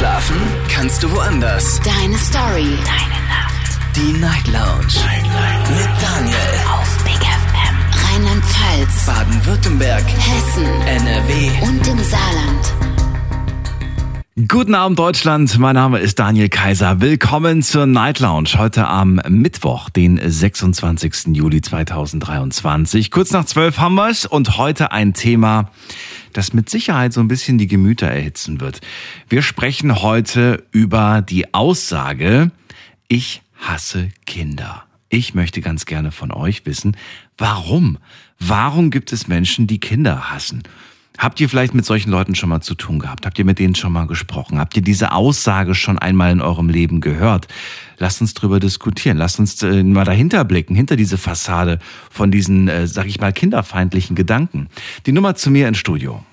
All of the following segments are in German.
Schlafen kannst du woanders. Deine Story. Deine Nacht. Die Night Lounge. Mit Daniel. Auf Big FM. Rheinland-Pfalz. Baden-Württemberg. Hessen. NRW. Und im Saarland. Guten Abend Deutschland, mein Name ist Daniel Kaiser. Willkommen zur Night Lounge. Heute am Mittwoch, den 26. Juli 2023. Kurz nach 12 haben wir es und heute ein Thema, das mit Sicherheit so ein bisschen die Gemüter erhitzen wird. Wir sprechen heute über die Aussage, ich hasse Kinder. Ich möchte ganz gerne von euch wissen, warum? Warum gibt es Menschen, die Kinder hassen? Habt ihr vielleicht mit solchen Leuten schon mal zu tun gehabt? Habt ihr mit denen schon mal gesprochen? Habt ihr diese Aussage schon einmal in eurem Leben gehört? Lasst uns drüber diskutieren. Lasst uns mal dahinter blicken, hinter diese Fassade von diesen, sag ich mal, kinderfeindlichen Gedanken. Die Nummer zu mir ins Studio.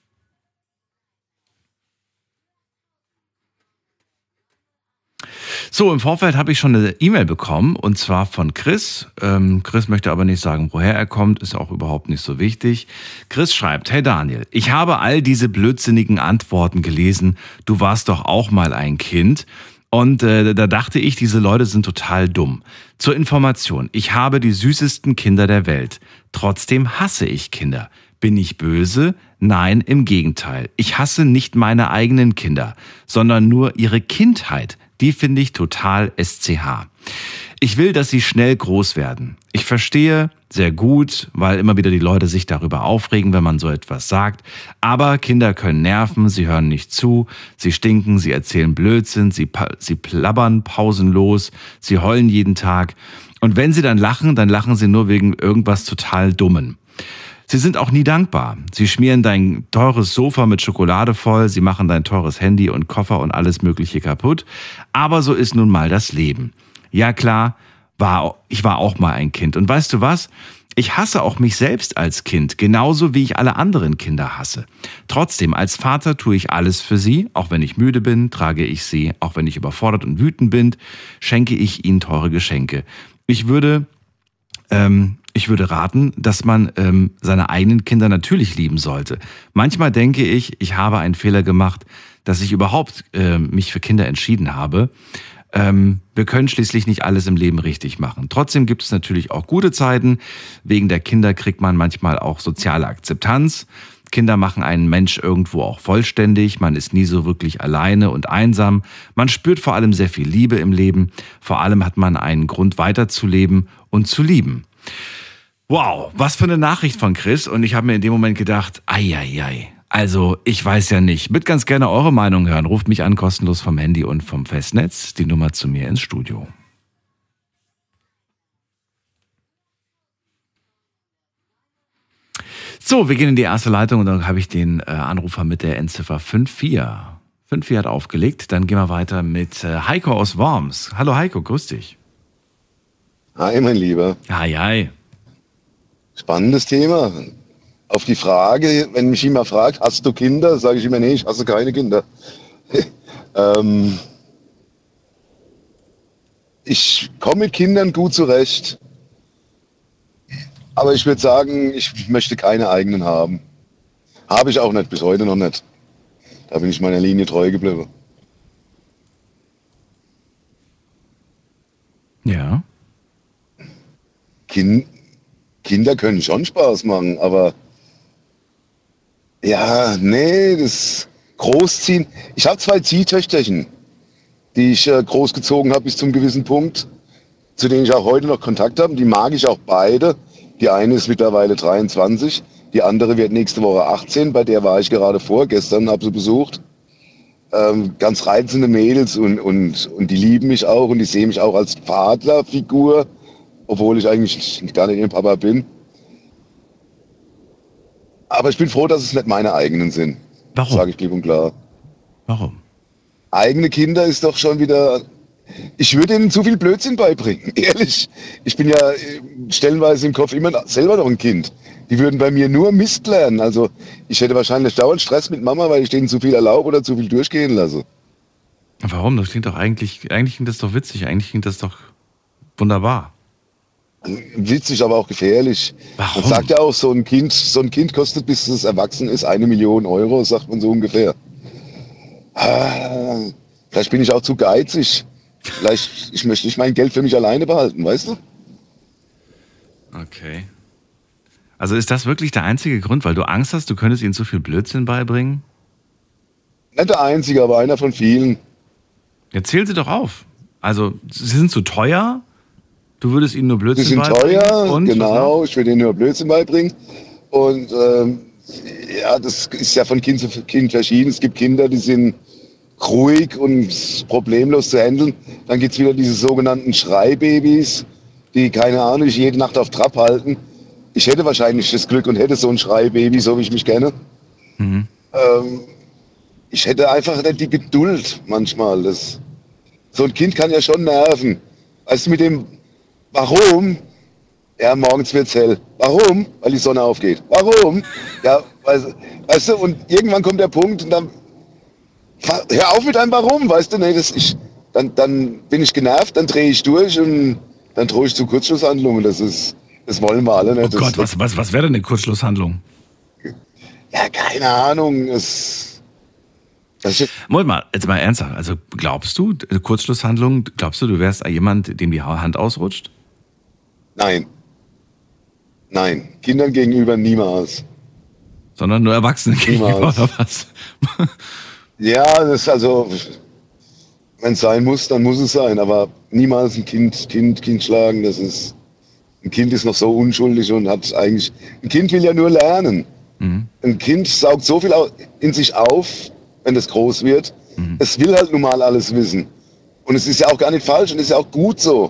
So, im Vorfeld habe ich schon eine E-Mail bekommen und zwar von Chris. Chris möchte aber nicht sagen, woher er kommt, ist auch überhaupt nicht so wichtig. Chris schreibt, hey Daniel, ich habe all diese blödsinnigen Antworten gelesen, du warst doch auch mal ein Kind. Und da dachte ich, diese Leute sind total dumm. Zur Information, ich habe die süßesten Kinder der Welt. Trotzdem hasse ich Kinder. Bin ich böse? Nein, im Gegenteil. Ich hasse nicht meine eigenen Kinder, sondern nur ihre Kindheit. Die finde ich total SCH. Ich will, dass sie schnell groß werden. Ich verstehe sehr gut, weil immer wieder die Leute sich darüber aufregen, wenn man so etwas sagt. Aber Kinder können nerven, sie hören nicht zu, sie stinken, sie erzählen Blödsinn, sie plappern pausenlos, sie heulen jeden Tag. Und wenn sie dann lachen sie nur wegen irgendwas total Dummen. Sie sind auch nie dankbar. Sie schmieren dein teures Sofa mit Schokolade voll, sie machen dein teures Handy und Koffer und alles Mögliche kaputt. Aber so ist nun mal das Leben. Ja klar, ich war auch mal ein Kind. Und weißt du was? Ich hasse auch mich selbst als Kind, genauso wie ich alle anderen Kinder hasse. Trotzdem, als Vater tue ich alles für sie. Auch wenn ich müde bin, trage ich sie. Auch wenn ich überfordert und wütend bin, schenke ich ihnen teure Geschenke. Ich würde raten, dass man seine eigenen Kinder natürlich lieben sollte. Manchmal denke ich habe einen Fehler gemacht, dass ich überhaupt mich für Kinder entschieden habe. Wir können schließlich nicht alles im Leben richtig machen. Trotzdem gibt es natürlich auch gute Zeiten. Wegen der Kinder kriegt man manchmal auch soziale Akzeptanz. Kinder machen einen Mensch irgendwo auch vollständig. Man ist nie so wirklich alleine und einsam. Man spürt vor allem sehr viel Liebe im Leben. Vor allem hat man einen Grund weiterzuleben und zu lieben. Wow, was für eine Nachricht von Chris. Und ich habe mir in dem Moment gedacht, ei. Also, ich weiß ja nicht. Würde ganz gerne eure Meinung hören. Ruft mich an, kostenlos vom Handy und vom Festnetz. Die Nummer zu mir ins Studio. So, wir gehen in die erste Leitung und dann habe ich den Anrufer mit der Endziffer 54. 54 hat aufgelegt. Dann gehen wir weiter mit Heiko aus Worms. Hallo Heiko, grüß dich. Hi, mein Lieber. Hi. Spannendes Thema. Auf die Frage, wenn mich jemand fragt, hast du Kinder, sage ich immer, nee, ich hasse keine Kinder. Ich komme mit Kindern gut zurecht. Aber ich würde sagen, ich möchte keine eigenen haben. Habe ich auch nicht, bis heute noch nicht. Da bin ich meiner Linie treu geblieben. Ja. Kinder können schon Spaß machen, aber ja, nee, das Großziehen. Ich habe 2 Ziehtöchterchen, die ich großgezogen habe bis zum gewissen Punkt, zu denen ich auch heute noch Kontakt habe. Die mag ich auch beide. Die eine ist mittlerweile 23, die andere wird nächste Woche 18. Bei der war ich gerade vorgestern, habe sie besucht. Ganz reizende Mädels und die lieben mich auch und die sehen mich auch als Vaterfigur, obwohl ich eigentlich gar nicht ihr Papa bin. Aber ich bin froh, dass es nicht meine eigenen sind. Warum? Sage ich klipp und klar. Warum? Eigene Kinder ist doch schon wieder... Ich würde ihnen zu viel Blödsinn beibringen, ehrlich. Ich bin ja stellenweise im Kopf immer selber noch ein Kind. Die würden bei mir nur Mist lernen. Also ich hätte wahrscheinlich dauernd Stress mit Mama, weil ich denen zu viel erlaube oder zu viel durchgehen lasse. Warum? Das klingt doch eigentlich klingt das doch witzig. Eigentlich klingt das doch wunderbar. Witzig, aber auch gefährlich. Warum? Man sagt ja auch, so ein Kind kostet, bis es erwachsen ist, 1 Million Euro, sagt man so ungefähr. Vielleicht bin ich auch zu geizig. Vielleicht, ich möchte nicht mein Geld für mich alleine behalten, weißt du? Okay. Also ist das wirklich der einzige Grund, weil du Angst hast, du könntest ihnen zu viel Blödsinn beibringen? Nicht der einzige, aber einer von vielen. Ja, zähl sie doch auf. Also, sie sind zu teuer, du würdest ihnen nur Die Blödsinn sind beibringen. teuer, Und, genau, ich will ihnen nur Blödsinn beibringen. Und ja, das ist ja von Kind zu Kind verschieden. Es gibt Kinder, die sind ruhig und problemlos zu handeln. Dann gibt es wieder diese sogenannten Schreibabys, die, keine Ahnung, ich jede Nacht auf Trab halten. Ich hätte wahrscheinlich das Glück und hätte so ein Schreibaby, so wie ich mich kenne. Mhm. Ich hätte einfach nicht die Geduld manchmal. So ein Kind kann ja schon nerven. Weißt du, mit dem, warum? Ja, morgens wird's hell. Warum? Weil die Sonne aufgeht. Warum? Ja, weißt du, und irgendwann kommt der Punkt und dann, hör auf mit einem Warum, weißt du, nee, dann bin ich genervt, dann drehe ich durch und dann drohe ich zu Kurzschlusshandlungen. Das wollen wir alle nicht. Oh Gott, was wäre denn eine Kurzschlusshandlung? Ja, keine Ahnung. Moment mal, jetzt mal ernsthaft. Also glaubst du, Kurzschlusshandlung, glaubst du wärst jemand, dem die Hand ausrutscht? Nein. Nein, Kindern gegenüber niemals. Sondern nur Erwachsenen gegenüber, oder was? Ja, das ist also, wenn es sein muss, dann muss es sein. Aber niemals ein Kind schlagen, ein Kind ist noch so unschuldig und hat eigentlich, ein Kind will ja nur lernen. Mhm. Ein Kind saugt so viel in sich auf, wenn es groß wird. Mhm. Es will halt nun mal alles wissen. Und es ist ja auch gar nicht falsch und es ist ja auch gut so.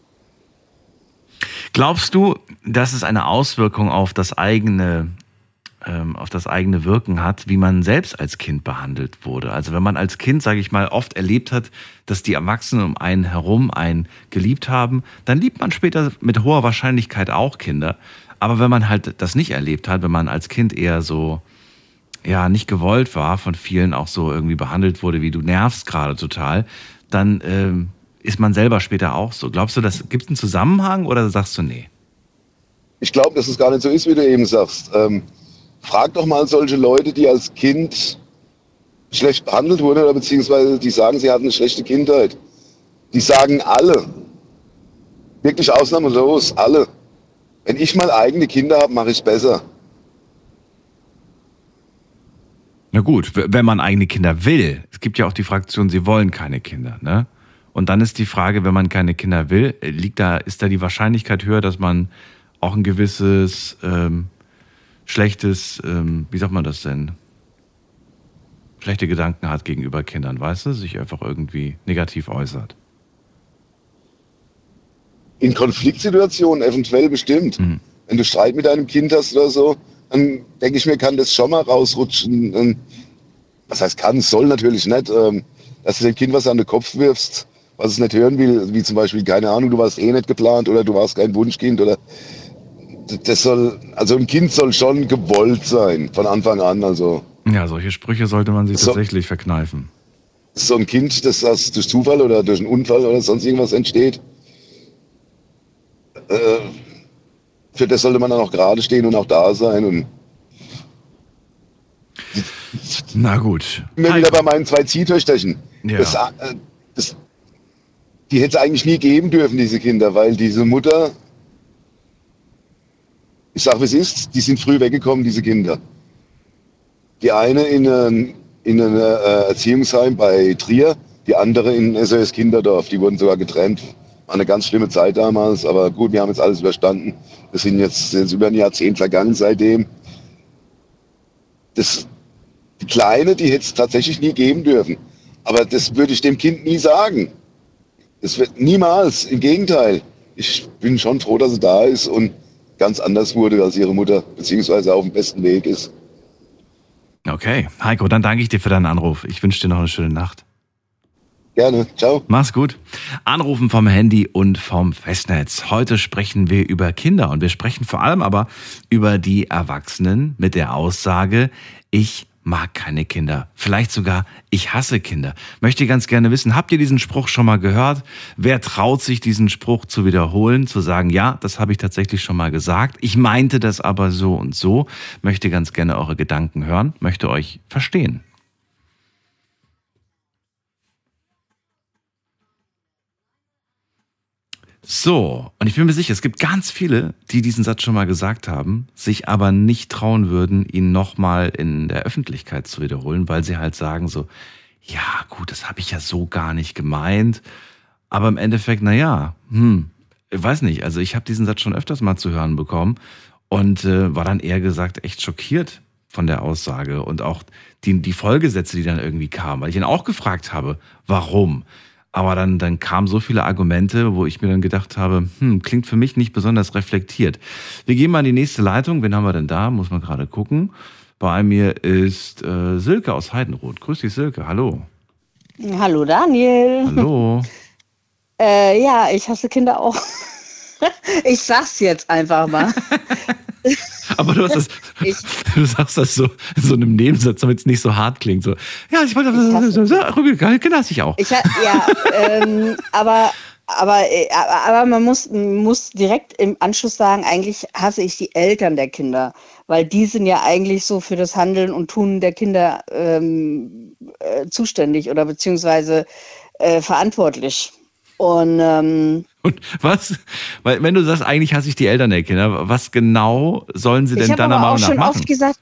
Glaubst du, dass es eine Auswirkung auf das eigene Wirken hat, wie man selbst als Kind behandelt wurde? Also wenn man als Kind, sage ich mal, oft erlebt hat, dass die Erwachsenen um einen herum einen geliebt haben, dann liebt man später mit hoher Wahrscheinlichkeit auch Kinder. Aber wenn man halt das nicht erlebt hat, wenn man als Kind eher so, ja, nicht gewollt war, von vielen auch so irgendwie behandelt wurde, wie du nervst gerade total, dann ist man selber später auch so. Glaubst du, gibt es einen Zusammenhang oder sagst du nee? Ich glaube, dass es gar nicht so ist, wie du eben sagst. Frag doch mal solche Leute, die als Kind schlecht behandelt wurden oder beziehungsweise die sagen, sie hatten eine schlechte Kindheit. Die sagen alle, wirklich ausnahmslos, alle. Wenn ich mal eigene Kinder habe, mache ich es besser. Na gut, wenn man eigene Kinder will. Es gibt ja auch die Fraktion, sie wollen keine Kinder, ne? Und dann ist die Frage, wenn man keine Kinder will, ist da die Wahrscheinlichkeit höher, dass man auch ein gewisses schlechtes, wie sagt man das denn? Schlechte Gedanken hat gegenüber Kindern, weißt du? Sich einfach irgendwie negativ äußert. In Konfliktsituationen eventuell bestimmt. Mhm. Wenn du Streit mit deinem Kind hast oder so, dann denke ich mir, kann das schon mal rausrutschen. Und was heißt kann, es soll natürlich nicht, dass du dem Kind was an den Kopf wirfst, was es nicht hören will, wie zum Beispiel, keine Ahnung, du warst eh nicht geplant oder du warst kein Wunschkind oder also ein Kind soll schon gewollt sein, von Anfang an, also. Ja, solche Sprüche sollte man sich tatsächlich verkneifen. So ein Kind, das durch Zufall oder durch einen Unfall oder sonst irgendwas entsteht, für das sollte man dann auch gerade stehen und auch da sein und. Na gut. Ich bin mir wieder bei meinen 2 Ziehtöchterchen. Ja. Die hätte es eigentlich nie geben dürfen, diese Kinder, weil diese Mutter, ich sag, wie es ist, die sind früh weggekommen, diese Kinder. Die eine in einem Erziehungsheim bei Trier, die andere in SOS Kinderdorf. Die wurden sogar getrennt. War eine ganz schlimme Zeit damals, aber gut, wir haben jetzt alles überstanden. Wir sind jetzt über ein Jahrzehnt vergangen seitdem. Die Kleine, die hätte es tatsächlich nie geben dürfen. Aber das würde ich dem Kind nie sagen. Das wird niemals, im Gegenteil. Ich bin schon froh, dass sie da ist und ganz anders wurde als ihre Mutter, beziehungsweise auf dem besten Weg ist. Okay, Heiko, dann danke ich dir für deinen Anruf. Ich wünsche dir noch eine schöne Nacht. Gerne, ciao. Mach's gut. Anrufen vom Handy und vom Festnetz. Heute sprechen wir über Kinder und wir sprechen vor allem aber über die Erwachsenen mit der Aussage, ich mag keine Kinder. Vielleicht sogar, ich hasse Kinder. Möchte ganz gerne wissen, habt ihr diesen Spruch schon mal gehört? Wer traut sich, diesen Spruch zu wiederholen, zu sagen, ja, das habe ich tatsächlich schon mal gesagt. Ich meinte das aber so und so. Möchte ganz gerne eure Gedanken hören, möchte euch verstehen. So, und ich bin mir sicher, es gibt ganz viele, die diesen Satz schon mal gesagt haben, sich aber nicht trauen würden, ihn nochmal in der Öffentlichkeit zu wiederholen, weil sie halt sagen so, ja gut, das habe ich ja so gar nicht gemeint. Aber im Endeffekt, ich weiß nicht, also ich habe diesen Satz schon öfters mal zu hören bekommen und war dann eher gesagt echt schockiert von der Aussage und auch die Folgesätze, die dann irgendwie kamen, weil ich ihn auch gefragt habe, warum. Aber dann kamen so viele Argumente, wo ich mir dann gedacht habe, klingt für mich nicht besonders reflektiert. Wir gehen mal in die nächste Leitung. Wen haben wir denn da? Muss man gerade gucken. Bei mir ist Silke aus Heidenroth. Grüß dich, Silke. Hallo. Hallo, Daniel. Hallo. Ja, ich hasse Kinder auch. Ich sag's jetzt einfach mal. Aber du sagst das so in so einem Nebensatz, damit es nicht so hart klingt. So, ja, ich wollte Kinder hasse ich auch. Aber man muss direkt im Anschluss sagen, eigentlich hasse ich die Eltern der Kinder, weil die sind ja eigentlich so für das Handeln und Tun der Kinder zuständig oder beziehungsweise verantwortlich. Und was? Weil wenn du sagst, eigentlich hasse ich die Eltern der Kinder, was genau sollen sie denn deiner Meinung nach machen? Ich habe auch schon oft gesagt,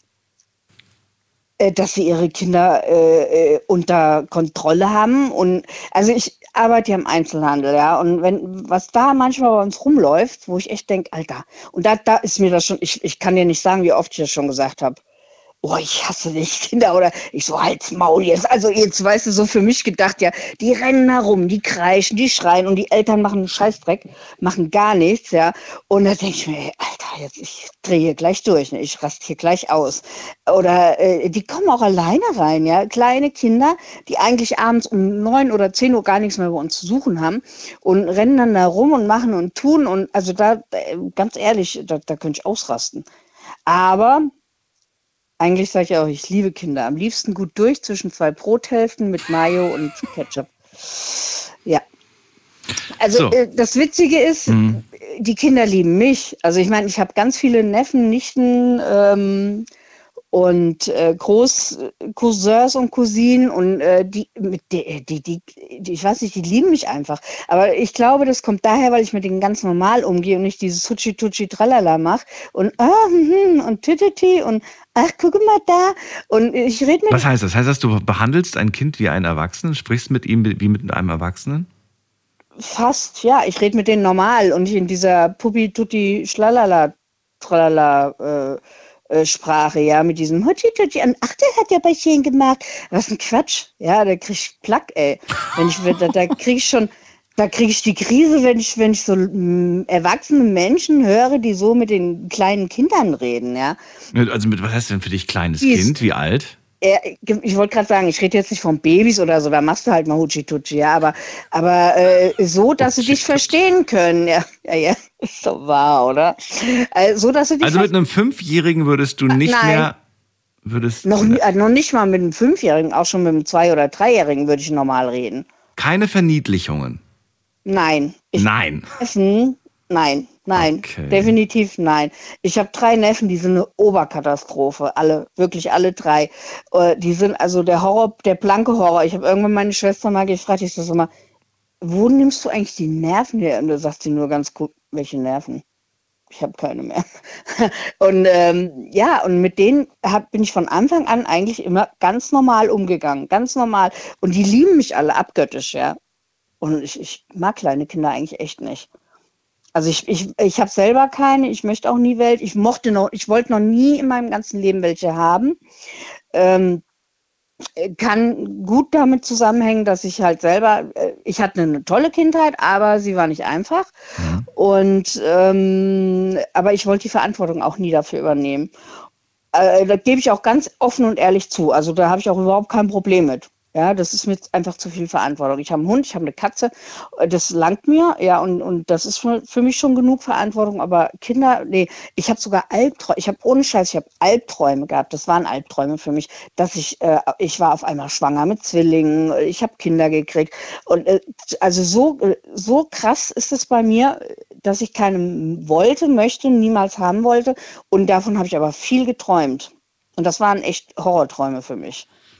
dass sie ihre Kinder unter Kontrolle haben. Und also ich arbeite ja im Einzelhandel, ja. Und was da manchmal bei uns rumläuft, wo ich echt denke, Alter, und da ist mir das schon, ich kann dir nicht sagen, wie oft ich das schon gesagt habe. Oh, ich hasse dich, Kinder, oder ich so, halt's Maul jetzt. Also jetzt, weißt du, so für mich gedacht, ja, die rennen herum, die kreischen, die schreien und die Eltern machen einen Scheißdreck, machen gar nichts, ja. Und da denke ich mir, ey, Alter, jetzt, ich drehe hier gleich durch, ne? Ich raste hier gleich aus. Oder die kommen auch alleine rein, ja. Kleine Kinder, die eigentlich abends um 9 oder 10 Uhr gar nichts mehr bei uns zu suchen haben und rennen dann da rum und machen und tun. Und also da, ganz ehrlich, da könnte ich ausrasten. Aber eigentlich sage ich auch, ich liebe Kinder. Am liebsten gut durch zwischen 2 Brothälften mit Mayo und Ketchup. Ja. Also das Witzige ist, die Kinder lieben mich. Also ich meine, ich habe ganz viele Neffen, Nichten und Großcousins und Cousinen und die, ich weiß nicht, die lieben mich einfach. Aber ich glaube, das kommt daher, weil ich mit denen ganz normal umgehe und nicht dieses Hutschi-Tutschi-Tralala mache und und Tititi und ach, guck mal da. Und ich rede mit... Was heißt das? Heißt das, du behandelst ein Kind wie einen Erwachsenen? Sprichst mit ihm wie mit einem Erwachsenen? Fast, ja. Ich rede mit denen normal und nicht in dieser Puppi-Tutti-Schlala-Tralala Sprache, ja, mit diesem Hutschi-Tutschi. Ach, der hat ja bei Chen gemacht. Was ein Quatsch. Ja, da krieg ich Plack, ey. Da krieg ich schon... Da kriege ich die Krise, wenn ich so erwachsene Menschen höre, die so mit den kleinen Kindern reden, ja. Also was heißt denn für dich kleines Kind? Wie alt? Ich wollte gerade sagen, ich rede jetzt nicht von Babys oder so, da machst du halt mal Hutschi-Tutschi, ja, aber so, dass sie dich verstehen können, ja, ist doch wahr, oder? So, dass sie dich mit einem 5-Jährigen würdest du nicht mehr... Noch nicht mal mit einem 5-Jährigen, auch schon mit einem 2- oder 3-Jährigen würde ich normal reden. Keine Verniedlichungen? Nein. Nein. Nein, Okay. Definitiv nein. Ich habe 3 Neffen, die sind eine Oberkatastrophe, wirklich alle 3. Die sind also der Horror, der blanke Horror. Ich habe irgendwann meine Schwester mal gefragt, ich so mal, wo nimmst du eigentlich die Nerven her? Und da sagt sie nur ganz gut, welche Nerven? Ich habe keine mehr. Und und mit denen bin ich von Anfang an eigentlich immer ganz normal umgegangen, ganz normal. Und die lieben mich alle abgöttisch, ja. Und ich mag kleine Kinder eigentlich echt nicht. Also ich habe selber keine, ich möchte auch nie welche. Ich wollte noch nie in meinem ganzen Leben welche haben. Kann gut damit zusammenhängen, dass ich halt selber, ich hatte eine tolle Kindheit, aber sie war nicht einfach. Ja. Und aber ich wollte die Verantwortung auch nie dafür übernehmen. Da gebe ich auch ganz offen und ehrlich zu. Also da habe ich auch überhaupt kein Problem mit. Ja, das ist mir einfach zu viel Verantwortung. Ich habe einen Hund, ich habe eine Katze, das langt mir, ja, und das ist für mich schon genug Verantwortung, aber Kinder, nee, ich habe sogar Albträume, ich habe Albträume gehabt, das waren Albträume für mich, dass ich war auf einmal schwanger mit Zwillingen, ich habe Kinder gekriegt und also so krass ist es bei mir, dass ich keinen möchte, niemals haben wollte und davon habe ich aber viel geträumt und das waren echt Horrorträume für mich.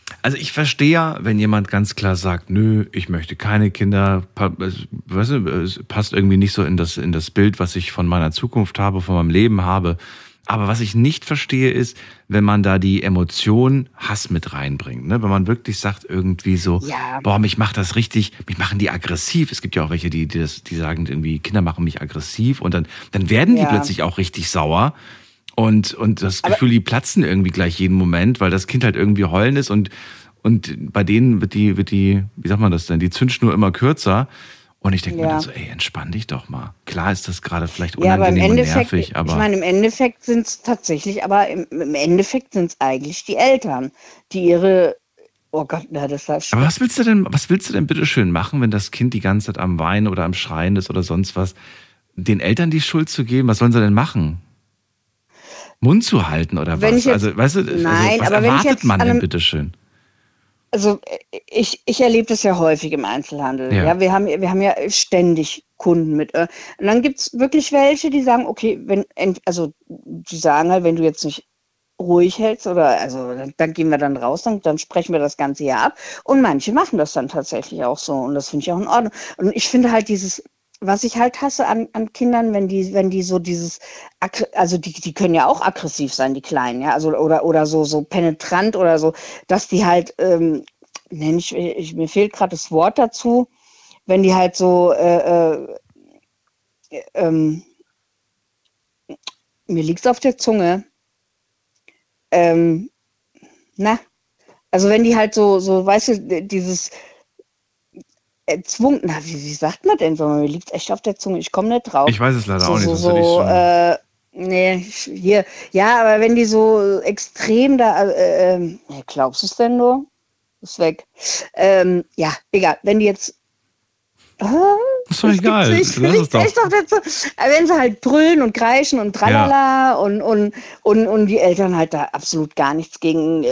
Also ich verstehe ja, wenn jemand ganz klar sagt, nö, ich möchte keine Kinder, weißt du, es passt irgendwie nicht so in das Bild, was ich von meiner Zukunft habe, von meinem Leben habe. Aber was ich nicht verstehe ist, wenn man da die Emotion Hass mit reinbringt, ne? Wenn man wirklich sagt irgendwie so, Ja. boah, mich macht das richtig, mich machen die aggressiv. Es gibt ja auch welche, die sagen irgendwie, Kinder machen mich aggressiv und dann werden die Ja. plötzlich auch richtig sauer. Und das Gefühl, die platzen irgendwie gleich jeden Moment, weil das Kind halt irgendwie heulen ist und bei denen wird die, wie sagt man das denn, die Zündschnur immer kürzer. Und ich denke mir dann so, ey, entspann dich doch mal. Klar ist das gerade vielleicht Ja, aber im unangenehm und Endeffekt, nervig, aber ich meine, im Endeffekt sind es tatsächlich, aber im Endeffekt sind es eigentlich die Eltern, die ihre, oh Gott, na, das heißt, aber was willst du denn bitte schön machen, wenn das Kind die ganze Zeit am Weinen oder am Schreien ist oder sonst was? Den Eltern die Schuld zu geben, was sollen sie denn machen? Mund zu halten oder Wenn was? ich jetzt- Also, weißt du, Nein, was aber wenn ich erwartet jetzt man an denn einem- bitte schön? Also ich erlebe das ja häufig im Einzelhandel. Ja. Ja, wir haben ja ständig Kunden mit. Und dann gibt es wirklich welche, die sagen, okay, die sagen halt, wenn du jetzt nicht ruhig hältst oder also dann gehen wir dann raus, dann sprechen wir das Ganze hier ab. Und manche machen das dann tatsächlich auch so. Und das finde ich auch in Ordnung. Und ich finde halt was ich halt hasse an Kindern, wenn die so dieses, also die können ja auch aggressiv sein, die Kleinen, ja, also oder so penetrant oder so, dass die halt, mir fehlt gerade das Wort dazu, wenn die halt so, mir liegt's auf der Zunge, also wenn die halt so, weißt du, dieses erzwungen, wie sagt man denn so? Mir liegt echt auf der Zunge, ich komme nicht drauf. Ich weiß es leider auch nicht. sonst hätte ich's schon- Nee, ja, aber wenn die so extrem da, glaubst du es denn nur? Ist weg. Ja, egal, wenn die jetzt, Ist doch egal. Ich Lass es liegt doch. echt auf der Zunge. Aber wenn sie halt brüllen und kreischen und tralala und die Eltern halt da absolut gar nichts gegen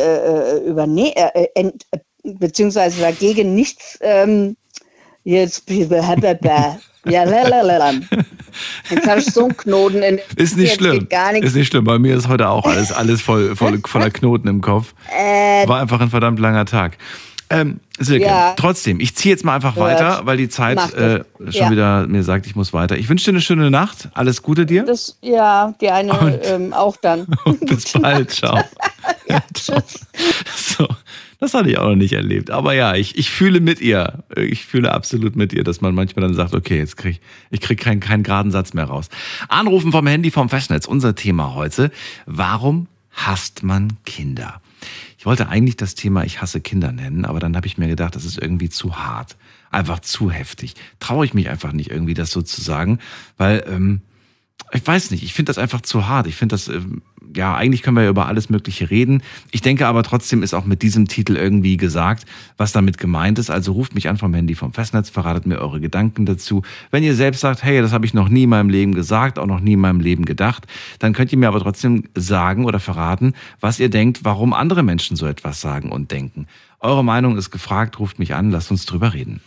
beziehungsweise dagegen nichts, jetzt ja, lalalala. Jetzt habe ich so einen Knoten in Ist nicht jetzt schlimm. geht gar nichts. Ist nicht schlimm. Bei mir ist heute auch alles voller Knoten im Kopf. War einfach ein verdammt langer Tag. Silke, Ja. trotzdem, ich ziehe jetzt mal einfach weiter, weil die Zeit Mach das. schon wieder mir sagt, ich muss weiter. Ich wünsche dir eine schöne Nacht. Alles Gute dir. Ja, die eine auch dann. Und bis bald. Ciao. Ja, tschüss. So, das hatte ich auch noch nicht erlebt. Aber ja, ich fühle mit ihr. Ich fühle absolut mit ihr, dass man manchmal dann sagt, okay, jetzt krieg keinen geraden Satz mehr raus. Anrufen vom Handy vom Festnetz. Unser Thema heute. Warum hasst man Kinder? Ich wollte eigentlich das Thema Ich hasse Kinder nennen, aber dann habe ich mir gedacht, das ist irgendwie zu hart. Einfach zu heftig. Traue ich mich einfach nicht irgendwie, das so zu sagen, weil ich weiß nicht, ich finde das einfach zu hart. Ich finde das, eigentlich können wir ja über alles Mögliche reden. Ich denke aber trotzdem ist auch mit diesem Titel irgendwie gesagt, was damit gemeint ist. Also ruft mich an vom Handy vom Festnetz, verratet mir eure Gedanken dazu. Wenn ihr selbst sagt, hey, das habe ich noch nie in meinem Leben gesagt, auch noch nie in meinem Leben gedacht, dann könnt ihr mir aber trotzdem sagen oder verraten, was ihr denkt, warum andere Menschen so etwas sagen und denken. Eure Meinung ist gefragt, ruft mich an, lasst uns drüber reden.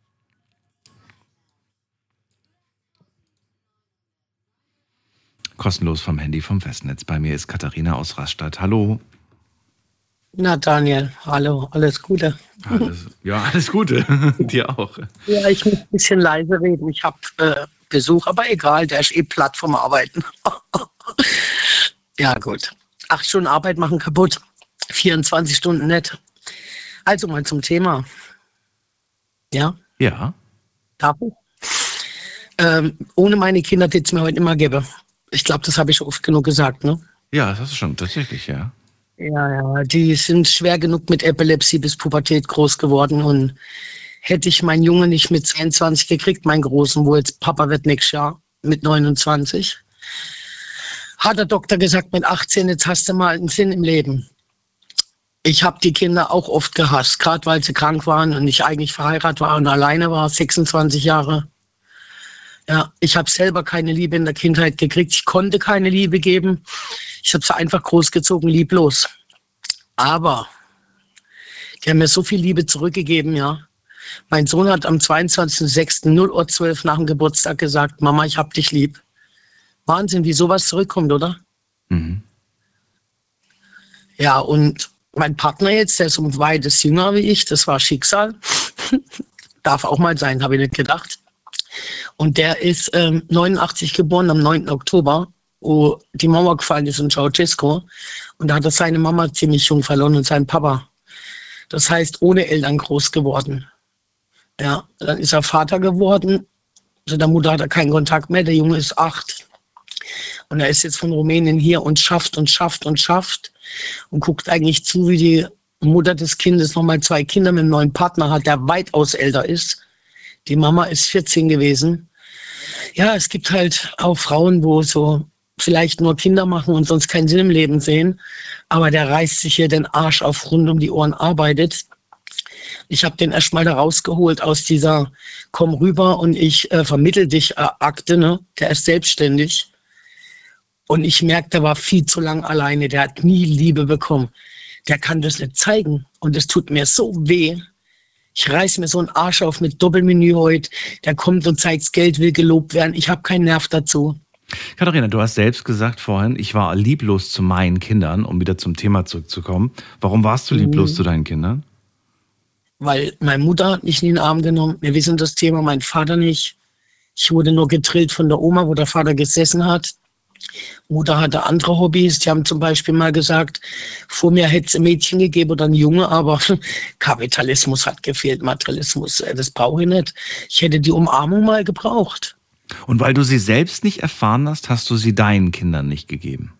Kostenlos vom Handy vom Festnetz. Bei mir ist Katharina aus Rastatt. Hallo. Na Daniel, hallo, alles Gute. Alles Gute. Dir auch. Ja, ich muss ein bisschen leise reden. Ich habe Besuch, aber egal, der ist platt vom Arbeiten. Ja gut. 8 Stunden Arbeit machen kaputt. 24 Stunden nicht. Also mal zum Thema. Ja? Ja. Darf ich? Ohne meine Kinder hätte es mir heute immer gäbe. Ich glaube, das habe ich oft genug gesagt, ne? Ja, das ist schon tatsächlich, ja. Ja, die sind schwer genug mit Epilepsie bis Pubertät groß geworden und hätte ich meinen Jungen nicht mit 22 gekriegt, meinen Großen, wo jetzt Papa wird nächstes Jahr mit 29, hat der Doktor gesagt, mit 18, jetzt hast du mal einen Sinn im Leben. Ich habe die Kinder auch oft gehasst, gerade weil sie krank waren und ich eigentlich verheiratet war und alleine war, 26 Jahre. Ja, ich habe selber keine Liebe in der Kindheit gekriegt. Ich konnte keine Liebe geben. Ich habe sie einfach großgezogen, lieblos. Aber die haben mir so viel Liebe zurückgegeben, ja. Mein Sohn hat am 22.06.0:12 nach dem Geburtstag gesagt, Mama, ich hab dich lieb. Wahnsinn, wie sowas zurückkommt, oder? Mhm. Ja, und mein Partner jetzt, der ist um weites jünger wie ich, das war Schicksal. Darf auch mal sein, habe ich nicht gedacht. Und der ist 89 geboren, am 9. Oktober, wo die Mauer gefallen ist in Ceausescu. Und da hat er seine Mama ziemlich jung verloren und seinen Papa. Das heißt, ohne Eltern groß geworden. Ja, dann ist er Vater geworden. Zu der Mutter hat er keinen Kontakt mehr. Der Junge ist 8. Und er ist jetzt von Rumänien hier und schafft und schafft und schafft. Und guckt eigentlich zu, wie die Mutter des Kindes nochmal 2 Kinder mit einem neuen Partner hat, der weitaus älter ist. Die Mama ist 14 gewesen. Ja, es gibt halt auch Frauen, wo so vielleicht nur Kinder machen und sonst keinen Sinn im Leben sehen. Aber der reißt sich hier den Arsch auf, rund um die Ohren arbeitet. Ich habe den erstmal da rausgeholt aus dieser Komm rüber und ich vermittel dich Akte, ne? Der ist selbstständig. Und ich merke, der war viel zu lang alleine. Der hat nie Liebe bekommen. Der kann das nicht zeigen. Und es tut mir so weh. Ich reiß mir so einen Arsch auf mit Doppelmenü heute. Der kommt und zeigt Geld, will gelobt werden. Ich habe keinen Nerv dazu. Katharina, du hast selbst gesagt vorhin, ich war lieblos zu meinen Kindern, um wieder zum Thema zurückzukommen. Warum warst du lieblos zu deinen Kindern? Weil meine Mutter hat mich nie in den Arm genommen. Wir wissen das Thema, mein Vater nicht. Ich wurde nur getrillt von der Oma, wo der Vater gesessen hat. Mutter hatte andere Hobbys. Die haben zum Beispiel mal gesagt, vor mir hätte es ein Mädchen gegeben oder ein Junge, aber Kapitalismus hat gefehlt, Materialismus, das brauche ich nicht. Ich hätte die Umarmung mal gebraucht. Und weil du sie selbst nicht erfahren hast, hast du sie deinen Kindern nicht gegeben?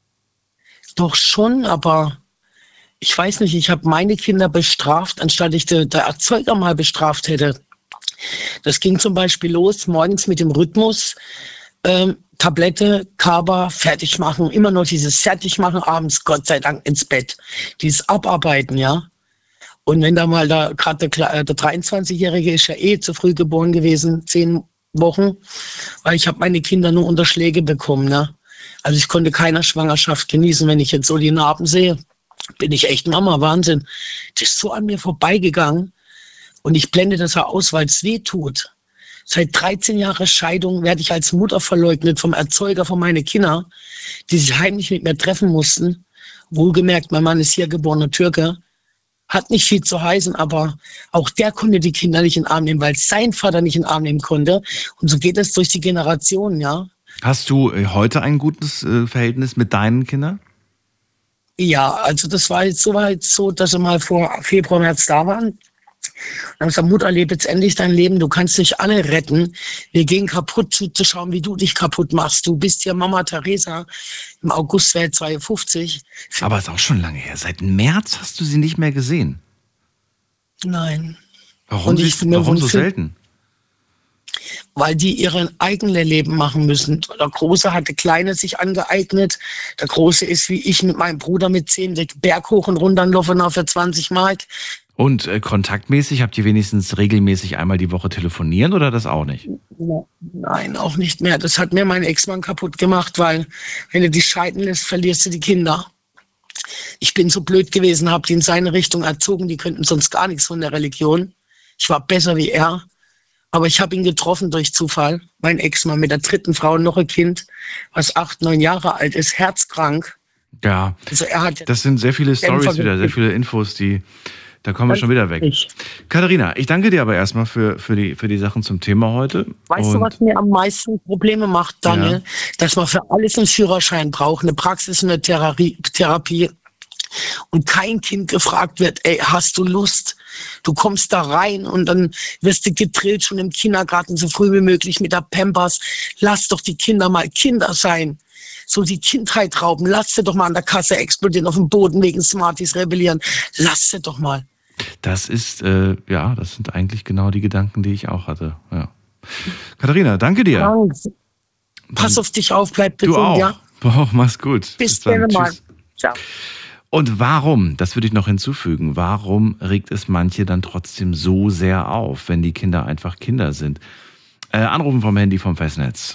Doch schon, aber ich weiß nicht, ich habe meine Kinder bestraft, anstatt ich der Erzeuger mal bestraft hätte. Das ging zum Beispiel los, morgens mit dem Rhythmus, Tablette, Kaba, fertig machen, immer noch dieses Fertigmachen, abends Gott sei Dank ins Bett. Dieses Abarbeiten, ja. Und wenn da mal gerade der 23-Jährige ist ja zu früh geboren gewesen, 10 Wochen, weil ich habe meine Kinder nur unter Schläge bekommen, ne? Also ich konnte keiner Schwangerschaft genießen. Wenn ich jetzt so die Narben sehe, bin ich echt Mama, Wahnsinn. Das ist so an mir vorbeigegangen und ich blende das ja aus, weil es weh tut. Seit 13 Jahren Scheidung werde ich als Mutter verleugnet vom Erzeuger von meinen Kindern, die sich heimlich mit mir treffen mussten. Wohlgemerkt, mein Mann ist hier geborener Türke, hat nicht viel zu heißen, aber auch der konnte die Kinder nicht in den Arm nehmen, weil sein Vater nicht in den Arm nehmen konnte. Und so geht es durch die Generationen, ja. Hast du heute ein gutes Verhältnis mit deinen Kindern? Ja, also das war jetzt soweit so, dass sie mal vor Februar, März da waren. Und dann haben sie gesagt, Mutter, lebe jetzt endlich dein Leben, du kannst dich alle retten. Wir gehen kaputt, zu schauen, wie du dich kaputt machst. Du bist ja Mama Teresa. Im August wäre 52. Aber ist auch schon lange her. Seit März hast du sie nicht mehr gesehen? Nein. Warum so selten? Weil die ihren eigenen Leben machen müssen. Der Große hat der Kleine sich angeeignet. Der Große ist wie ich mit meinem Bruder mit 10 den Berg hoch und runter in Loffenau für 20 Mark. Und kontaktmäßig, habt ihr wenigstens regelmäßig einmal die Woche telefonieren oder das auch nicht? Nein, auch nicht mehr. Das hat mir mein Ex-Mann kaputt gemacht, weil wenn du dich scheiden lässt, verlierst du die Kinder. Ich bin so blöd gewesen, habe die in seine Richtung erzogen, die könnten sonst gar nichts von der Religion. Ich war besser wie er, aber ich habe ihn getroffen durch Zufall. Mein Ex-Mann mit der 3. Frau, noch ein Kind, was 8, 9 Jahre alt ist, herzkrank. Ja, also das sind sehr viele Storys wieder, sehr viele Infos, da kommen wir schon wieder weg. Katharina, ich danke dir aber erstmal für die Sachen zum Thema heute. Weißt du, was mir am meisten Probleme macht, Daniel? Ja. Dass man für alles einen Führerschein braucht, eine Praxis, eine Therapie. Und kein Kind gefragt wird, ey, hast du Lust? Du kommst da rein und dann wirst du gedrillt schon im Kindergarten so früh wie möglich mit der Pampers. Lass doch die Kinder mal Kinder sein. So die Kindheit rauben. Lass sie doch mal an der Kasse explodieren, auf dem Boden wegen Smarties rebellieren. Lass sie doch mal. Das ist, das sind eigentlich genau die Gedanken, die ich auch hatte. Ja. Katharina, danke dir. Danke. Pass auf dich auf, bleib gesund, du auch. Ja? Du auch, mach's gut. Bis dann mal. Ciao. Und warum, das würde ich noch hinzufügen, warum regt es manche dann trotzdem so sehr auf, wenn die Kinder einfach Kinder sind? Anrufen vom Handy vom Festnetz.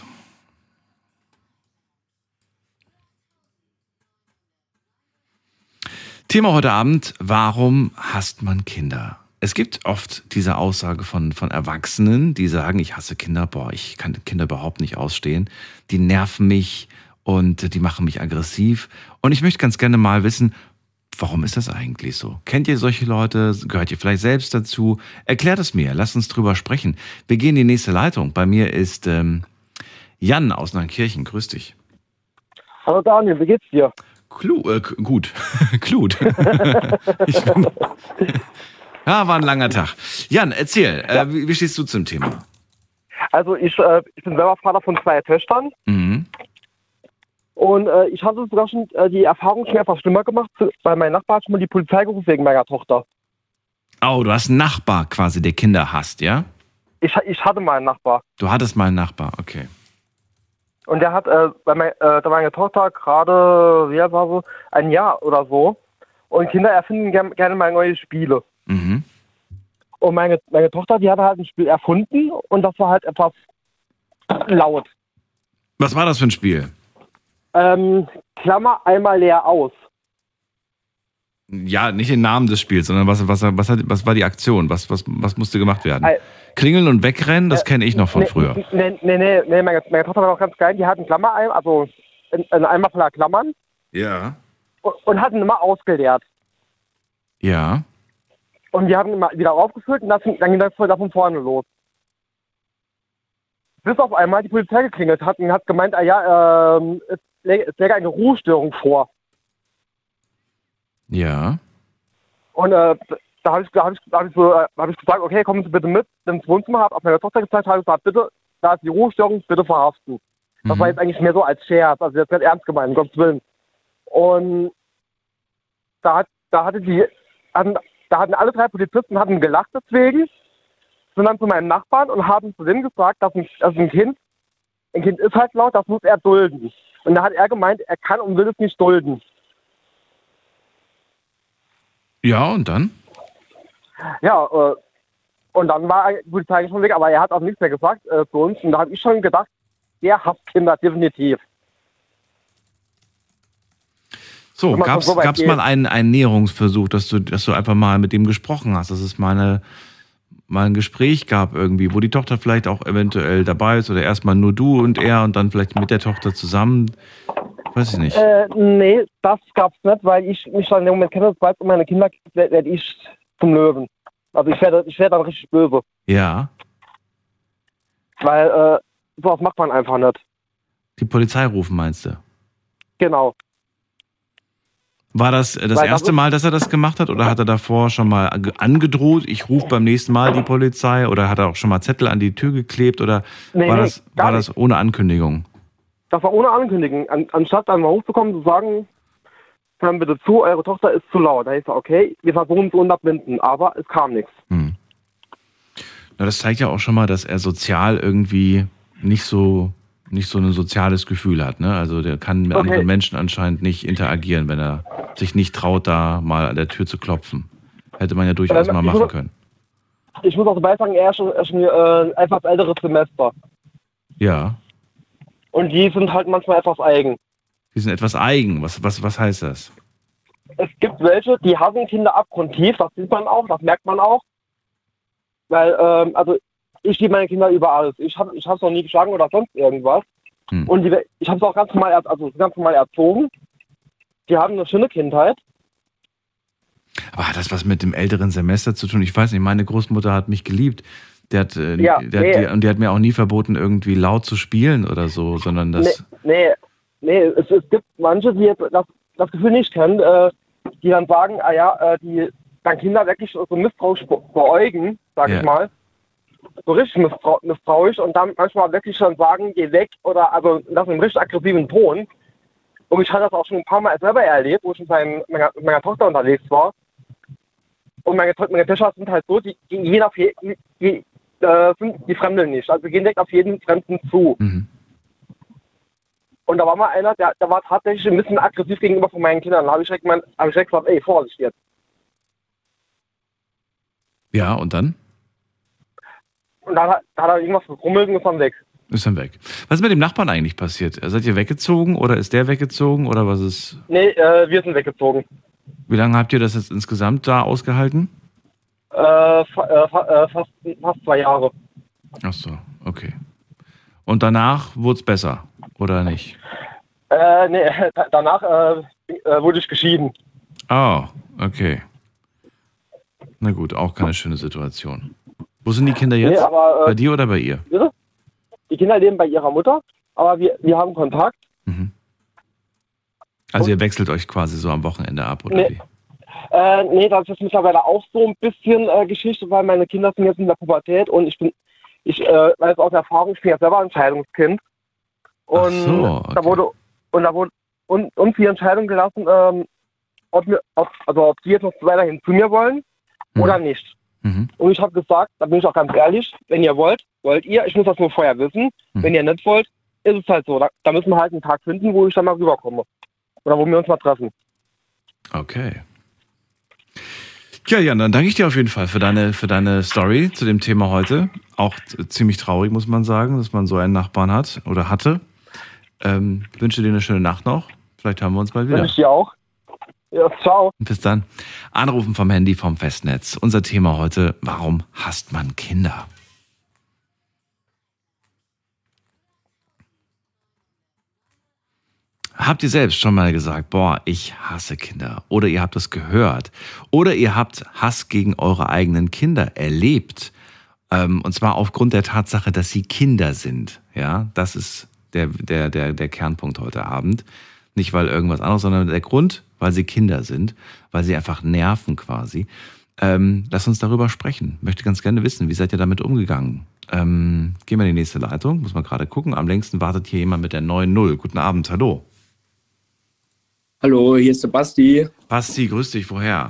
Thema heute Abend, warum hasst man Kinder? Es gibt oft diese Aussage von Erwachsenen, die sagen, ich hasse Kinder, ich kann Kinder überhaupt nicht ausstehen. Die nerven mich und die machen mich aggressiv. Und ich möchte ganz gerne mal wissen, Warum ist das eigentlich so? Kennt ihr solche Leute? Gehört ihr vielleicht selbst dazu? Erklärt es mir. Lasst uns drüber sprechen. Wir gehen in die nächste Leitung. Bei mir ist Jan aus Neunkirchen. Grüß dich. Hallo Daniel, wie geht's dir? Gut. Klut. Ja, war ein langer Tag. Jan, erzähl. Wie stehst du zum Thema? Also ich bin selber Vater von 2 Töchtern. Mhm. Und ich hatte sogar schon die Erfahrung schon etwas schlimmer gemacht, weil mein Nachbar hat schon mal die Polizei gerufen wegen meiner Tochter. Oh, du hast einen Nachbar quasi, der Kinder hasst, ja? Ich hatte mal einen Nachbar. Du hattest mal einen Nachbar, okay. Und der hat, da meine Tochter gerade, wie alt war so, 1 Jahr oder so. Und Kinder erfinden gerne mal neue Spiele. Mhm. Und meine Tochter, die hat halt ein Spiel erfunden und das war halt etwas laut. Was war das für ein Spiel? Klammer einmal leer aus. Ja, nicht den Namen des Spiels, sondern was war die Aktion? Was musste gemacht werden? Klingeln und wegrennen, das kenne ich noch von früher. Nee, meine Tochter war noch ganz geil. Die hat einen Klammereimer, also einen Eimer voller Klammern. Ja. Und hat ihn immer ausgeleert. Ja. Und wir haben ihn immer wieder aufgefüllt und dann ging das voll da von vorne los. Bis auf einmal die Polizei geklingelt hat und hat gemeint, es läge eine Ruhestörung vor. Ja. Und da habe ich gesagt, okay, kommen Sie bitte mit ins Wohnzimmer, habe auf meine Tochter gezeigt, habe gesagt, bitte, da ist die Ruhestörung, bitte verhaften. Das war jetzt eigentlich mehr so als Scherz, also jetzt nicht ernst gemeint, um Gottes Willen. Und da hatten alle 3 Polizisten hatten gelacht deswegen, sind dann zu meinem Nachbarn und haben zu dem gesagt, dass ein Kind ist halt laut, das muss er dulden. Und da hat er gemeint, er kann und will es nicht dulden. Ja, und dann? Ja, und dann war die Polizei schon weg, aber er hat auch nichts mehr gesagt zu uns. Und da habe ich schon gedacht, der hasst Kinder definitiv. So, gab's mal einen Näherungsversuch, dass du einfach mal mit dem gesprochen hast, dass es mal ein Gespräch gab irgendwie, wo die Tochter vielleicht auch eventuell dabei ist oder erstmal nur du und er und dann vielleicht mit der Tochter zusammen? Weiß ich nicht. Nee, das gab's nicht, weil ich mich dann in dem Moment kenne, sobald es um meine Kinder geht, werde ich zum Löwen. Also ich werde dann richtig böse. Ja. Weil sowas macht man einfach nicht. Die Polizei rufen, meinst du? Genau. War das erste Mal, dass er das gemacht hat oder hat er davor schon mal angedroht, ich rufe beim nächsten Mal die Polizei oder hat er auch schon mal Zettel an die Tür geklebt oder war das ohne Ankündigung? Das war ohne Ankündigung. Anstatt einmal hochzukommen, zu sagen, hören bitte zu, eure Tochter ist zu laut. Da hieß er, okay, wir versuchen zu unterbinden, aber es kam nichts. Na, das zeigt ja auch schon mal, dass er sozial irgendwie nicht so ein soziales Gefühl hat, ne? Also der kann mit anderen Menschen anscheinend nicht interagieren, wenn er sich nicht traut, da mal an der Tür zu klopfen. Hätte man ja durchaus mal machen können. Ich muss auch dabei sagen, er ist schon etwas älteres Semester. Ja. Und die sind halt manchmal etwas eigen. Die sind etwas eigen. Was heißt das? Es gibt welche, die hassen Kinder abgrundtief, das sieht man auch, das merkt man auch. Weil, also ich liebe meine Kinder über alles. Ich habe es noch nie geschlagen oder sonst irgendwas. Und ich habe es auch ganz normal erzogen. Die haben eine schöne Kindheit. Aber hat das was mit dem älteren Semester zu tun? Ich weiß nicht, meine Großmutter hat mich geliebt. Die hat mir auch nie verboten, irgendwie laut zu spielen oder so, sondern das... Nee, es gibt manche, die jetzt das Gefühl nicht kennen, die dann sagen, die dann Kinder wirklich so misstrauisch beäugen, sag ich mal. So richtig misstrauisch und dann manchmal wirklich schon sagen, geh weg oder also das in einem richtig aggressiven Ton. Und ich hatte das auch schon ein paar Mal selber erlebt, wo ich mit meiner Tochter unterwegs war. Und meine Töchter sind halt so, die sind die Fremden nicht. Also gehen direkt auf jeden Fremden zu. Und da war mal einer, der war tatsächlich ein bisschen aggressiv gegenüber von meinen Kindern. Da habe ich direkt gesagt, ey, Vorsicht jetzt. Ja, und dann? Und dann hat er irgendwas gerummelt und ist dann weg. Ist dann weg. Was ist mit dem Nachbarn eigentlich passiert? Seid ihr weggezogen oder ist der weggezogen oder was ist? Nee, wir sind weggezogen. Wie lange habt ihr das jetzt insgesamt da ausgehalten? Fast 2 Jahre. Ach so, okay. Und danach wurde es besser, oder nicht? Nee, danach wurde ich geschieden. Oh, okay. Na gut, auch keine schöne Situation. Wo sind die Kinder jetzt? Nee, aber, bei dir oder bei ihr? bitte? Die Kinder leben bei ihrer Mutter, aber wir haben Kontakt. Mhm. Also ihr wechselt euch quasi so am Wochenende ab, oder Nee. wie? Nee, das ist mittlerweile auch so ein bisschen Geschichte, weil meine Kinder sind jetzt in der Pubertät und ich weiß aus Erfahrung, ich bin ja selber ein Scheidungskind. Und Ach so, okay. da wurde uns die Entscheidung gelassen, ob die jetzt noch weiterhin zu mir wollen oder nicht. Mhm. Und ich habe gesagt, da bin ich auch ganz ehrlich, wenn ihr wollt ihr. Ich muss das nur vorher wissen. Wenn ihr nicht wollt, ist es halt so. Da müssen wir halt einen Tag finden, wo ich dann mal rüberkomme. Oder wo wir uns mal treffen. Okay. Ja, Jan, dann danke ich dir auf jeden Fall für deine Story zu dem Thema heute. Auch ziemlich traurig, muss man sagen, dass man so einen Nachbarn hat oder hatte. Wünsche dir eine schöne Nacht noch. Vielleicht hören wir uns bald wieder. Wünsche ich dir auch. Ja, ciao. Bis dann. Anrufen vom Handy vom Festnetz. Unser Thema heute: Warum hasst man Kinder? Habt ihr selbst schon mal gesagt, boah, ich hasse Kinder? Oder ihr habt es gehört? Oder ihr habt Hass gegen eure eigenen Kinder erlebt? Und zwar aufgrund der Tatsache, dass sie Kinder sind. Ja, das ist der Kernpunkt heute Abend. Nicht weil irgendwas anderes, sondern der Grund, weil sie Kinder sind, weil sie einfach nerven quasi. Lass uns darüber sprechen. Möchte ganz gerne wissen, wie seid ihr damit umgegangen? Gehen wir in die nächste Leitung, muss man gerade gucken. Am längsten wartet hier jemand mit der 9-0. Guten Abend, hallo. Hallo, hier ist der Basti. Basti, grüß dich, woher?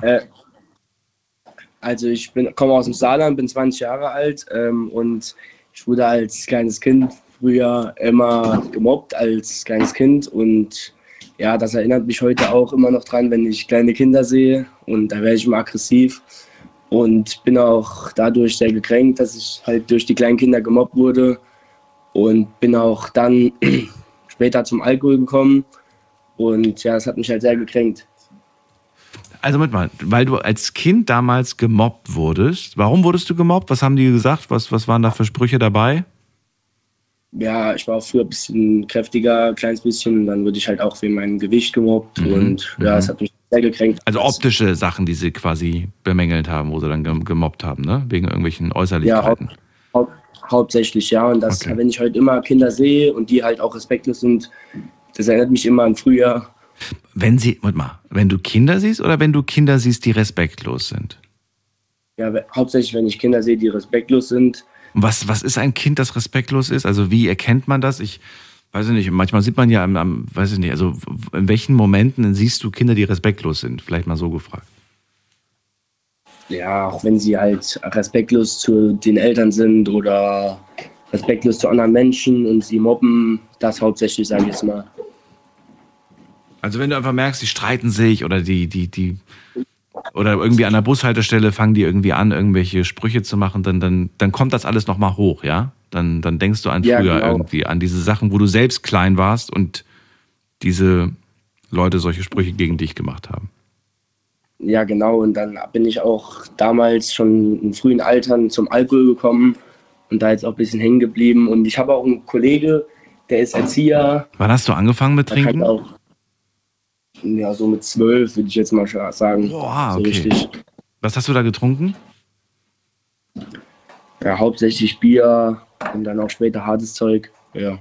Also ich komme aus dem Saarland, bin 20 Jahre alt und ich wurde als kleines Kind früher immer gemobbt als kleines Kind und ja, das erinnert mich heute auch immer noch dran, wenn ich kleine Kinder sehe und da werde ich immer aggressiv und bin auch dadurch sehr gekränkt, dass ich halt durch die kleinen Kinder gemobbt wurde und bin auch dann später zum Alkohol gekommen und ja, das hat mich halt sehr gekränkt. Also Moment mal, weil du als Kind damals gemobbt wurdest. Warum wurdest du gemobbt? Was haben die gesagt? Was waren da für Sprüche dabei? Ja, ich war auch früher ein bisschen kräftiger, ein kleines bisschen. Und dann wurde ich halt auch wegen meinem Gewicht gemobbt. Und ja, es hat mich sehr gekränkt. Also optische Sachen, die sie quasi bemängelt haben, wo sie dann gemobbt haben, ne? Wegen irgendwelchen Äußerlichkeiten. Ja, hauptsächlich, ja. Und das, wenn ich heute immer Kinder sehe und die halt auch respektlos sind, das erinnert mich immer an früher. Wenn du Kinder siehst oder wenn du Kinder siehst, die respektlos sind? Ja, hauptsächlich, wenn ich Kinder sehe, die respektlos sind. Und was ist ein Kind, das respektlos ist? Also wie erkennt man das? Ich weiß nicht, manchmal sieht man ja, weiß ich nicht, also in welchen Momenten siehst du Kinder, die respektlos sind? Vielleicht mal so gefragt. Ja, auch wenn sie halt respektlos zu den Eltern sind oder respektlos zu anderen Menschen und sie mobben, das hauptsächlich, sage ich jetzt mal. Also wenn du einfach merkst, die streiten sich oder oder irgendwie an der Bushaltestelle fangen die irgendwie an, irgendwelche Sprüche zu machen, dann kommt das alles nochmal hoch, ja? Dann denkst du an früher genau. irgendwie, an diese Sachen, wo du selbst klein warst und diese Leute solche Sprüche gegen dich gemacht haben. Ja, genau. Und dann bin ich auch damals schon in frühen Altern zum Alkohol gekommen und da jetzt auch ein bisschen hängen geblieben. Und ich habe auch einen Kollege, der ist Erzieher. Wann hast du angefangen mit Trinken? Ja, so mit 12 würde ich jetzt mal sagen. Boah, so okay. Richtig. Was hast du da getrunken? Ja, hauptsächlich Bier und dann auch später hartes Zeug. Ja.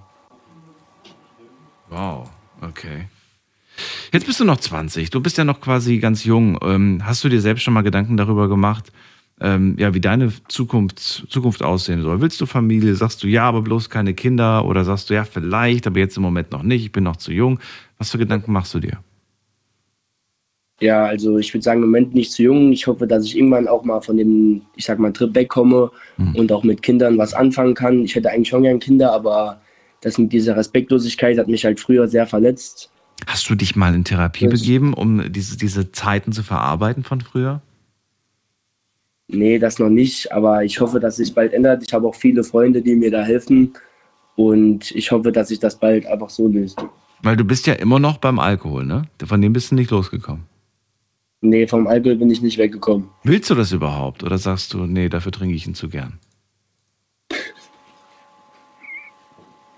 Wow, okay. Jetzt bist du noch 20. Du bist ja noch quasi ganz jung. Hast du dir selbst schon mal Gedanken darüber gemacht, wie deine Zukunft aussehen soll? Willst du Familie? Sagst du ja, aber bloß keine Kinder? Oder sagst du ja, vielleicht, aber jetzt im Moment noch nicht. Ich bin noch zu jung. Was für Gedanken machst du dir? Ja, also ich würde sagen, im Moment nicht zu jung. Ich hoffe, dass ich irgendwann auch mal von dem, ich sag mal, Trip wegkomme und auch mit Kindern was anfangen kann. Ich hätte eigentlich schon gern Kinder, aber das mit dieser Respektlosigkeit hat mich halt früher sehr verletzt. Hast du dich mal in Therapie begeben, um diese Zeiten zu verarbeiten von früher? Nee, das noch nicht, aber ich hoffe, dass sich bald ändert. Ich habe auch viele Freunde, die mir da helfen und ich hoffe, dass sich das bald einfach so löst. Weil du bist ja immer noch beim Alkohol, ne? Von dem bist du nicht losgekommen. Nee, vom Alkohol bin ich nicht weggekommen. Willst du das überhaupt? Oder sagst du, nee, dafür trinke ich ihn zu gern?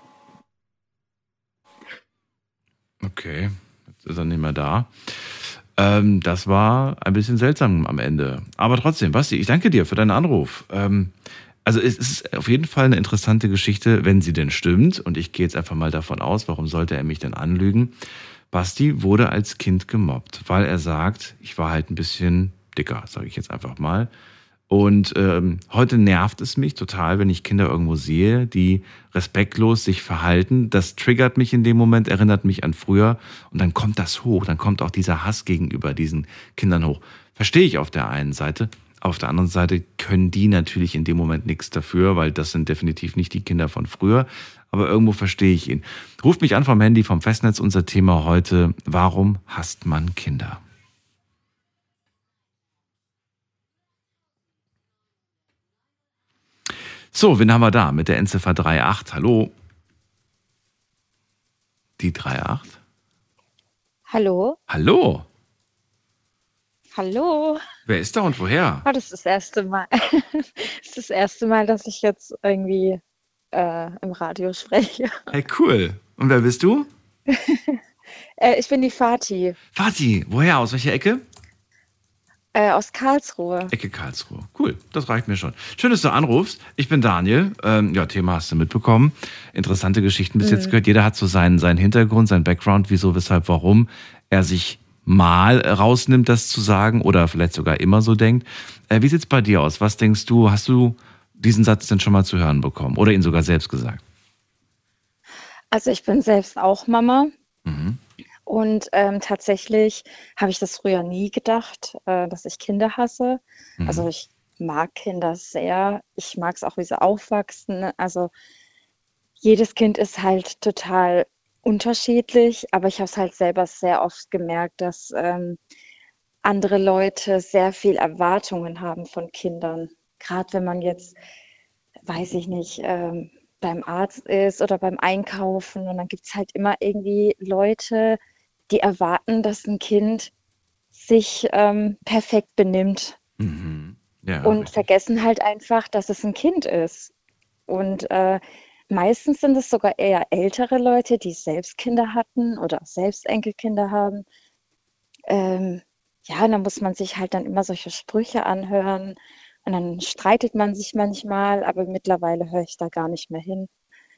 Okay, jetzt ist er nicht mehr da. Das war ein bisschen seltsam am Ende. Aber trotzdem, Basti, ich danke dir für deinen Anruf. Also es ist auf jeden Fall eine interessante Geschichte, wenn sie denn stimmt. Und ich gehe jetzt einfach mal davon aus, warum sollte er mich denn anlügen? Basti wurde als Kind gemobbt, weil er sagt, ich war halt ein bisschen dicker, sage ich jetzt einfach mal. Und heute nervt es mich total, wenn ich Kinder irgendwo sehe, die respektlos sich verhalten. Das triggert mich in dem Moment, erinnert mich an früher. Und dann kommt das hoch, dann kommt auch dieser Hass gegenüber diesen Kindern hoch. Verstehe ich auf der einen Seite. Auf der anderen Seite können die natürlich in dem Moment nichts dafür, weil das sind definitiv nicht die Kinder von früher. Aber irgendwo verstehe ich ihn. Ruft mich an vom Handy, vom Festnetz. Unser Thema heute: Warum hasst man Kinder? So, wen haben wir da mit der Endziffer 38? Hallo? Die 38? Hallo? Hallo? Hallo? Wer ist da und woher? Oh, das ist das erste Mal. Das ist das erste Mal, dass ich jetzt irgendwie im Radio spreche. Hey, cool. Und wer bist du? Ich bin die Fatih Fatih, woher? Aus welcher Ecke? aus Karlsruhe. Ecke Karlsruhe. Cool, das reicht mir schon. Schön, dass du anrufst. Ich bin Daniel. Ja, Thema hast du mitbekommen. Interessante Geschichten bis jetzt gehört. Jeder hat so seinen Hintergrund, seinen Background, wieso, weshalb, warum er sich mal rausnimmt, das zu sagen oder vielleicht sogar immer so denkt. Wie sieht's bei dir aus? Was denkst du? Hast du diesen Satz denn schon mal zu hören bekommen oder ihn sogar selbst gesagt? Also ich bin selbst auch Mama Mhm. und tatsächlich habe ich das früher nie gedacht, dass ich Kinder hasse. Also Mhm. ich mag Kinder sehr. Ich mag es auch, wie sie aufwachsen. Also jedes Kind ist halt total unterschiedlich, aber ich habe es halt selber sehr oft gemerkt, dass andere Leute sehr viel Erwartungen haben von Kindern. Gerade wenn man jetzt, weiß ich nicht, beim Arzt ist oder beim Einkaufen und dann gibt es halt immer irgendwie Leute, die erwarten, dass ein Kind sich perfekt benimmt Mhm. Ja, und richtig. vergessen halt einfach, dass es ein Kind ist. Und meistens sind es sogar eher ältere Leute, die selbst Kinder hatten oder selbst Enkelkinder haben. Ja, und dann muss man sich halt dann immer solche Sprüche anhören und dann streitet man sich manchmal, aber mittlerweile höre ich da gar nicht mehr hin.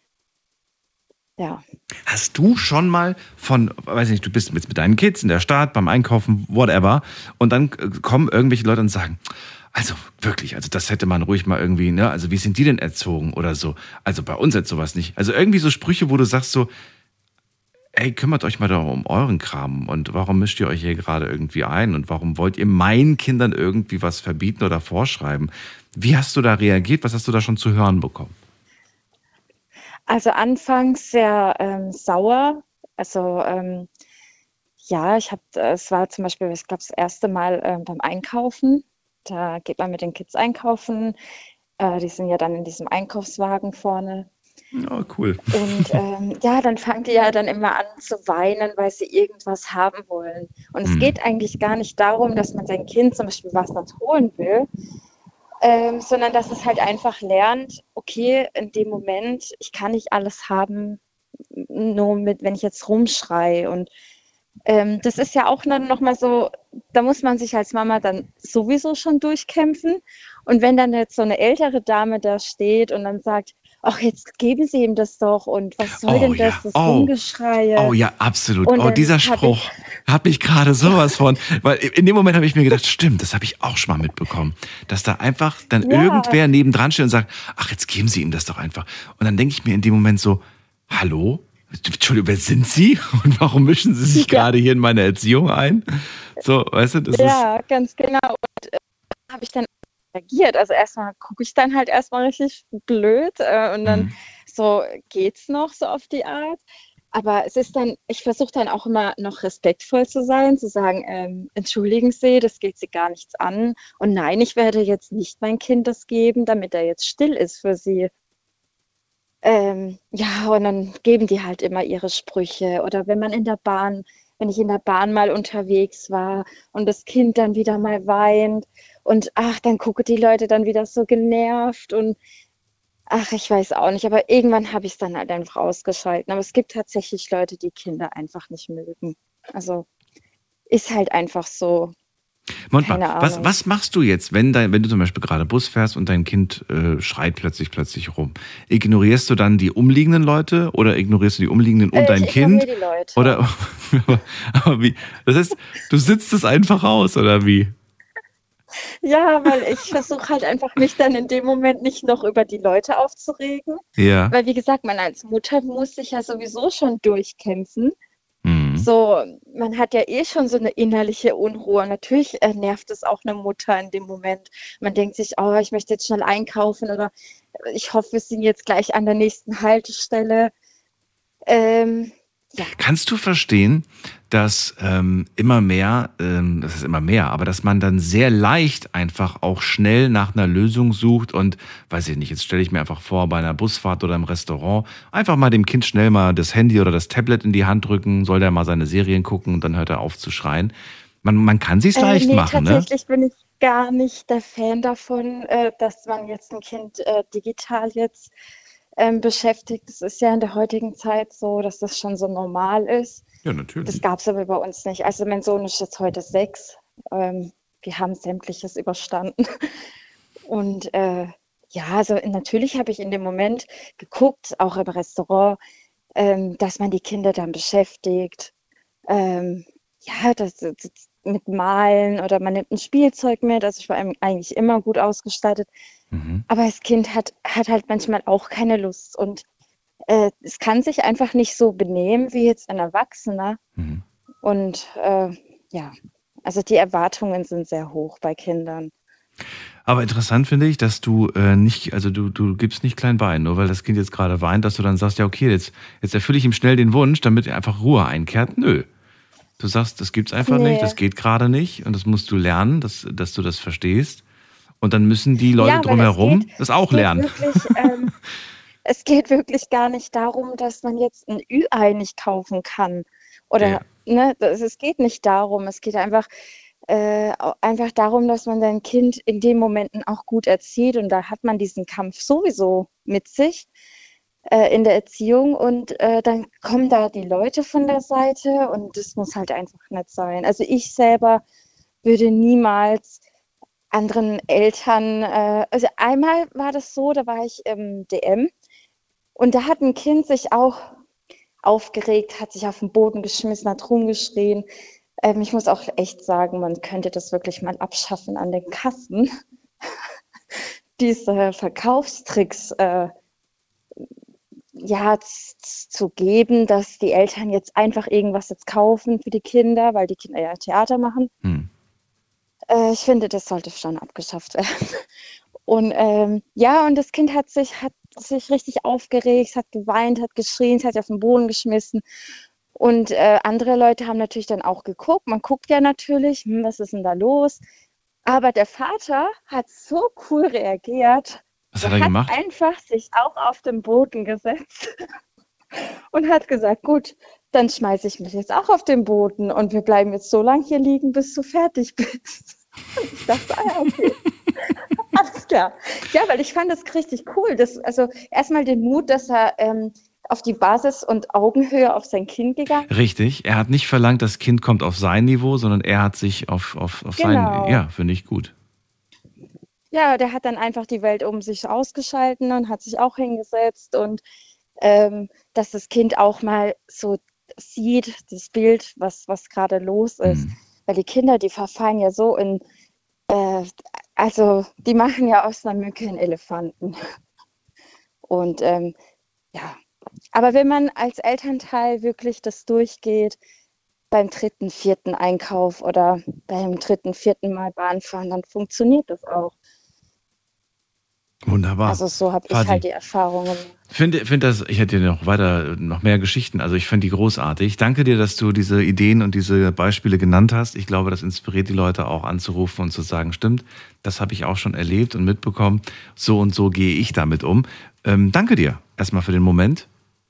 Ja. Hast du schon mal weiß nicht, du bist mit deinen Kids in der Stadt, beim Einkaufen, whatever, und dann kommen irgendwelche Leute und sagen, also wirklich, also das hätte man ruhig mal irgendwie, ne, also wie sind die denn erzogen oder so? Also bei uns jetzt sowas nicht. Also irgendwie so Sprüche, wo du sagst so, ey, kümmert euch mal doch um euren Kram und warum mischt ihr euch hier gerade irgendwie ein und warum wollt ihr meinen Kindern irgendwie was verbieten oder vorschreiben? Wie hast du da reagiert? Was hast du da schon zu hören bekommen? Also anfangs sehr sauer. Also ja, es war zum Beispiel, ich glaube, das erste Mal beim Einkaufen. Da geht man mit den Kids einkaufen. Die sind ja dann in diesem Einkaufswagen vorne. Oh, cool. Und ja, dann fangen die ja dann immer an zu weinen, weil sie irgendwas haben wollen. Und es geht eigentlich gar nicht darum, dass man sein Kind zum Beispiel was nicht holen will, sondern dass es halt einfach lernt, okay, in dem Moment, ich kann nicht alles haben, nur wenn ich jetzt rumschreie. Und das ist ja auch dann nochmal so, da muss man sich als Mama dann sowieso schon durchkämpfen. Und wenn dann jetzt so eine ältere Dame da steht und dann sagt, ach, jetzt geben Sie ihm das doch und was soll denn das, das Rumgeschreie? Oh ja, absolut. Und dann Dieser Spruch hat mich gerade sowas von, weil in dem Moment habe ich mir gedacht, stimmt, das habe ich auch schon mal mitbekommen, dass da einfach dann irgendwer nebendran steht und sagt, ach, jetzt geben Sie ihm das doch einfach. Und dann denke ich mir in dem Moment so, hallo? Entschuldigung, wer sind Sie? Und warum mischen Sie sich gerade hier in meine Erziehung ein? So, weißt du, das ist... Ganz genau. Und habe ich dann reagiert. Also erstmal gucke ich dann halt erstmal richtig blöd und dann so geht's noch so auf die Art. Aber es ist dann, ich versuche dann auch immer noch respektvoll zu sein, zu sagen, entschuldigen Sie, das geht Sie gar nichts an. Und nein, ich werde jetzt nicht mein Kind das geben, damit er jetzt still ist für Sie. Ja, und dann geben die halt immer ihre Sprüche. Oder wenn ich in der Bahn mal unterwegs war und das Kind dann wieder mal weint und ach, dann gucken die Leute dann wieder so genervt und ach, ich weiß auch nicht, aber irgendwann habe ich es dann halt einfach ausgeschalten. Aber es gibt tatsächlich Leute, die Kinder einfach nicht mögen. Also ist halt einfach so. Moment Keine mal, Ahnung. was machst du jetzt, wenn du zum Beispiel gerade Bus fährst und dein Kind schreit plötzlich rum? Ignorierst du dann die umliegenden Leute oder ignorierst du die umliegenden und dein Ich Kind? ignoriere die Leute. Oder aber wie? Das heißt, du sitzt es einfach aus, oder wie? Ja, weil ich versuche halt einfach mich dann in dem Moment nicht noch über die Leute aufzuregen. Ja. Weil wie gesagt, man als Mutter muss sich ja sowieso schon durchkämpfen. Mhm. So, man hat ja eh schon so eine innerliche Unruhe. Natürlich nervt es auch eine Mutter in dem Moment. Man denkt sich, oh, ich möchte jetzt schnell einkaufen oder ich hoffe, wir sind jetzt gleich an der nächsten Haltestelle. Ja. Kannst du verstehen, dass immer mehr, das ist immer mehr, aber dass man dann sehr leicht einfach auch schnell nach einer Lösung sucht und, weiß ich nicht, jetzt stelle ich mir einfach vor, bei einer Busfahrt oder im Restaurant, einfach mal dem Kind schnell mal das Handy oder das Tablet in die Hand drücken, soll der mal seine Serien gucken und dann hört er auf zu schreien. Man kann sich's leicht machen, ne? Tatsächlich bin ich gar nicht der Fan davon, dass man jetzt ein Kind digital jetzt beschäftigt. Es ist ja in der heutigen Zeit so, dass das schon so normal ist. Ja, natürlich. Das gab es aber bei uns nicht. Also mein Sohn ist jetzt heute 6. Wir haben sämtliches überstanden. Und ja, also natürlich habe ich in dem Moment geguckt, auch im Restaurant, dass man die Kinder dann beschäftigt. Ja, das mit Malen oder man nimmt ein Spielzeug mit. Also ich war eigentlich immer gut ausgestattet. Mhm. Aber das Kind hat halt manchmal auch keine Lust und es kann sich einfach nicht so benehmen wie jetzt ein Erwachsener. Mhm. Und ja, also die Erwartungen sind sehr hoch bei Kindern. Aber interessant finde ich, dass du nicht, also du gibst nicht klein bei, nur weil das Kind jetzt gerade weint, dass du dann sagst, ja okay, jetzt erfülle ich ihm schnell den Wunsch, damit er einfach Ruhe einkehrt. Nö. Du sagst, das gibt's einfach nicht, das geht gerade nicht und das musst du lernen, dass du das verstehst. Und dann müssen die Leute Ja, weil drumherum das auch lernen. Es geht wirklich gar nicht darum, dass man jetzt ein Ü-Ei nicht kaufen kann. Oder, Ja. ne, es geht nicht darum. Es geht einfach darum, dass man sein Kind in den Momenten auch gut erzieht. Und da hat man diesen Kampf sowieso mit sich in der Erziehung. Und dann kommen da die Leute von der Seite und das muss halt einfach nicht sein. Also ich selber würde niemals anderen Eltern, also einmal war das so, da war ich im DM und da hat ein Kind sich auch aufgeregt, hat sich auf den Boden geschmissen, hat rumgeschrien. Ich muss auch echt sagen, man könnte das wirklich mal abschaffen an den Kassen. Diese Verkaufstricks zu geben, dass die Eltern jetzt einfach irgendwas jetzt kaufen für die Kinder, weil die Kinder ja Theater machen. Ich finde, das sollte schon abgeschafft werden. Und und das Kind hat sich richtig aufgeregt, hat geweint, hat geschrien, hat sich auf den Boden geschmissen. Und andere Leute haben natürlich dann auch geguckt. Man guckt ja natürlich, was ist denn da los? Aber der Vater hat so cool reagiert. Was hat er gemacht? Einfach sich auch auf den Boden gesetzt und hat gesagt, gut, dann schmeiße ich mich jetzt auch auf den Boden und wir bleiben jetzt so lange hier liegen, bis du fertig bist. Und ich dachte, okay, alles klar. Ja, weil ich fand das richtig cool. Also erstmal den Mut, dass er auf die Basis und Augenhöhe auf sein Kind gegangen ist. Richtig, er hat nicht verlangt, das Kind kommt auf sein Niveau, sondern er hat sich auf sein, ja, finde ich gut. Ja, der hat dann einfach die Welt um sich ausgeschalten und hat sich auch hingesetzt und dass das Kind auch mal so sieht, das Bild, was gerade los ist. Weil die Kinder, die verfallen ja so in, also die machen ja aus einer Mücke einen Elefanten. Und ja, aber wenn man als Elternteil wirklich das durchgeht, beim 3., 4. Einkauf oder beim 3., 4. Mal Bahn fahren, dann funktioniert das auch. Wunderbar. Also so habe ich halt die Erfahrungen. Finde das, ich hätte noch mehr Geschichten, also ich finde die großartig. Danke dir, dass du diese Ideen und diese Beispiele genannt hast. Ich glaube, das inspiriert die Leute auch anzurufen und zu sagen, stimmt, das habe ich auch schon erlebt und mitbekommen. So und so gehe ich damit um. Danke dir erstmal für den Moment.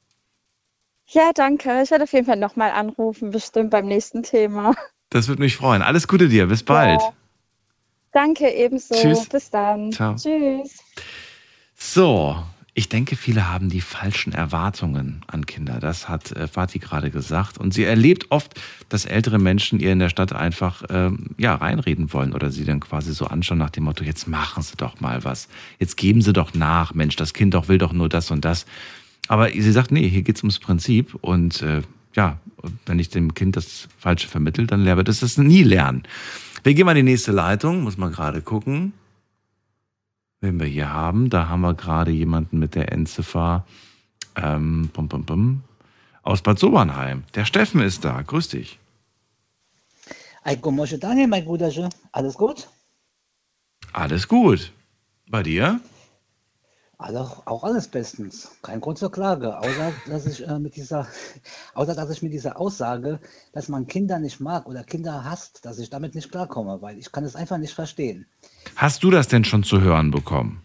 Ja, danke. Ich werde auf jeden Fall nochmal anrufen, bestimmt beim nächsten Thema. Das würde mich freuen. Alles Gute dir, bis bald. Ja. Danke, ebenso. Tschüss. Bis dann. Ciao. Tschüss. So, Ich denke, viele haben die falschen Erwartungen an Kinder. Das hat Fatih gerade gesagt. Und sie erlebt oft, dass ältere Menschen ihr in der Stadt einfach reinreden wollen oder sie dann quasi so anschauen nach dem Motto, jetzt machen Sie doch mal was. Jetzt geben Sie doch nach, Mensch, das Kind will doch nur das und das. Aber sie sagt, nee, hier geht's ums Prinzip. Und wenn ich dem Kind das Falsche vermittle, dann wird es das nie lernen. Wir gehen mal in die nächste Leitung, muss man gerade gucken. Wen wir hier haben, da haben wir gerade jemanden mit der Endziffer aus Bad Sobernheim. Der Steffen ist da, grüß dich. Daniel, mein Bruderchen, alles gut? Alles gut. Bei dir? Auch alles bestens. Kein Grund zur Klage, außer dass ich mit dieser Aussage, dass man Kinder nicht mag oder Kinder hasst, dass ich damit nicht klarkomme, weil ich kann es einfach nicht verstehen. Hast du das denn schon zu hören bekommen?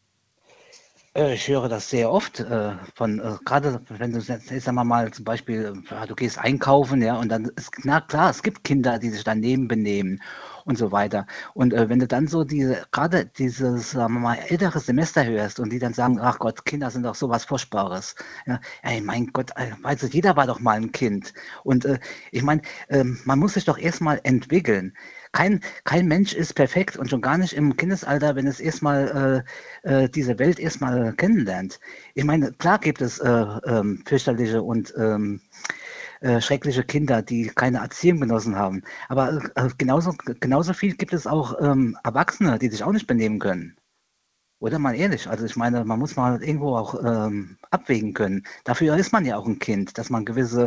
Ich höre das sehr oft gerade wenn du jetzt sagen wir mal zum Beispiel, du gehst einkaufen, ja, und dann ist klar, es gibt Kinder, die sich daneben benehmen und so weiter. Und wenn du dann so gerade dieses, sagen wir mal, ältere Semester hörst und die dann sagen, ach Gott, Kinder sind doch sowas Furchtbares. Ja, ey, mein Gott, weißt du, jeder war doch mal ein Kind. Und ich meine, man muss sich doch erstmal entwickeln. Kein Mensch ist perfekt und schon gar nicht im Kindesalter, wenn es erstmal diese Welt erstmal kennenlernt. Ich meine, klar gibt es fürchterliche und schreckliche Kinder, die keine Erziehung genossen haben. Aber genauso viel gibt es auch Erwachsene, die sich auch nicht benehmen können. Oder mal ehrlich, also ich meine, man muss mal irgendwo auch abwägen können. Dafür ist man ja auch ein Kind, dass man gewisse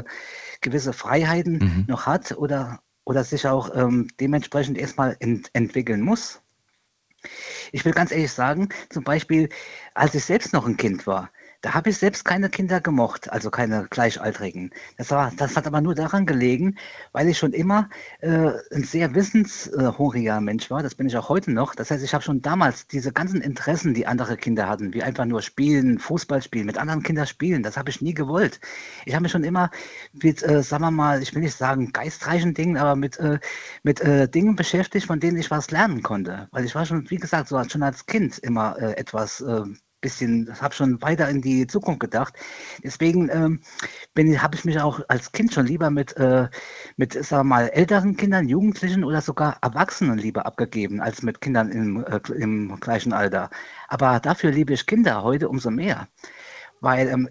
Freiheiten noch hat oder sich auch dementsprechend erstmal entwickeln muss. Ich will ganz ehrlich sagen, zum Beispiel, als ich selbst noch ein Kind war, da habe ich selbst keine Kinder gemocht, also keine Gleichaltrigen. Das hat aber nur daran gelegen, weil ich schon immer ein sehr wissenshungriger Mensch war. Das bin ich auch heute noch. Das heißt, ich habe schon damals diese ganzen Interessen, die andere Kinder hatten, wie einfach nur spielen, Fußball spielen, mit anderen Kindern spielen, das habe ich nie gewollt. Ich habe mich schon immer mit, sagen wir mal, ich will nicht sagen geistreichen Dingen, aber mit Dingen beschäftigt, von denen ich was lernen konnte. Weil ich war schon, wie gesagt, schon als Kind immer etwas habe schon weiter in die Zukunft gedacht. Deswegen habe ich mich auch als Kind schon lieber mit sagen wir mal, älteren Kindern, Jugendlichen oder sogar Erwachsenen lieber abgegeben, als mit Kindern im gleichen Alter. Aber dafür liebe ich Kinder heute umso mehr. Weil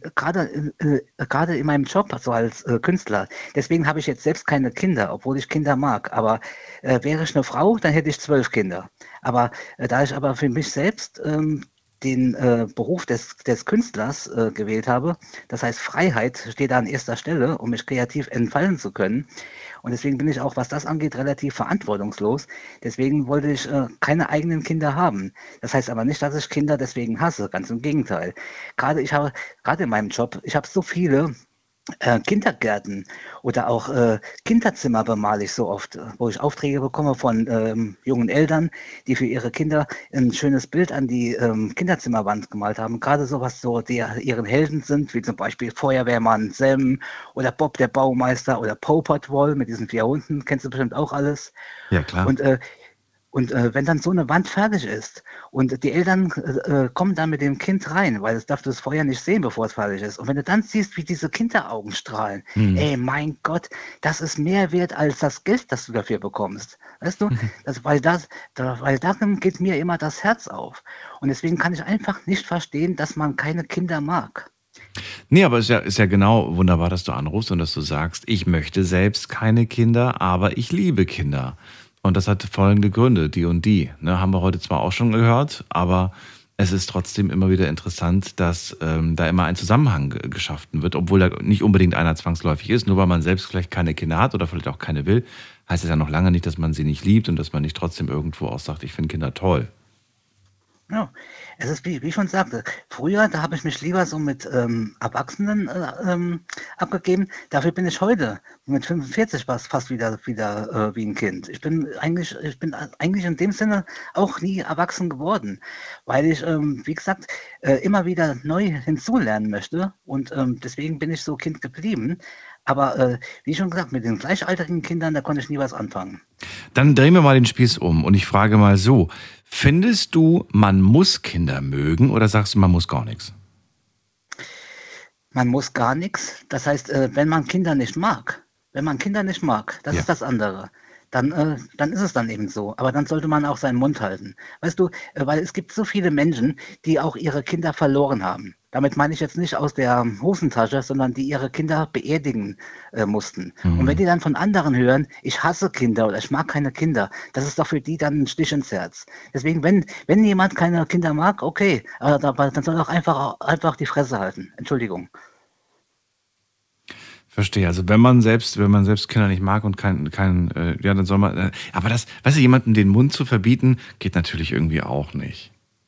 gerade in meinem Job, so als Künstler, deswegen habe ich jetzt selbst keine Kinder, obwohl ich Kinder mag. Aber wäre ich eine Frau, dann hätte ich 12 Kinder. Aber da ich aber für mich selbst den Beruf des Künstlers gewählt habe. Das heißt, Freiheit steht da an erster Stelle, um mich kreativ entfalten zu können. Und deswegen bin ich auch, was das angeht, relativ verantwortungslos. Deswegen wollte ich keine eigenen Kinder haben. Das heißt aber nicht, dass ich Kinder deswegen hasse. Ganz im Gegenteil. Gerade in meinem Job, ich habe so viele Kindergärten oder auch Kinderzimmer bemale ich so oft, wo ich Aufträge bekomme von jungen Eltern, die für ihre Kinder ein schönes Bild an die Kinderzimmerwand gemalt haben. Gerade sowas, die ihren Helden sind, wie zum Beispiel Feuerwehrmann Sam oder Bob der Baumeister oder Popert Wall mit diesen 4 Hunden, kennst du bestimmt auch alles. Ja, klar. Und wenn dann so eine Wand fertig ist und die Eltern kommen dann mit dem Kind rein, weil es darf das Feuer nicht sehen, bevor es fertig ist. Und wenn du dann siehst, wie diese Kinderaugen strahlen, ey, mein Gott, das ist mehr wert als das Geld, das du dafür bekommst. Weißt du? Weil darin geht mir immer das Herz auf. Und deswegen kann ich einfach nicht verstehen, dass man keine Kinder mag. Nee, aber es ist ja genau wunderbar, dass du anrufst und dass du sagst, ich möchte selbst keine Kinder, aber ich liebe Kinder. Und das hat folgende Gründe, die und die. Ne, haben wir heute zwar auch schon gehört, aber es ist trotzdem immer wieder interessant, dass da immer ein Zusammenhang geschaffen wird, obwohl da nicht unbedingt einer zwangsläufig ist. Nur weil man selbst vielleicht keine Kinder hat oder vielleicht auch keine will, heißt es ja noch lange nicht, dass man sie nicht liebt und dass man nicht trotzdem irgendwo auch sagt, ich finde Kinder toll. Ja, es ist, wie ich schon sagte, früher, da habe ich mich lieber so mit Erwachsenen abgegeben. Dafür bin ich heute mit 45 fast wieder wie ein Kind. Ich bin eigentlich in dem Sinne auch nie erwachsen geworden, weil ich, wie gesagt, immer wieder neu hinzulernen möchte und deswegen bin ich so Kind geblieben. Aber wie schon gesagt, mit den gleichaltrigen Kindern, da konnte ich nie was anfangen. Dann drehen wir mal den Spieß um und ich frage mal so, findest du, man muss Kinder mögen oder sagst du, man muss gar nichts? Man muss gar nichts. Das heißt, wenn man Kinder nicht mag, das ist das andere. Dann ist es dann eben so. Aber dann sollte man auch seinen Mund halten. Weißt du, weil es gibt so viele Menschen, die auch ihre Kinder verloren haben. Damit meine ich jetzt nicht aus der Hosentasche, sondern die ihre Kinder beerdigen mussten. Und wenn die dann von anderen hören, ich hasse Kinder oder ich mag keine Kinder, das ist doch für die dann ein Stich ins Herz. Deswegen, wenn jemand keine Kinder mag, okay, aber dann soll er auch einfach die Fresse halten. Entschuldigung. Verstehe. Also wenn man selbst Kinder nicht mag und ja, dann soll man. Aber das, weißt du, jemandem den Mund zu verbieten, geht natürlich irgendwie auch nicht.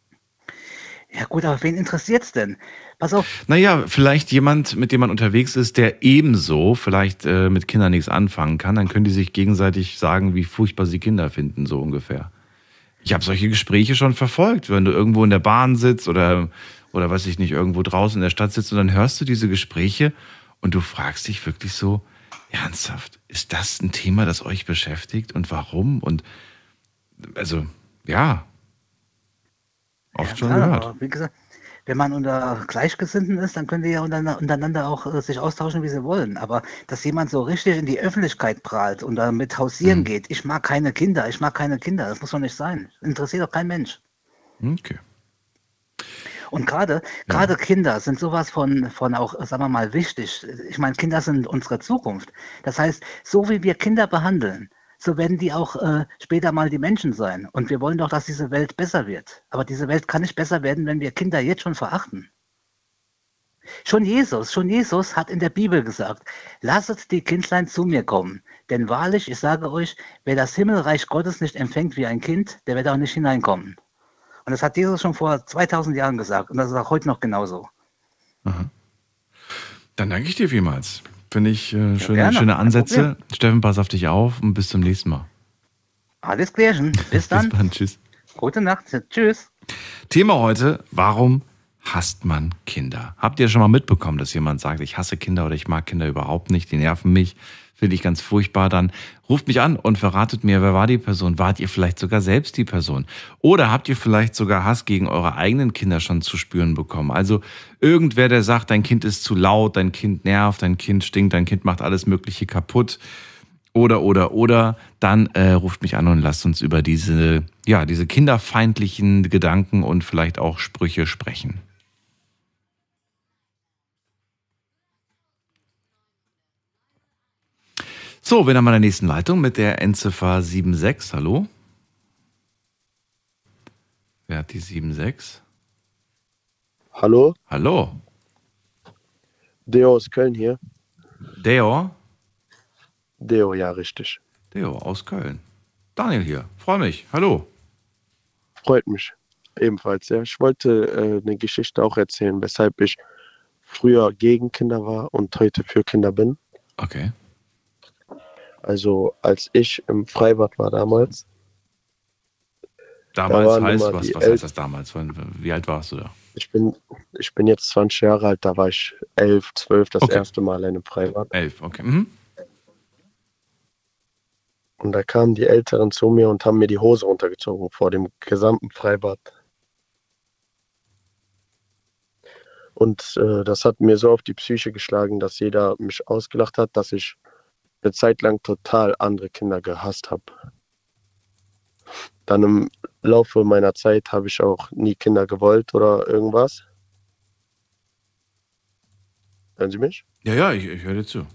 Ja gut, aber wen interessiert's denn? Pass auf. Naja, vielleicht jemand, mit dem man unterwegs ist, der ebenso vielleicht mit Kindern nichts anfangen kann, dann können die sich gegenseitig sagen, wie furchtbar sie Kinder finden, so ungefähr. Ich habe solche Gespräche schon verfolgt, wenn du irgendwo in der Bahn sitzt oder weiß ich nicht, irgendwo draußen in der Stadt sitzt und dann hörst du diese Gespräche und du fragst dich wirklich so, ernsthaft, ist das ein Thema, das euch beschäftigt und warum? Und also, ja, oft schon gehört. Aber wie gesagt, wenn man unter Gleichgesinnten ist, dann können die ja untereinander auch sich austauschen, wie sie wollen. Aber dass jemand so richtig in die Öffentlichkeit prahlt und damit hausieren geht, ich mag keine Kinder, das muss doch nicht sein. Interessiert doch kein Mensch. Okay. Und gerade Kinder sind sowas von auch, sagen wir mal, wichtig. Ich meine, Kinder sind unsere Zukunft. Das heißt, so wie wir Kinder behandeln, so werden die auch später mal die Menschen sein. Und wir wollen doch, dass diese Welt besser wird. Aber diese Welt kann nicht besser werden, wenn wir Kinder jetzt schon verachten. Schon Jesus hat in der Bibel gesagt, lasset die Kindlein zu mir kommen. Denn wahrlich, ich sage euch, wer das Himmelreich Gottes nicht empfängt wie ein Kind, der wird auch nicht hineinkommen. Und das hat Jesus schon vor 2000 Jahren gesagt. Und das ist auch heute noch genauso. Aha. Dann danke ich dir vielmals. Finde ich schöne Ansätze. Steffen, pass auf dich auf und bis zum nächsten Mal. Alles klärchen. Bis dann. Bis dann. Tschüss. Gute Nacht. Tschüss. Thema heute, warum hasst man Kinder? Habt ihr schon mal mitbekommen, dass jemand sagt, ich hasse Kinder oder ich mag Kinder überhaupt nicht, die nerven mich, finde ich ganz furchtbar, dann ruft mich an und verratet mir, wer war die Person? Wart ihr vielleicht sogar selbst die Person? Oder habt ihr vielleicht sogar Hass gegen eure eigenen Kinder schon zu spüren bekommen? Also irgendwer, der sagt, dein Kind ist zu laut, dein Kind nervt, dein Kind stinkt, dein Kind macht alles Mögliche kaputt. Oder, dann ruft mich an und lasst uns über diese kinderfeindlichen Gedanken und vielleicht auch Sprüche sprechen. So, wir haben an der nächsten Leitung mit der Endziffer 76. Hallo? Wer hat die 76? Hallo? Hallo? Deo aus Köln hier. Deo, ja, richtig. Deo aus Köln. Daniel hier, freue mich. Hallo. Freut mich. Ebenfalls, ja. Ich wollte eine Geschichte auch erzählen, weshalb ich früher gegen Kinder war und heute für Kinder bin. Okay. Also als ich im Freibad war damals. Damals heißt, was heißt das damals? Wie alt warst du da? Ich bin jetzt 20 Jahre alt, da war ich 11, 12 das erste Mal in einem Freibad. 11, okay. Mhm. Und da kamen die Älteren zu mir und haben mir die Hose runtergezogen vor dem gesamten Freibad. Und das hat mir so auf die Psyche geschlagen, dass jeder mich ausgelacht hat, dass ich eine Zeit lang total andere Kinder gehasst habe. Dann im Laufe meiner Zeit habe ich auch nie Kinder gewollt oder irgendwas. Hören Sie mich? Ja, ich höre dir zu.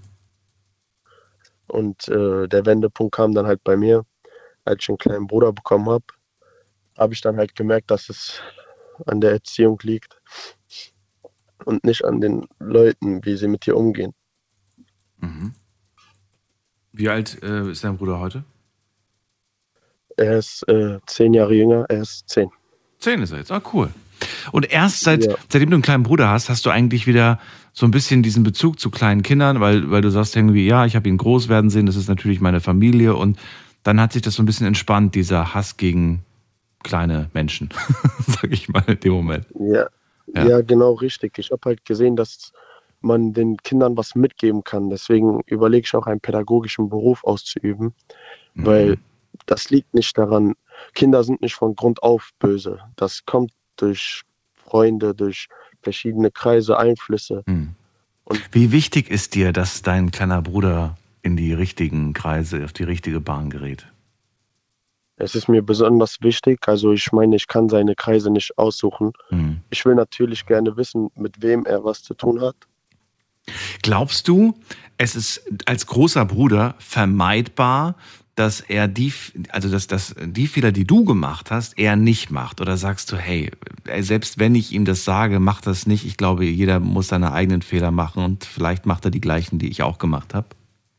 Und der Wendepunkt kam dann halt bei mir, als ich einen kleinen Bruder bekommen habe, habe ich dann halt gemerkt, dass es an der Erziehung liegt und nicht an den Leuten, wie sie mit dir umgehen. Mhm. Wie alt ist dein Bruder heute? Er ist 10 Jahre jünger, er ist 10. 10 ist er jetzt, cool. Und erst seitdem du einen kleinen Bruder hast du eigentlich wieder so ein bisschen diesen Bezug zu kleinen Kindern, weil du sagst irgendwie, ja, ich habe ihn groß werden sehen, das ist natürlich meine Familie und dann hat sich das so ein bisschen entspannt, dieser Hass gegen kleine Menschen, sag ich mal in dem Moment. Ja, genau, richtig. Ich habe halt gesehen, dass man den Kindern was mitgeben kann. Deswegen überlege ich auch, einen pädagogischen Beruf auszuüben, weil das liegt nicht daran, Kinder sind nicht von Grund auf böse. Das kommt durch Freunde, durch verschiedene Kreise, Einflüsse. Wie wichtig ist dir, dass dein kleiner Bruder in die richtigen Kreise, auf die richtige Bahn gerät? Es ist mir besonders wichtig, also ich meine, ich kann seine Kreise nicht aussuchen. Ich will natürlich gerne wissen, mit wem er was zu tun hat. Glaubst du, es ist als großer Bruder vermeidbar, dass er die Fehler, die du gemacht hast, er nicht macht? Oder sagst du, hey, selbst wenn ich ihm das sage, mach das nicht. Ich glaube, jeder muss seine eigenen Fehler machen und vielleicht macht er die gleichen, die ich auch gemacht habe.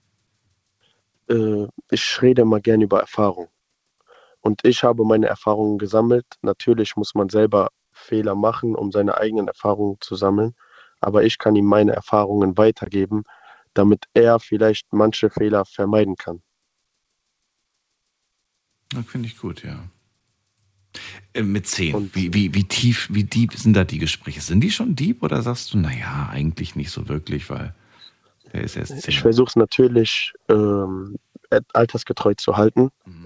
Ich rede mal gerne über Erfahrung. Und ich habe meine Erfahrungen gesammelt. Natürlich muss man selber Fehler machen, um seine eigenen Erfahrungen zu sammeln. Aber ich kann ihm meine Erfahrungen weitergeben, damit er vielleicht manche Fehler vermeiden kann. Das finde ich gut, ja. Mit 10. Und wie deep sind da die Gespräche? Sind die schon deep oder sagst du, naja, eigentlich nicht so wirklich, weil der ist erst 10? Ich versuche es natürlich altersgetreu zu halten.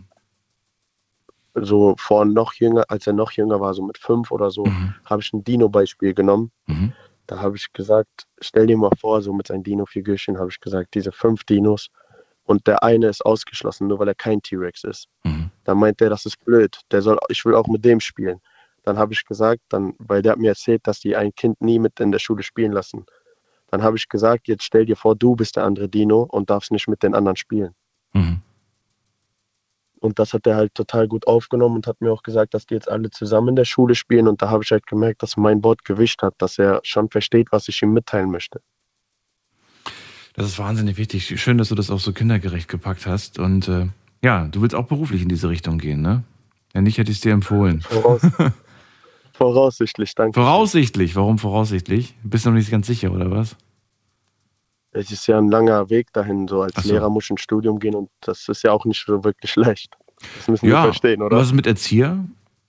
So als er noch jünger war, so mit 5 oder so, habe ich ein Dino-Beispiel genommen. Da habe ich gesagt, stell dir mal vor, so mit seinen Dino-Figürchen habe ich gesagt, diese 5 Dinos und der eine ist ausgeschlossen, nur weil er kein T-Rex ist. Dann meint er, das ist blöd, ich will auch mit dem spielen. Dann habe ich gesagt, weil der hat mir erzählt, dass die ein Kind nie mit in der Schule spielen lassen. Dann habe ich gesagt, jetzt stell dir vor, du bist der andere Dino und darfst nicht mit den anderen spielen. Und das hat er halt total gut aufgenommen und hat mir auch gesagt, dass die jetzt alle zusammen in der Schule spielen. Und da habe ich halt gemerkt, dass mein Wort Gewicht hat, dass er schon versteht, was ich ihm mitteilen möchte. Das ist wahnsinnig wichtig. Schön, dass du das auch so kindergerecht gepackt hast. Und ja, du willst auch beruflich in diese Richtung gehen, ne? Ja, nicht hätte ich es dir empfohlen. Voraussichtlich, danke. Voraussichtlich? Warum voraussichtlich? Bist du noch nicht ganz sicher, oder was? Es ist ja ein langer Weg dahin, so als Lehrer muss ich ins Studium gehen und das ist ja auch nicht so wirklich leicht. Das müssen wir verstehen, oder? Was ist mit Erzieher?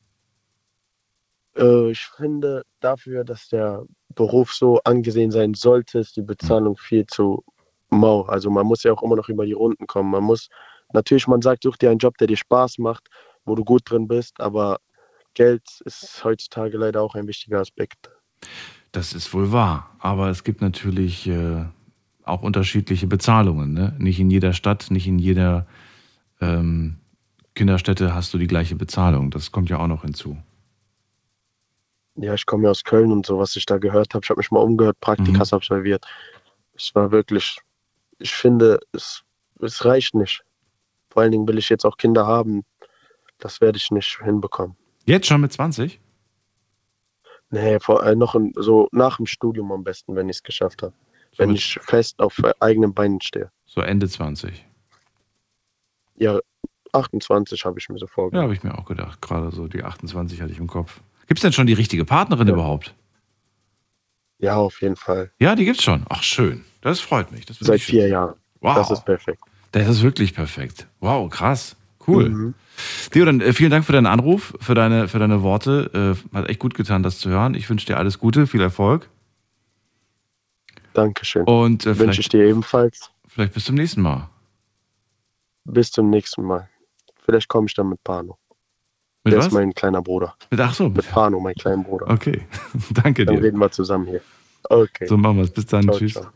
Ich finde dafür, dass der Beruf so angesehen sein sollte, ist die Bezahlung viel zu mau. Also man muss ja auch immer noch über die Runden kommen. Man sagt, such dir einen Job, der dir Spaß macht, wo du gut drin bist, aber Geld ist heutzutage leider auch ein wichtiger Aspekt. Das ist wohl wahr, aber es gibt natürlich auch unterschiedliche Bezahlungen. Ne? Nicht in jeder Stadt, nicht in jeder Kinderstätte hast du die gleiche Bezahlung. Das kommt ja auch noch hinzu. Ja, ich komme ja aus Köln und so, was ich da gehört habe. Ich habe mich mal umgehört, Praktikas absolviert. Es war wirklich, ich finde, es reicht nicht. Vor allen Dingen will ich jetzt auch Kinder haben. Das werde ich nicht hinbekommen. Jetzt schon mit 20? Nee, so nach dem Studium am besten, wenn ich es geschafft habe. So wenn ich fest auf eigenen Beinen stehe. So Ende 20? Ja, 28 habe ich mir so vorgestellt. Ja, habe ich mir auch gedacht. Gerade so die 28 hatte ich im Kopf. Gibt es denn schon die richtige Partnerin überhaupt? Ja, auf jeden Fall. Ja, die gibt's schon. Ach, schön. Das freut mich. Das Seit 4 Jahren. Wow. Das ist perfekt. Das ist wirklich perfekt. Wow, krass. Cool. Theo, dann vielen Dank für deinen Anruf, für deine Worte. Hat echt gut getan, das zu hören. Ich wünsche dir alles Gute, viel Erfolg. Dankeschön. Und wünsche ich dir ebenfalls. Vielleicht bis zum nächsten Mal. Bis zum nächsten Mal. Vielleicht komme ich dann mit Pano. Mit Der was? ist mein kleiner Bruder. Mit Pano, mein kleiner Bruder. Okay, danke dir. Dann reden wir zusammen hier. Okay. So machen wir es. Bis dann. Ciao, Tschüss. ciao.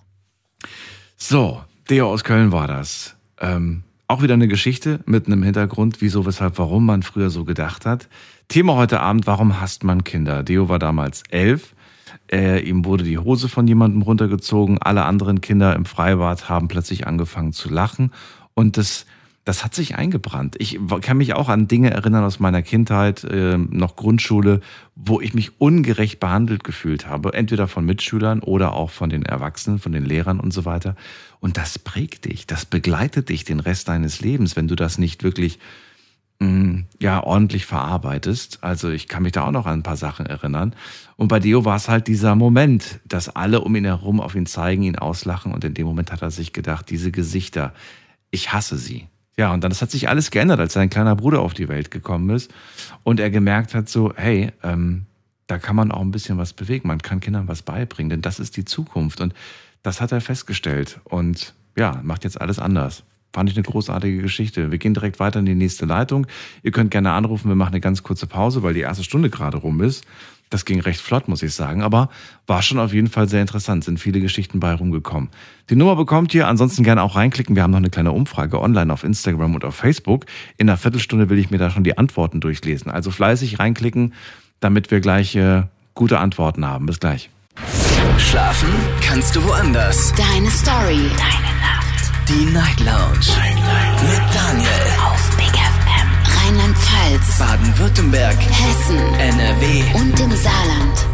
So, Theo aus Köln war das. Auch wieder eine Geschichte mit einem Hintergrund, wieso, weshalb, warum man früher so gedacht hat. Thema heute Abend, warum hasst man Kinder? Theo war damals 11. Ihm wurde die Hose von jemandem runtergezogen. Alle anderen Kinder im Freibad haben plötzlich angefangen zu lachen. Und das hat sich eingebrannt. Ich kann mich auch an Dinge erinnern aus meiner Kindheit, noch Grundschule, wo ich mich ungerecht behandelt gefühlt habe. Entweder von Mitschülern oder auch von den Erwachsenen, von den Lehrern und so weiter. Und das prägt dich, das begleitet dich den Rest deines Lebens, wenn du das nicht wirklich ordentlich verarbeitest. Also ich kann mich da auch noch an ein paar Sachen erinnern. Und bei Theo war es halt dieser Moment, dass alle um ihn herum auf ihn zeigen, ihn auslachen. Und in dem Moment hat er sich gedacht, diese Gesichter, ich hasse sie. Ja, und dann, das hat sich alles geändert, als sein kleiner Bruder auf die Welt gekommen ist. Und er gemerkt hat so, hey, da kann man auch ein bisschen was bewegen. Man kann Kindern was beibringen, denn das ist die Zukunft. Und das hat er festgestellt. Und ja, macht jetzt alles anders. Fand ich eine großartige Geschichte. Wir gehen direkt weiter in die nächste Leitung. Ihr könnt gerne anrufen, wir machen eine ganz kurze Pause, weil die erste Stunde gerade rum ist. Das ging recht flott, muss ich sagen, aber war schon auf jeden Fall sehr interessant. Sind viele Geschichten bei rumgekommen. Die Nummer bekommt ihr, ansonsten gerne auch reinklicken. Wir haben noch eine kleine Umfrage online auf Instagram und auf Facebook. In einer Viertelstunde will ich mir da schon die Antworten durchlesen. Also fleißig reinklicken, damit wir gleich gute Antworten haben. Bis gleich. Schlafen kannst du woanders. Deine Story. Deine Nacht. Die Night Lounge. Mit Daniel. Auf Big FM. Rheinland-Pfalz. Baden-Württemberg. Hessen. NRW. Und im Saarland.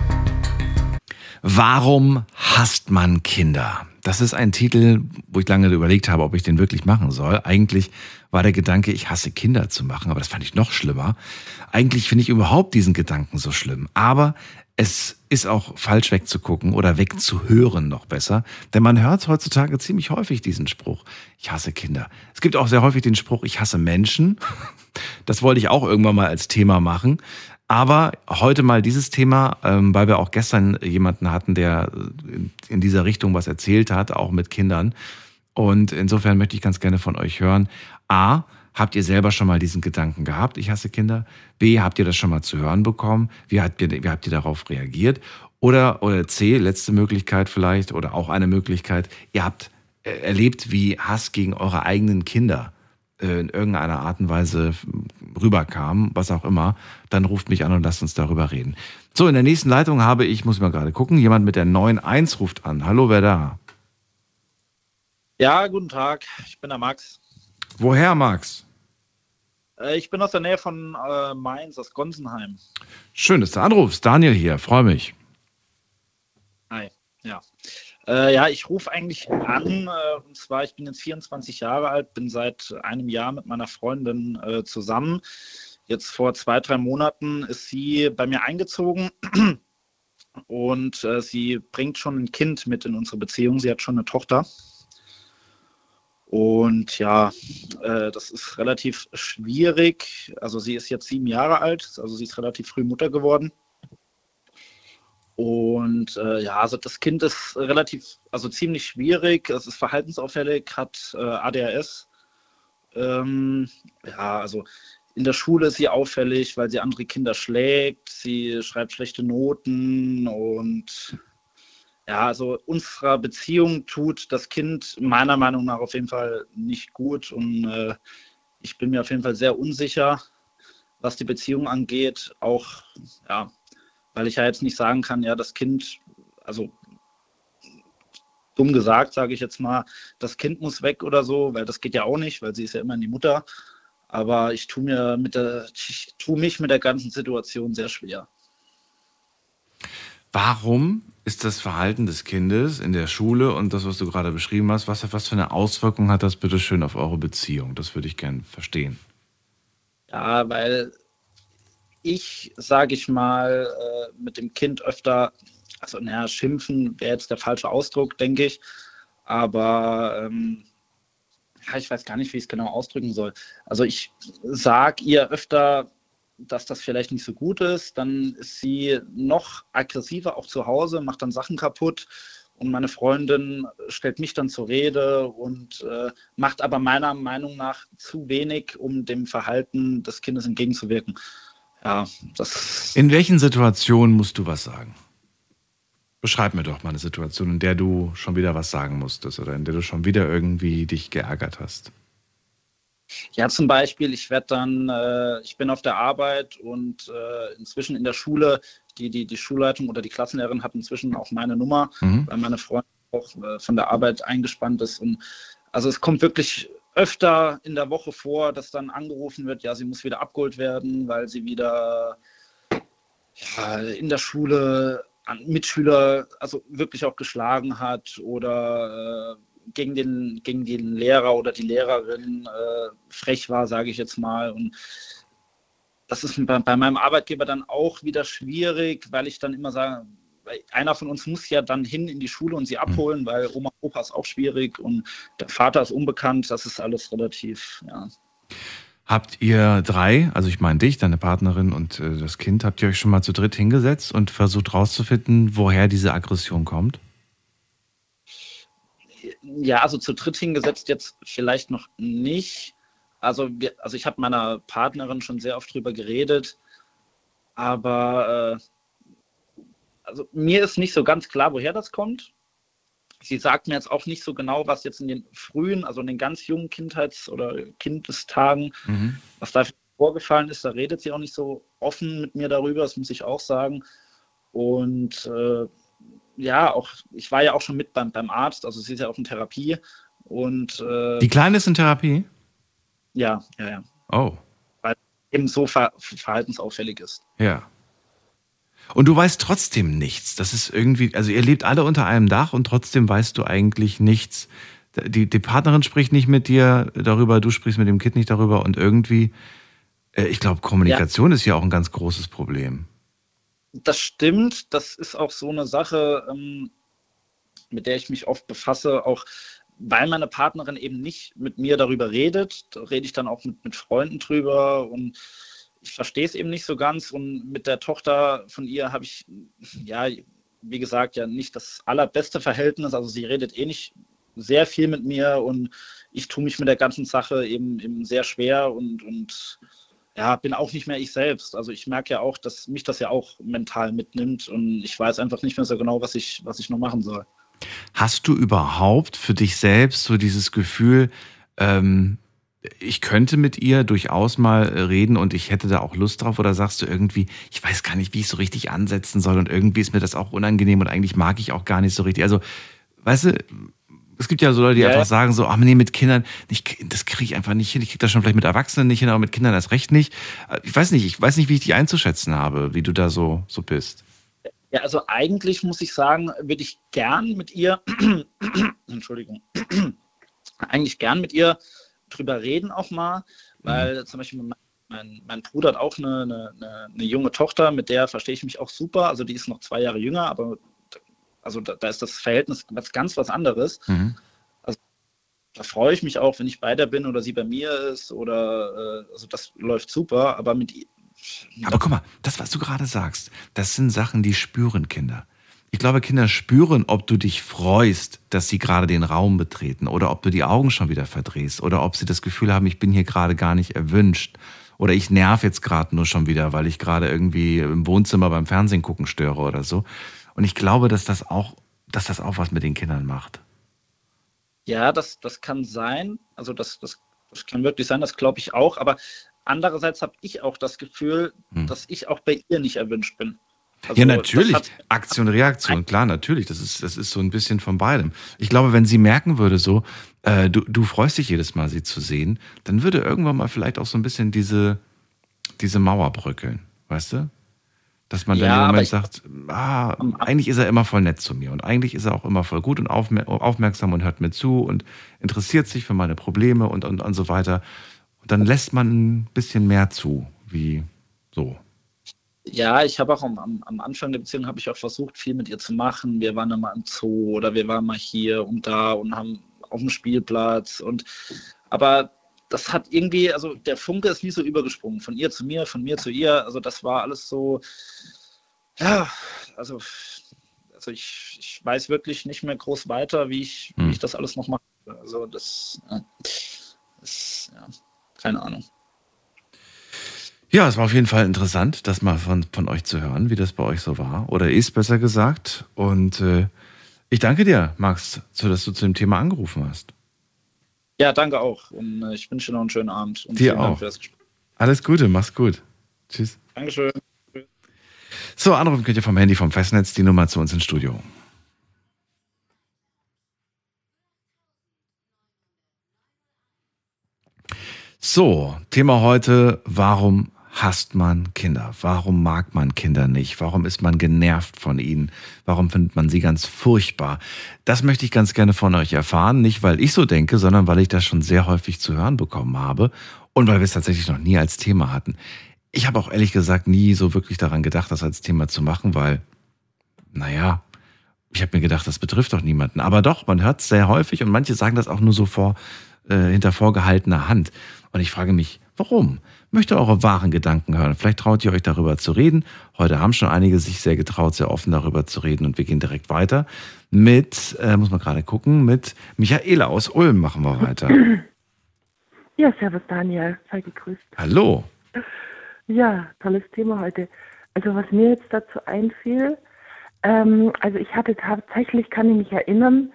Warum hasst man Kinder? Das ist ein Titel, wo ich lange überlegt habe, ob ich den wirklich machen soll. Eigentlich war der Gedanke, ich hasse Kinder zu machen, aber das fand ich noch schlimmer. Eigentlich finde ich überhaupt diesen Gedanken so schlimm. Aber es ist auch falsch wegzugucken oder wegzuhören noch besser. Denn man hört heutzutage ziemlich häufig diesen Spruch, ich hasse Kinder. Es gibt auch sehr häufig den Spruch, ich hasse Menschen. Das wollte ich auch irgendwann mal als Thema machen. Aber heute mal dieses Thema, weil wir auch gestern jemanden hatten, der in dieser Richtung was erzählt hat, auch mit Kindern. Und insofern möchte ich ganz gerne von euch hören. A, habt ihr selber schon mal diesen Gedanken gehabt, ich hasse Kinder? B, habt ihr das schon mal zu hören bekommen? Wie habt ihr darauf reagiert? Oder C, letzte Möglichkeit vielleicht, oder auch eine Möglichkeit, ihr habt erlebt, wie Hass gegen eure eigenen Kinder in irgendeiner Art und Weise rüberkam, was auch immer, dann ruft mich an und lasst uns darüber reden. So, in der nächsten Leitung habe ich, muss mal gerade gucken, jemand mit der 91 ruft an. Hallo, wer da? Ja, guten Tag, ich bin der Max. Woher, Max? Ich bin aus der Nähe von Mainz, aus Gonsenheim. Schön, dass du anrufst. Daniel hier, freue mich. Hi, ja. Ja, ich rufe eigentlich an, und zwar, ich bin jetzt 24 Jahre alt, bin seit einem Jahr mit meiner Freundin zusammen. Jetzt vor 2-3 Monaten ist sie bei mir eingezogen und sie bringt schon ein Kind mit in unsere Beziehung. Sie hat schon eine Tochter. Und ja, das ist relativ schwierig. Also sie ist jetzt 7 Jahre alt, also sie ist relativ früh Mutter geworden. Und ja, also das Kind ist ziemlich schwierig, es ist verhaltensauffällig, hat ADHS. Ja, also in der Schule ist sie auffällig, weil sie andere Kinder schlägt, sie schreibt schlechte Noten und ja, also unserer Beziehung tut das Kind meiner Meinung nach auf jeden Fall nicht gut und ich bin mir auf jeden Fall sehr unsicher, was die Beziehung angeht, auch, ja, weil ich ja jetzt nicht sagen kann, ja, das Kind, also dumm gesagt, sage ich jetzt mal, das Kind muss weg oder so, weil das geht ja auch nicht, weil sie ist ja immerhin die Mutter. Aber ich tue mich mit der ganzen Situation sehr schwer. Warum ist das Verhalten des Kindes in der Schule und das, was du gerade beschrieben hast, was für eine Auswirkung hat das bitte schön auf eure Beziehung? Das würde ich gerne verstehen. Ja, weil ich, sage ich mal, mit dem Kind öfter, also naja, schimpfen wäre jetzt der falsche Ausdruck, denke ich, aber ja, ich weiß gar nicht, wie ich es genau ausdrücken soll. Also ich sage ihr öfter, dass das vielleicht nicht so gut ist, dann ist sie noch aggressiver auch zu Hause, macht dann Sachen kaputt und meine Freundin stellt mich dann zur Rede und macht aber meiner Meinung nach zu wenig, um dem Verhalten des Kindes entgegenzuwirken. Ja, das. In welchen Situationen musst du was sagen? Beschreib mir doch mal eine Situation, in der du schon wieder was sagen musstest oder in der du schon wieder irgendwie dich geärgert hast. Ja, zum Beispiel, ich bin auf der Arbeit und inzwischen in der Schule, die Schulleitung oder die Klassenlehrerin hat inzwischen auch meine Nummer, weil meine Freundin auch von der Arbeit eingespannt ist. Und also es kommt wirklich öfter in der Woche vor, dass dann angerufen wird, ja, sie muss wieder abgeholt werden, weil sie wieder in der Schule Mitschüler also wirklich auch geschlagen hat oder gegen den Lehrer oder die Lehrerin frech war, sage ich jetzt mal. Und das ist bei meinem Arbeitgeber dann auch wieder schwierig, weil ich dann immer sage, einer von uns muss ja dann hin in die Schule und sie abholen, weil Oma und Opa ist auch schwierig und der Vater ist unbekannt. Das ist alles relativ, ja. Habt ihr drei, also ich meine dich, deine Partnerin und das Kind, habt ihr euch schon mal zu dritt hingesetzt und versucht rauszufinden, woher diese Aggression kommt? Ja, also zu dritt hingesetzt jetzt vielleicht noch nicht. Also ich habe meiner Partnerin schon sehr oft drüber geredet, aber also mir ist nicht so ganz klar, woher das kommt. Sie sagt mir jetzt auch nicht so genau, was jetzt in den frühen, also in den ganz jungen oder Kindestagen, was da vorgefallen ist. Da redet sie auch nicht so offen mit mir darüber, das muss ich auch sagen. Und auch, ich war ja auch schon mit beim Arzt, also sie ist ja auch in Therapie. Und die Kleine ist in Therapie? Ja. Oh. Weil eben so verhaltensauffällig ist. Ja. Und du weißt trotzdem nichts. Das ist irgendwie, also ihr lebt alle unter einem Dach und trotzdem weißt du eigentlich nichts. Die Partnerin spricht nicht mit dir darüber, du sprichst mit dem Kind nicht darüber und irgendwie, ich glaube, Kommunikation ist ja auch ein ganz großes Problem. Das stimmt. Das ist auch so eine Sache, mit der ich mich oft befasse, auch weil meine Partnerin eben nicht mit mir darüber redet. Da rede ich dann auch mit Freunden drüber und ich verstehe es eben nicht so ganz. Und mit der Tochter von ihr habe ich, wie gesagt, ja nicht das allerbeste Verhältnis. Also sie redet nicht sehr viel mit mir und ich tue mich mit der ganzen Sache eben sehr schwer und bin auch nicht mehr ich selbst. Also ich merke ja auch, dass mich das ja auch mental mitnimmt und ich weiß einfach nicht mehr so genau, was ich noch machen soll. Hast du überhaupt für dich selbst so dieses Gefühl, ich könnte mit ihr durchaus mal reden und ich hätte da auch Lust drauf, oder sagst du irgendwie, ich weiß gar nicht, wie ich so richtig ansetzen soll und irgendwie ist mir das auch unangenehm und eigentlich mag ich auch gar nicht so richtig. Also, weißt du, es gibt ja so Leute, die einfach sagen so, mit Kindern, das kriege ich einfach nicht hin. Ich kriege das schon vielleicht mit Erwachsenen nicht hin, aber mit Kindern erst recht nicht. Ich weiß nicht, wie ich dich einzuschätzen habe, wie du da so bist. Ja, also eigentlich muss ich sagen, würde ich gern mit ihr, eigentlich gern mit ihr drüber reden auch mal, weil zum Beispiel mein Bruder hat auch eine junge Tochter, mit der verstehe ich mich auch super, also die ist noch 2 Jahre jünger, aber also da ist das Verhältnis was anderes. Also da freue ich mich auch, wenn ich bei der bin oder sie bei mir ist oder also das läuft super, aber mit ihr. Aber guck mal, das, was du gerade sagst, das sind Sachen, die spüren Kinder. Ich glaube, Kinder spüren, ob du dich freust, dass sie gerade den Raum betreten oder ob du die Augen schon wieder verdrehst oder ob sie das Gefühl haben, ich bin hier gerade gar nicht erwünscht oder ich nerv jetzt gerade nur schon wieder, weil ich gerade irgendwie im Wohnzimmer beim Fernsehen gucken störe oder so. Und ich glaube, dass das auch was mit den Kindern macht. Ja, das kann sein. Also das kann wirklich sein, das glaube ich auch. Aber andererseits habe ich auch das Gefühl, dass ich auch bei ihr nicht erwünscht bin. Also ja, natürlich. Aktion, Reaktion, klar, natürlich. Das ist so ein bisschen von beidem. Ich glaube, wenn sie merken würde, so, du freust dich jedes Mal, sie zu sehen, dann würde irgendwann mal vielleicht auch so ein bisschen diese Mauer bröckeln, weißt du? Dass man dann im Moment sagt, eigentlich ist er immer voll nett zu mir und eigentlich ist er auch immer voll gut und aufmerksam und hört mir zu und interessiert sich für meine Probleme und so weiter. Und dann lässt man ein bisschen mehr zu, wie so. Ja, ich habe auch am Anfang der Beziehung habe ich auch versucht, viel mit ihr zu machen. Wir waren dann mal im Zoo oder wir waren mal hier und da und haben auf dem Spielplatz aber das hat irgendwie, also der Funke ist nie so übergesprungen, von ihr zu mir, von mir zu ihr, also das war alles so, also ich weiß wirklich nicht mehr groß weiter, wie ich das alles noch mache, also das ist, keine Ahnung. Ja, es war auf jeden Fall interessant, das mal von euch zu hören, wie das bei euch so war, oder ist besser gesagt, und ich danke dir, Max, dass du zu dem Thema angerufen hast. Ja, danke auch. Und ich wünsche dir noch einen schönen Abend. Und dir auch. Dank für das Gespräch. Alles Gute, mach's gut. Tschüss. Dankeschön. So, anrufen könnt ihr vom Handy, vom Festnetz, die Nummer zu uns ins Studio. So, Thema heute, warum hasst man Kinder? Warum mag man Kinder nicht? Warum ist man genervt von ihnen? Warum findet man sie ganz furchtbar? Das möchte ich ganz gerne von euch erfahren. Nicht, weil ich so denke, sondern weil ich das schon sehr häufig zu hören bekommen habe und weil wir es tatsächlich noch nie als Thema hatten. Ich habe auch ehrlich gesagt nie so wirklich daran gedacht, das als Thema zu machen, weil, ich habe mir gedacht, das betrifft doch niemanden. Aber doch, man hört es sehr häufig und manche sagen das auch nur so hinter vorgehaltener Hand. Und ich frage mich, warum? Möchte eure wahren Gedanken hören. Vielleicht traut ihr euch darüber zu reden. Heute haben schon einige sich sehr getraut, sehr offen darüber zu reden. Und wir gehen direkt weiter mit, muss man gerade gucken, mit Michaela aus Ulm machen wir weiter. Ja, servus Daniel, sei gegrüßt. Hallo. Ja, tolles Thema heute. Also was mir jetzt dazu einfiel, Also ich hatte tatsächlich, kann ich mich erinnern,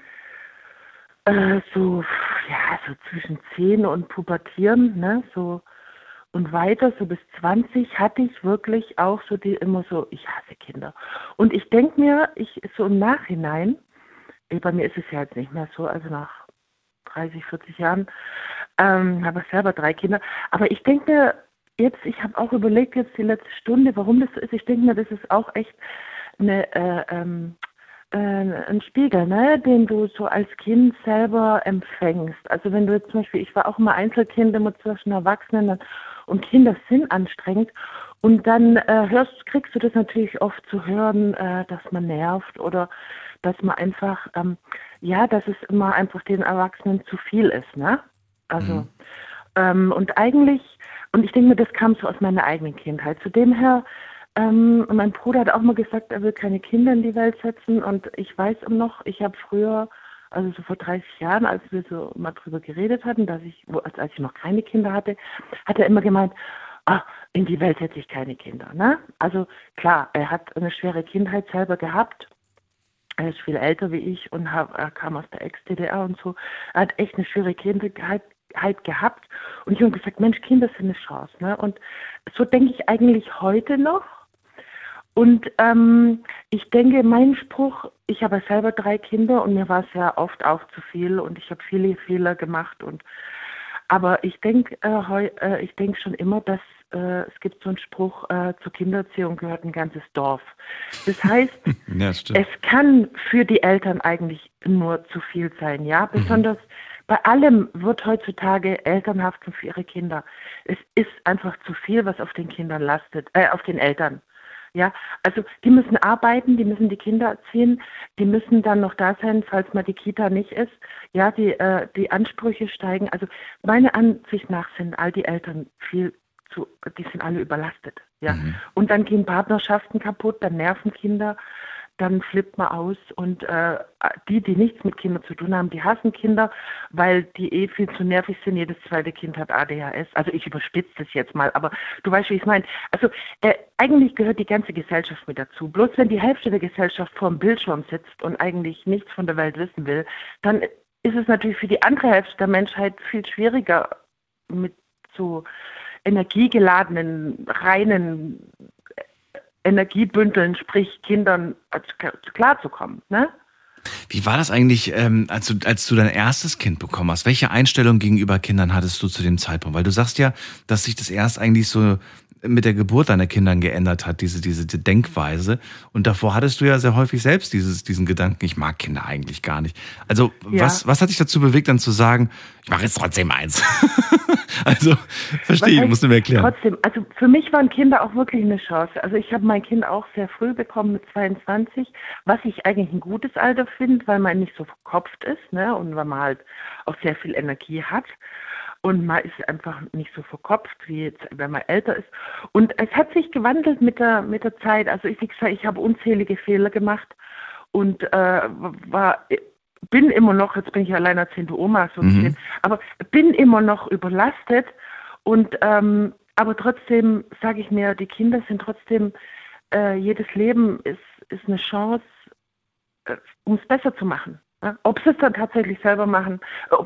so zwischen 10 und Pubertieren, ne, so und weiter, so bis 20 hatte ich wirklich auch so immer so, ich hasse Kinder. Und ich denke mir, so im Nachhinein, bei mir ist es ja jetzt nicht mehr so, also nach 30, 40 Jahren, habe ich selber 3 Kinder, aber ich denke mir jetzt, ich habe auch überlegt jetzt die letzte Stunde, warum das so ist, ich denke mir, das ist auch echt ein Spiegel, ne, den du so als Kind selber empfängst. Also wenn du jetzt zum Beispiel, ich war auch immer Einzelkind, immer zwischen Erwachsenen und Kinder sind anstrengend und dann kriegst du das natürlich oft zu hören, dass man nervt oder dass man einfach, dass es immer einfach den Erwachsenen zu viel ist, ne? Also und ich denke mir, das kam so aus meiner eigenen Kindheit. Zu dem her, mein Bruder hat auch mal gesagt, er will keine Kinder in die Welt setzen und ich weiß noch, ich habe früher, also so vor 30 Jahren, als wir so mal drüber geredet hatten, als ich noch keine Kinder hatte, hat er immer gemeint, in die Welt setze ich keine Kinder, ne? Also klar, er hat eine schwere Kindheit selber gehabt. Er ist viel älter wie ich und er kam aus der Ex-DDR und so. Er hat echt eine schwere Kindheit gehabt. Und ich habe gesagt, Mensch, Kinder sind eine Chance. Ne? Und so denke ich eigentlich heute noch. Und ich denke, mein Spruch, ich habe selber 3 Kinder und mir war es ja oft auch zu viel und ich habe viele Fehler gemacht. Aber ich denke schon immer, dass es gibt so einen Spruch, zur Kindererziehung gehört ein ganzes Dorf. Das heißt, es kann für die Eltern eigentlich nur zu viel sein, ja. Besonders bei allem wird heutzutage Elternhaftung für ihre Kinder. Es ist einfach zu viel, was auf den Kindern lastet, auf den Eltern. Ja, also die müssen arbeiten, die müssen die Kinder erziehen, die müssen dann noch da sein, falls mal die Kita nicht ist. Ja, die Ansprüche steigen. Also meiner Ansicht nach sind all die Eltern die sind alle überlastet. Ja, und dann gehen Partnerschaften kaputt, dann nerven Kinder, dann flippt man aus und die nichts mit Kindern zu tun haben, die hassen Kinder, weil die viel zu nervig sind. Jedes zweite Kind hat ADHS. Also ich überspitze das jetzt mal, aber du weißt, wie ich meine. Also eigentlich gehört die ganze Gesellschaft mit dazu. Bloß wenn die Hälfte der Gesellschaft vor dem Bildschirm sitzt und eigentlich nichts von der Welt wissen will, dann ist es natürlich für die andere Hälfte der Menschheit viel schwieriger, mit so energiegeladenen, reinen Energiebündeln, sprich Kindern, klarzukommen, ne? Wie war das eigentlich, als du dein erstes Kind bekommen hast? Welche Einstellung gegenüber Kindern hattest du zu dem Zeitpunkt? Weil du sagst ja, dass sich das erst eigentlich so mit der Geburt deiner Kindern geändert hat, diese Denkweise. Und davor hattest du ja sehr häufig selbst diesen Gedanken, ich mag Kinder eigentlich gar nicht. Also was hat dich dazu bewegt, dann zu sagen, ich mache jetzt trotzdem eins? Also, verstehe ich, musst du mir erklären. Trotzdem, also für mich waren Kinder auch wirklich eine Chance. Also ich habe mein Kind auch sehr früh bekommen mit 22, was ich eigentlich ein gutes Alter finde, weil man nicht so verkopft ist, ne, und weil man halt auch sehr viel Energie hat. Und man ist einfach nicht so verkopft, wie jetzt, wenn man älter ist. Und es hat sich gewandelt mit der Zeit. Also wie gesagt, ich habe unzählige Fehler gemacht und bin immer noch, jetzt bin ich alleinerziehende Oma, so gesehen, aber bin immer noch überlastet. Und aber trotzdem sage ich mir, die Kinder sind trotzdem, jedes Leben ist eine Chance, um es besser zu machen. Ja? Ob sie es dann tatsächlich selber machen,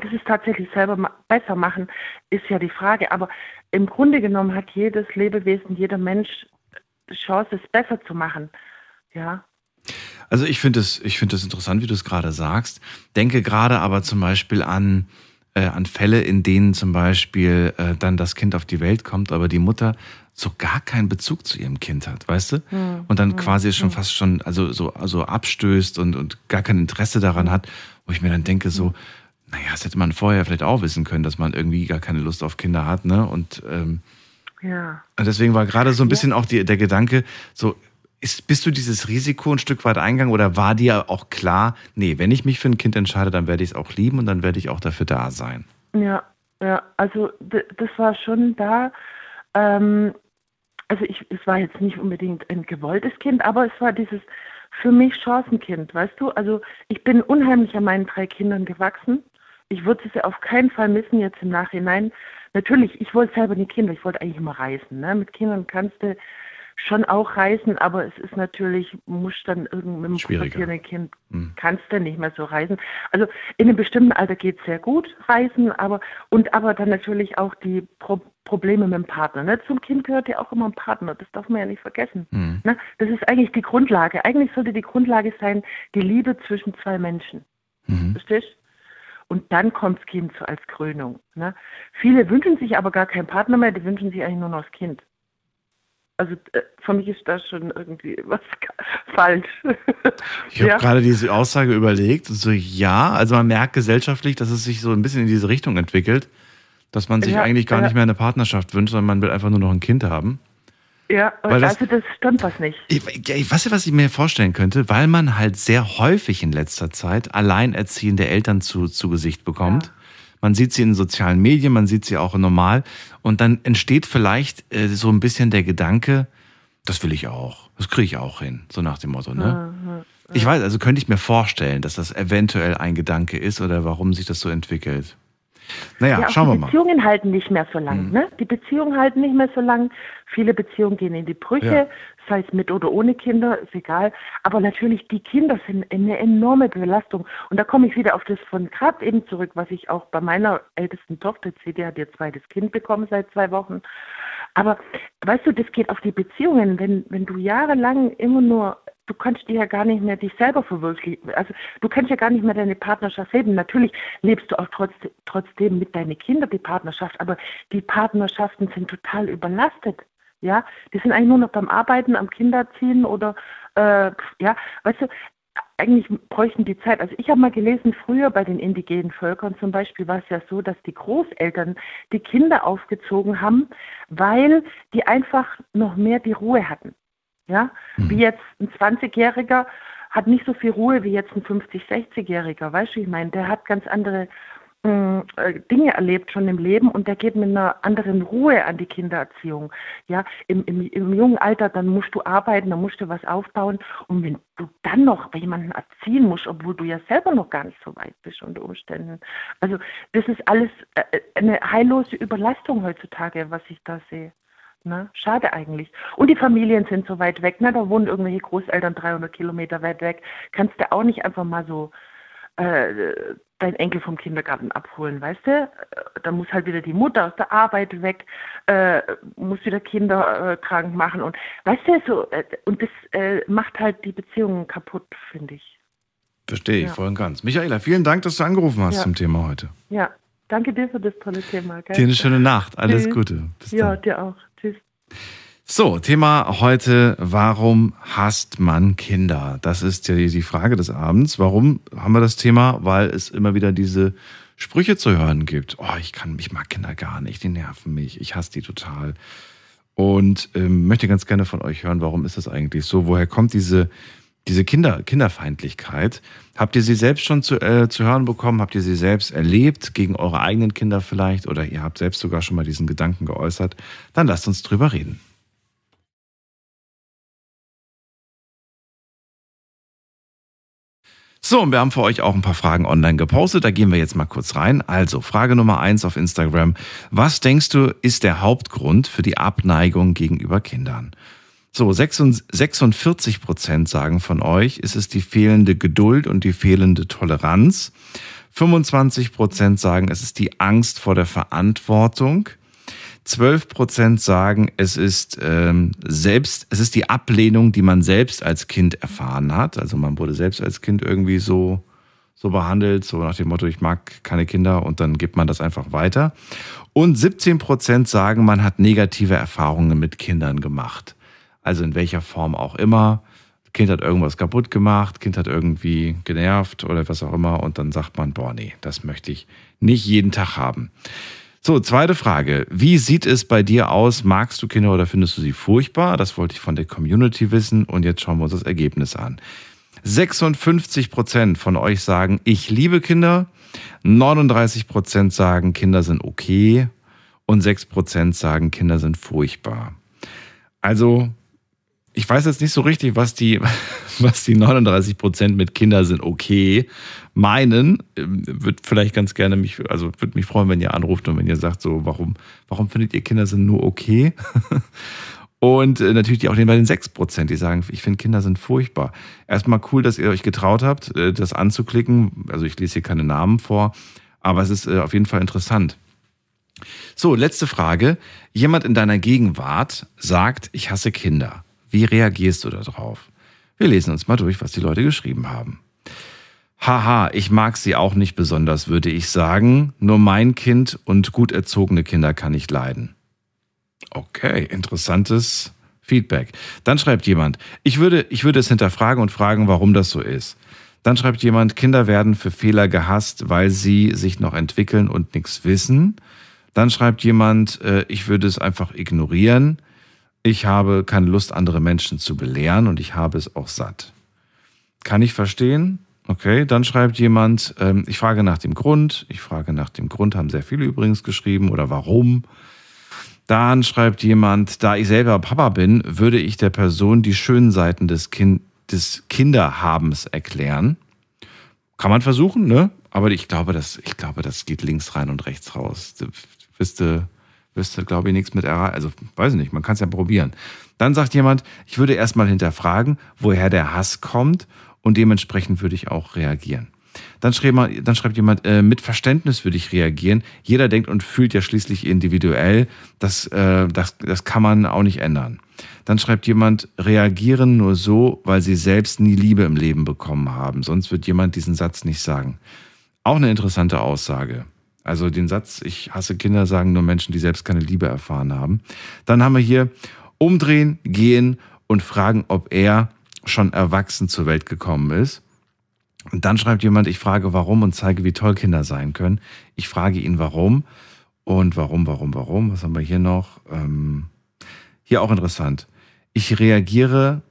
besser machen, ist ja die Frage. Aber im Grunde genommen hat jedes Lebewesen, jeder Mensch Chance, es besser zu machen. Ja. Also ich finde es interessant, wie du es gerade sagst. Denke gerade aber zum Beispiel an Fälle, in denen zum Beispiel dann das Kind auf die Welt kommt, aber die Mutter so gar keinen Bezug zu ihrem Kind hat, weißt du? Und dann quasi schon fast schon so abstößt und gar kein Interesse daran hat, wo ich mir dann denke so, naja, das hätte man vorher vielleicht auch wissen können, dass man irgendwie gar keine Lust auf Kinder hat, ne? Und deswegen war gerade so ein bisschen auch der Gedanke, so, bist du dieses Risiko ein Stück weit eingegangen oder war dir auch klar, nee, wenn ich mich für ein Kind entscheide, dann werde ich es auch lieben und dann werde ich auch dafür da sein? Ja, also das war schon da. Also es war jetzt nicht unbedingt ein gewolltes Kind, aber es war dieses für mich Chancenkind, weißt du? Also ich bin unheimlich an meinen 3 Kindern gewachsen. Ich würde sie auf keinen Fall missen jetzt im Nachhinein. Natürlich, ich wollte selber die Kinder, ich wollte eigentlich immer reisen. Ne? Mit Kindern kannst du schon auch reisen, aber es ist natürlich, musst dann irgendwie mit dem pubertierenden Kind, kannst du nicht mehr so reisen. Also in einem bestimmten Alter geht es sehr gut, reisen, aber dann natürlich auch die Probleme mit dem Partner. Ne? Zum Kind gehört ja auch immer ein Partner, das darf man ja nicht vergessen. Ne? Das ist eigentlich die Grundlage. Eigentlich sollte die Grundlage sein, die Liebe zwischen zwei Menschen. Verstehst du? Und dann kommt das Kind so als Krönung. Ne? Viele wünschen sich aber gar keinen Partner mehr, die wünschen sich eigentlich nur noch das Kind. Also für mich ist da schon irgendwie was falsch. Ich habe gerade diese Aussage überlegt und so, ja, also man merkt gesellschaftlich, dass es sich so ein bisschen in diese Richtung entwickelt, dass man sich eigentlich gar nicht mehr eine Partnerschaft wünscht, sondern man will einfach nur noch ein Kind haben. Ja, also das stimmt was nicht. Weißt du, was ich mir vorstellen könnte? Weil man halt sehr häufig in letzter Zeit alleinerziehende Eltern zu Gesicht bekommt. Ja. Man sieht sie in sozialen Medien, man sieht sie auch normal. Und dann entsteht vielleicht so ein bisschen der Gedanke, das will ich auch, das kriege ich auch hin, so nach dem Motto. Ne? Ich weiß, also könnte ich mir vorstellen, dass das eventuell ein Gedanke ist oder warum sich das so entwickelt. Naja, schauen wir mal. Die Beziehungen halten nicht mehr so lang. Ne? Die Beziehungen halten nicht mehr so lang. Viele Beziehungen gehen in die Brüche, sei es mit oder ohne Kinder, ist egal. Aber natürlich, die Kinder sind eine enorme Belastung. Und da komme ich wieder auf das von gerade eben zurück, was ich auch bei meiner ältesten Tochter sehe, die hat ihr zweites Kind bekommen seit 2 Wochen. Aber weißt du, das geht auf die Beziehungen. Wenn du jahrelang immer nur, du kannst dir ja gar nicht mehr dich selber verwirklichen. Also du kannst ja gar nicht mehr deine Partnerschaft leben. Natürlich lebst du auch trotzdem mit deinen Kindern die Partnerschaft, aber die Partnerschaften sind total überlastet. Ja, die sind eigentlich nur noch beim Arbeiten, am Kinderziehen oder weißt du, eigentlich bräuchten die Zeit. Also ich habe mal gelesen, früher bei den indigenen Völkern zum Beispiel war es ja so, dass die Großeltern die Kinder aufgezogen haben, weil die einfach noch mehr die Ruhe hatten. Ja, wie jetzt ein 20-Jähriger hat nicht so viel Ruhe wie jetzt ein 50-, 60-Jähriger. Weißt du, ich meine, der hat ganz andere Dinge erlebt schon im Leben und der geht mit einer anderen Ruhe an die Kindererziehung. Ja, im jungen Alter, dann musst du arbeiten, dann musst du was aufbauen und wenn du dann noch jemanden erziehen musst, obwohl du ja selber noch gar nicht so weit bist unter Umständen. Also das ist alles eine heillose Überlastung heutzutage, was ich da sehe. Ne? Schade eigentlich. Und die Familien sind so weit weg. Ne? Da wohnen irgendwelche Großeltern 300 Kilometer weit weg. Kannst du auch nicht einfach mal so deinen Enkel vom Kindergarten abholen, weißt du? Da muss halt wieder die Mutter aus der Arbeit weg, muss wieder Kinder krank machen. Und weißt du, so, und das macht halt die Beziehungen kaputt, finde ich. Verstehe ich voll und ganz. Michaela, vielen Dank, dass du angerufen hast zum Thema heute. Ja, danke dir für das tolle Thema. Gell? Dir eine schöne Nacht. Alles Gute. Bis dann. Ja, dir auch. Tschüss. So, Thema heute, warum hasst man Kinder? Das ist ja die Frage des Abends. Warum haben wir das Thema? Weil es immer wieder diese Sprüche zu hören gibt. Oh, ich mag Kinder gar nicht, die nerven mich, ich hasse die total. Und möchte ganz gerne von euch hören, warum ist das eigentlich so? Woher kommt diese Kinderfeindlichkeit? Habt ihr sie selbst schon zu hören bekommen? Habt ihr sie selbst erlebt, gegen eure eigenen Kinder vielleicht? Oder ihr habt selbst sogar schon mal diesen Gedanken geäußert? Dann lasst uns drüber reden. So, und wir haben für euch auch ein paar Fragen online gepostet. Da gehen wir jetzt mal kurz rein. Also, Frage Nummer 1 auf Instagram. Was denkst du, ist der Hauptgrund für die Abneigung gegenüber Kindern? So, 46% sagen von euch, ist es die fehlende Geduld und die fehlende Toleranz. 25% sagen, es ist die Angst vor der Verantwortung. 12% sagen, es ist die Ablehnung, die man selbst als Kind erfahren hat. Also man wurde selbst als Kind irgendwie so behandelt, so nach dem Motto, ich mag keine Kinder, und dann gibt man das einfach weiter. Und 17% sagen, man hat negative Erfahrungen mit Kindern gemacht. Also in welcher Form auch immer. Kind hat irgendwas kaputt gemacht, Kind hat irgendwie genervt oder was auch immer, und dann sagt man, boah, nee, das möchte ich nicht jeden Tag haben. So, zweite Frage. Wie sieht es bei dir aus? Magst du Kinder oder findest du sie furchtbar? Das wollte ich von der Community wissen, und jetzt schauen wir uns das Ergebnis an. 56% von euch sagen, ich liebe Kinder. 39% sagen, Kinder sind okay. Und 6% sagen, Kinder sind furchtbar. Also, ich weiß jetzt nicht so richtig, was die 39% mit Kinder sind okay meinen. Würde vielleicht ganz gerne würde mich freuen, wenn ihr anruft und wenn ihr sagt, so, warum findet ihr Kinder sind nur okay? Und natürlich auch bei den 6%, die sagen, ich finde Kinder sind furchtbar. Erstmal cool, dass ihr euch getraut habt, das anzuklicken. Also ich lese hier keine Namen vor, aber es ist auf jeden Fall interessant. So, letzte Frage. Jemand in deiner Gegenwart sagt, ich hasse Kinder. Wie reagierst du darauf? Wir lesen uns mal durch, was die Leute geschrieben haben. Haha, ich mag sie auch nicht besonders, würde ich sagen. Nur mein Kind und gut erzogene Kinder kann ich leiden. Okay, interessantes Feedback. Dann schreibt jemand, ich würde es hinterfragen und fragen, warum das so ist. Dann schreibt jemand, Kinder werden für Fehler gehasst, weil sie sich noch entwickeln und nichts wissen. Dann schreibt jemand, ich würde es einfach ignorieren. Ich habe keine Lust, andere Menschen zu belehren und ich habe es auch satt. Kann ich verstehen? Okay, dann schreibt jemand, ich frage nach dem Grund. Ich frage nach dem Grund, haben sehr viele übrigens geschrieben, oder warum. Dann schreibt jemand, da ich selber Papa bin, würde ich der Person die schönen Seiten des Kinderhabens erklären. Kann man versuchen, ne? Aber ich glaube, das geht links rein und rechts raus. Wirst du, glaube ich, nichts mit erreichen. Also, weiß ich nicht, man kann es ja probieren. Dann sagt jemand, ich würde erstmal hinterfragen, woher der Hass kommt und dementsprechend würde ich auch reagieren. Dann schreibt jemand, mit Verständnis würde ich reagieren. Jeder denkt und fühlt ja schließlich individuell. Das kann man auch nicht ändern. Dann schreibt jemand, reagieren nur so, weil sie selbst nie Liebe im Leben bekommen haben. Sonst wird jemand diesen Satz nicht sagen. Auch eine interessante Aussage. Also den Satz, ich hasse Kinder, sagen nur Menschen, die selbst keine Liebe erfahren haben. Dann haben wir hier, umdrehen, gehen und fragen, ob er schon erwachsen zur Welt gekommen ist. Und dann schreibt jemand, ich frage warum und zeige, wie toll Kinder sein können. Ich frage ihn warum und warum. Was haben wir hier noch? Hier auch interessant. Ich reagiere,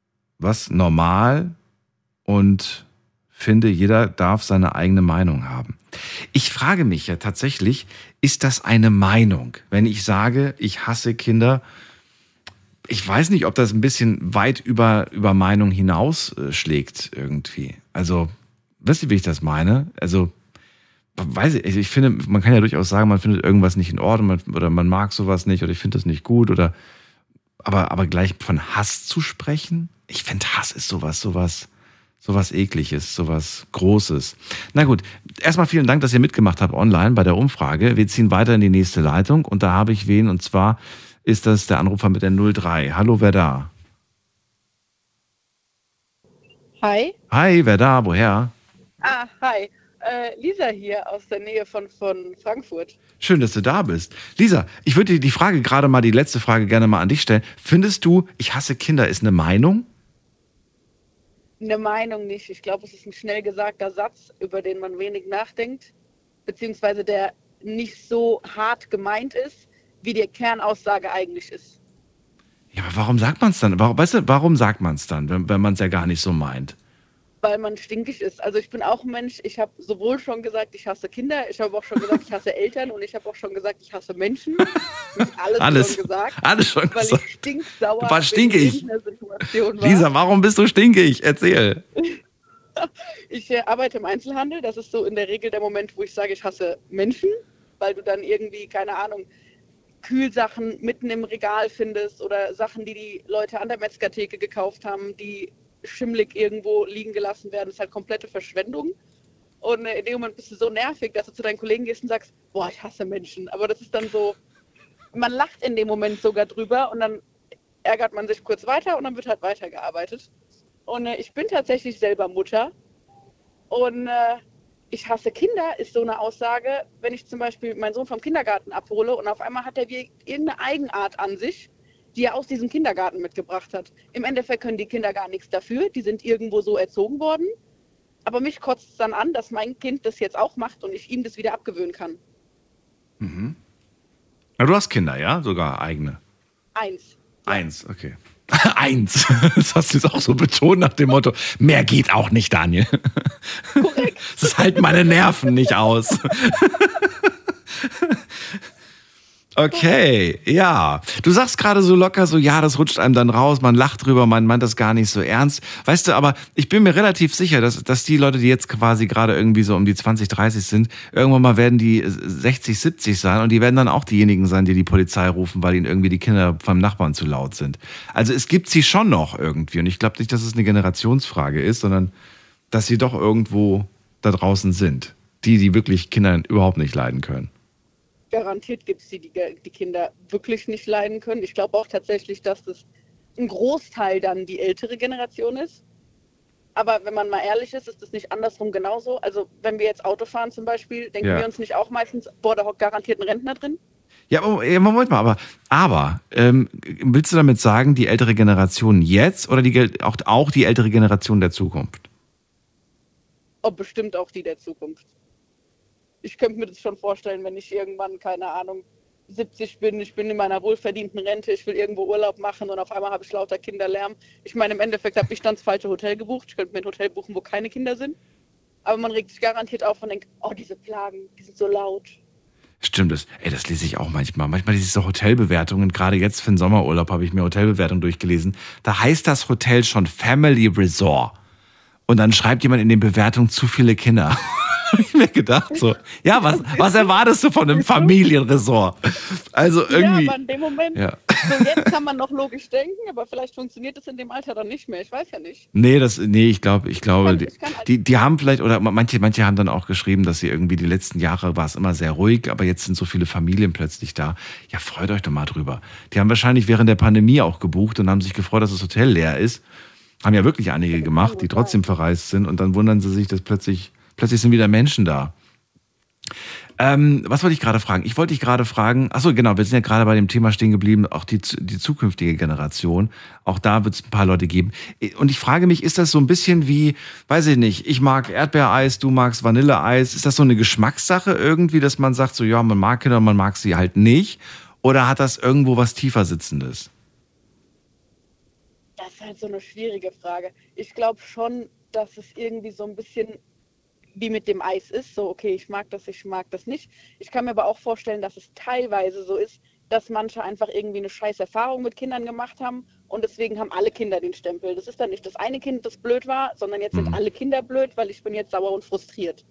normal und finde, jeder darf seine eigene Meinung haben. Ich frage mich ja tatsächlich, ist das eine Meinung? Wenn ich sage, ich hasse Kinder, ich weiß nicht, ob das ein bisschen weit über Meinung hinaus schlägt irgendwie. Also, wisst ihr, wie ich das meine? Also, weiß ich finde, man kann ja durchaus sagen, man findet irgendwas nicht in Ordnung oder man mag sowas nicht oder ich finde das nicht gut oder aber gleich von Hass zu sprechen? Ich finde, Hass ist sowas Ekliges, sowas Großes. Na gut, erstmal vielen Dank, dass ihr mitgemacht habt online bei der Umfrage. Wir ziehen weiter in die nächste Leitung und da habe ich wen und zwar ist das der Anrufer mit der 03. Hallo, wer da? Hi. Hi, wer da? Woher? Hi. Lisa hier aus der Nähe von Frankfurt. Schön, dass du da bist. Lisa, ich würde dir die Frage die letzte Frage gerne mal an dich stellen. Findest du, ich hasse Kinder ist eine Meinung? Eine Meinung nicht. Ich glaube, es ist ein schnell gesagter Satz, über den man wenig nachdenkt, beziehungsweise der nicht so hart gemeint ist, wie die Kernaussage eigentlich ist. Ja, aber warum sagt man es dann? Warum sagt man es dann, wenn man es ja gar nicht so meint? Weil man stinkig ist. Also ich bin auch ein Mensch, ich habe sowohl schon gesagt, ich hasse Kinder, ich habe auch schon gesagt, ich hasse Eltern und ich habe auch schon gesagt, ich hasse Menschen. Alles schon gesagt. Alles schon weil gesagt. Ich stinksauer du warst stinkig. in der Situation war. Lisa, warum bist du stinkig? Erzähl. Ich arbeite im Einzelhandel. Das ist so in der Regel der Moment, wo ich sage, ich hasse Menschen, weil du dann irgendwie, keine Ahnung, Kühlsachen mitten im Regal findest oder Sachen, die Leute an der Metzgertheke gekauft haben, die schimmelig irgendwo liegen gelassen werden. Das ist halt komplette Verschwendung. Und in dem Moment bist du so nervig, dass du zu deinen Kollegen gehst und sagst, boah, ich hasse Menschen. Aber das ist dann so, man lacht in dem Moment sogar drüber und dann ärgert man sich kurz weiter und dann wird halt weitergearbeitet. Und ich bin tatsächlich selber Mutter und ich hasse Kinder ist so eine Aussage, wenn ich zum Beispiel meinen Sohn vom Kindergarten abhole und auf einmal hat er irgendeine Eigenart an sich, die er aus diesem Kindergarten mitgebracht hat. Im Endeffekt können die Kinder gar nichts dafür, die sind irgendwo so erzogen worden. Aber mich kotzt es dann an, dass mein Kind das jetzt auch macht und ich ihm das wieder abgewöhnen kann. Mhm. Aber du hast Kinder, ja? Sogar eigene? 1. 1, okay. 1. Das hast du jetzt auch so betont nach dem Motto, mehr geht auch nicht, Daniel. Korrekt. Das halten meine Nerven nicht aus. Okay, ja. Du sagst gerade so locker so, ja, das rutscht einem dann raus, man lacht drüber, man meint das gar nicht so ernst. Weißt du, aber ich bin mir relativ sicher, dass die Leute, die jetzt quasi gerade irgendwie so um die 20, 30 sind, irgendwann mal werden die 60, 70 sein und die werden dann auch diejenigen sein, die die Polizei rufen, weil ihnen irgendwie die Kinder vom Nachbarn zu laut sind. Also es gibt sie schon noch irgendwie und ich glaube nicht, dass es eine Generationsfrage ist, sondern dass sie doch irgendwo da draußen sind. Die wirklich Kinder überhaupt nicht leiden können. Garantiert gibt es die Kinder wirklich nicht leiden können. Ich glaube auch tatsächlich, dass das ein Großteil dann die ältere Generation ist. Aber wenn man mal ehrlich ist das nicht andersrum genauso. Also wenn wir jetzt Auto fahren zum Beispiel, denken wir uns nicht auch meistens, boah, da hockt garantiert ein Rentner drin? Ja, Moment mal, aber willst du damit sagen, die ältere Generation jetzt oder auch die ältere Generation der Zukunft? Oh, bestimmt auch die der Zukunft. Ich könnte mir das schon vorstellen, wenn ich irgendwann, keine Ahnung, 70 bin, ich bin in meiner wohlverdienten Rente, ich will irgendwo Urlaub machen und auf einmal habe ich lauter Kinderlärm. Ich meine, im Endeffekt habe ich dann das falsche Hotel gebucht. Ich könnte mir ein Hotel buchen, wo keine Kinder sind. Aber man regt sich garantiert auf und denkt, oh, diese Plagen, die sind so laut. Stimmt, das lese ich auch manchmal. Manchmal diese Hotelbewertungen, gerade jetzt für den Sommerurlaub habe ich mir Hotelbewertungen durchgelesen. Da heißt das Hotel schon Family Resort. Und dann schreibt jemand in den Bewertungen zu viele Kinder. Habe ich mir gedacht so, ja, was erwartest du von einem Familienresort? Also irgendwie. Ja, aber in dem Moment, so jetzt kann man noch logisch denken, aber vielleicht funktioniert das in dem Alter dann nicht mehr. Ich weiß ja nicht. Ich glaube, die haben vielleicht, oder manche haben dann auch geschrieben, dass sie irgendwie die letzten Jahre war es immer sehr ruhig, aber jetzt sind so viele Familien plötzlich da. Ja, freut euch doch mal drüber. Die haben wahrscheinlich während der Pandemie auch gebucht und haben sich gefreut, dass das Hotel leer ist. Haben ja wirklich einige gemacht, die trotzdem verreist sind und dann wundern sie sich, dass plötzlich sind wieder Menschen da. Was wollte ich gerade fragen? Ich wollte dich gerade fragen, achso, genau, wir sind ja gerade bei dem Thema stehen geblieben, auch die zukünftige Generation. Auch da wird es ein paar Leute geben. Und ich frage mich, ist das so ein bisschen wie, weiß ich nicht, ich mag Erdbeereis, du magst Vanilleeis. Ist das so eine Geschmackssache irgendwie, dass man sagt, so ja, man mag Kinder, man mag sie halt nicht? Oder hat das irgendwo was tiefer Sitzendes? Das ist halt so eine schwierige Frage. Ich glaube schon, dass es irgendwie so ein bisschen wie mit dem Eis ist, so okay, ich mag das nicht. Ich kann mir aber auch vorstellen, dass es teilweise so ist, dass manche einfach irgendwie eine scheiß Erfahrung mit Kindern gemacht haben und deswegen haben alle Kinder den Stempel. Das ist dann nicht das eine Kind, das blöd war, sondern jetzt sind alle Kinder blöd, weil ich bin jetzt sauer und frustriert.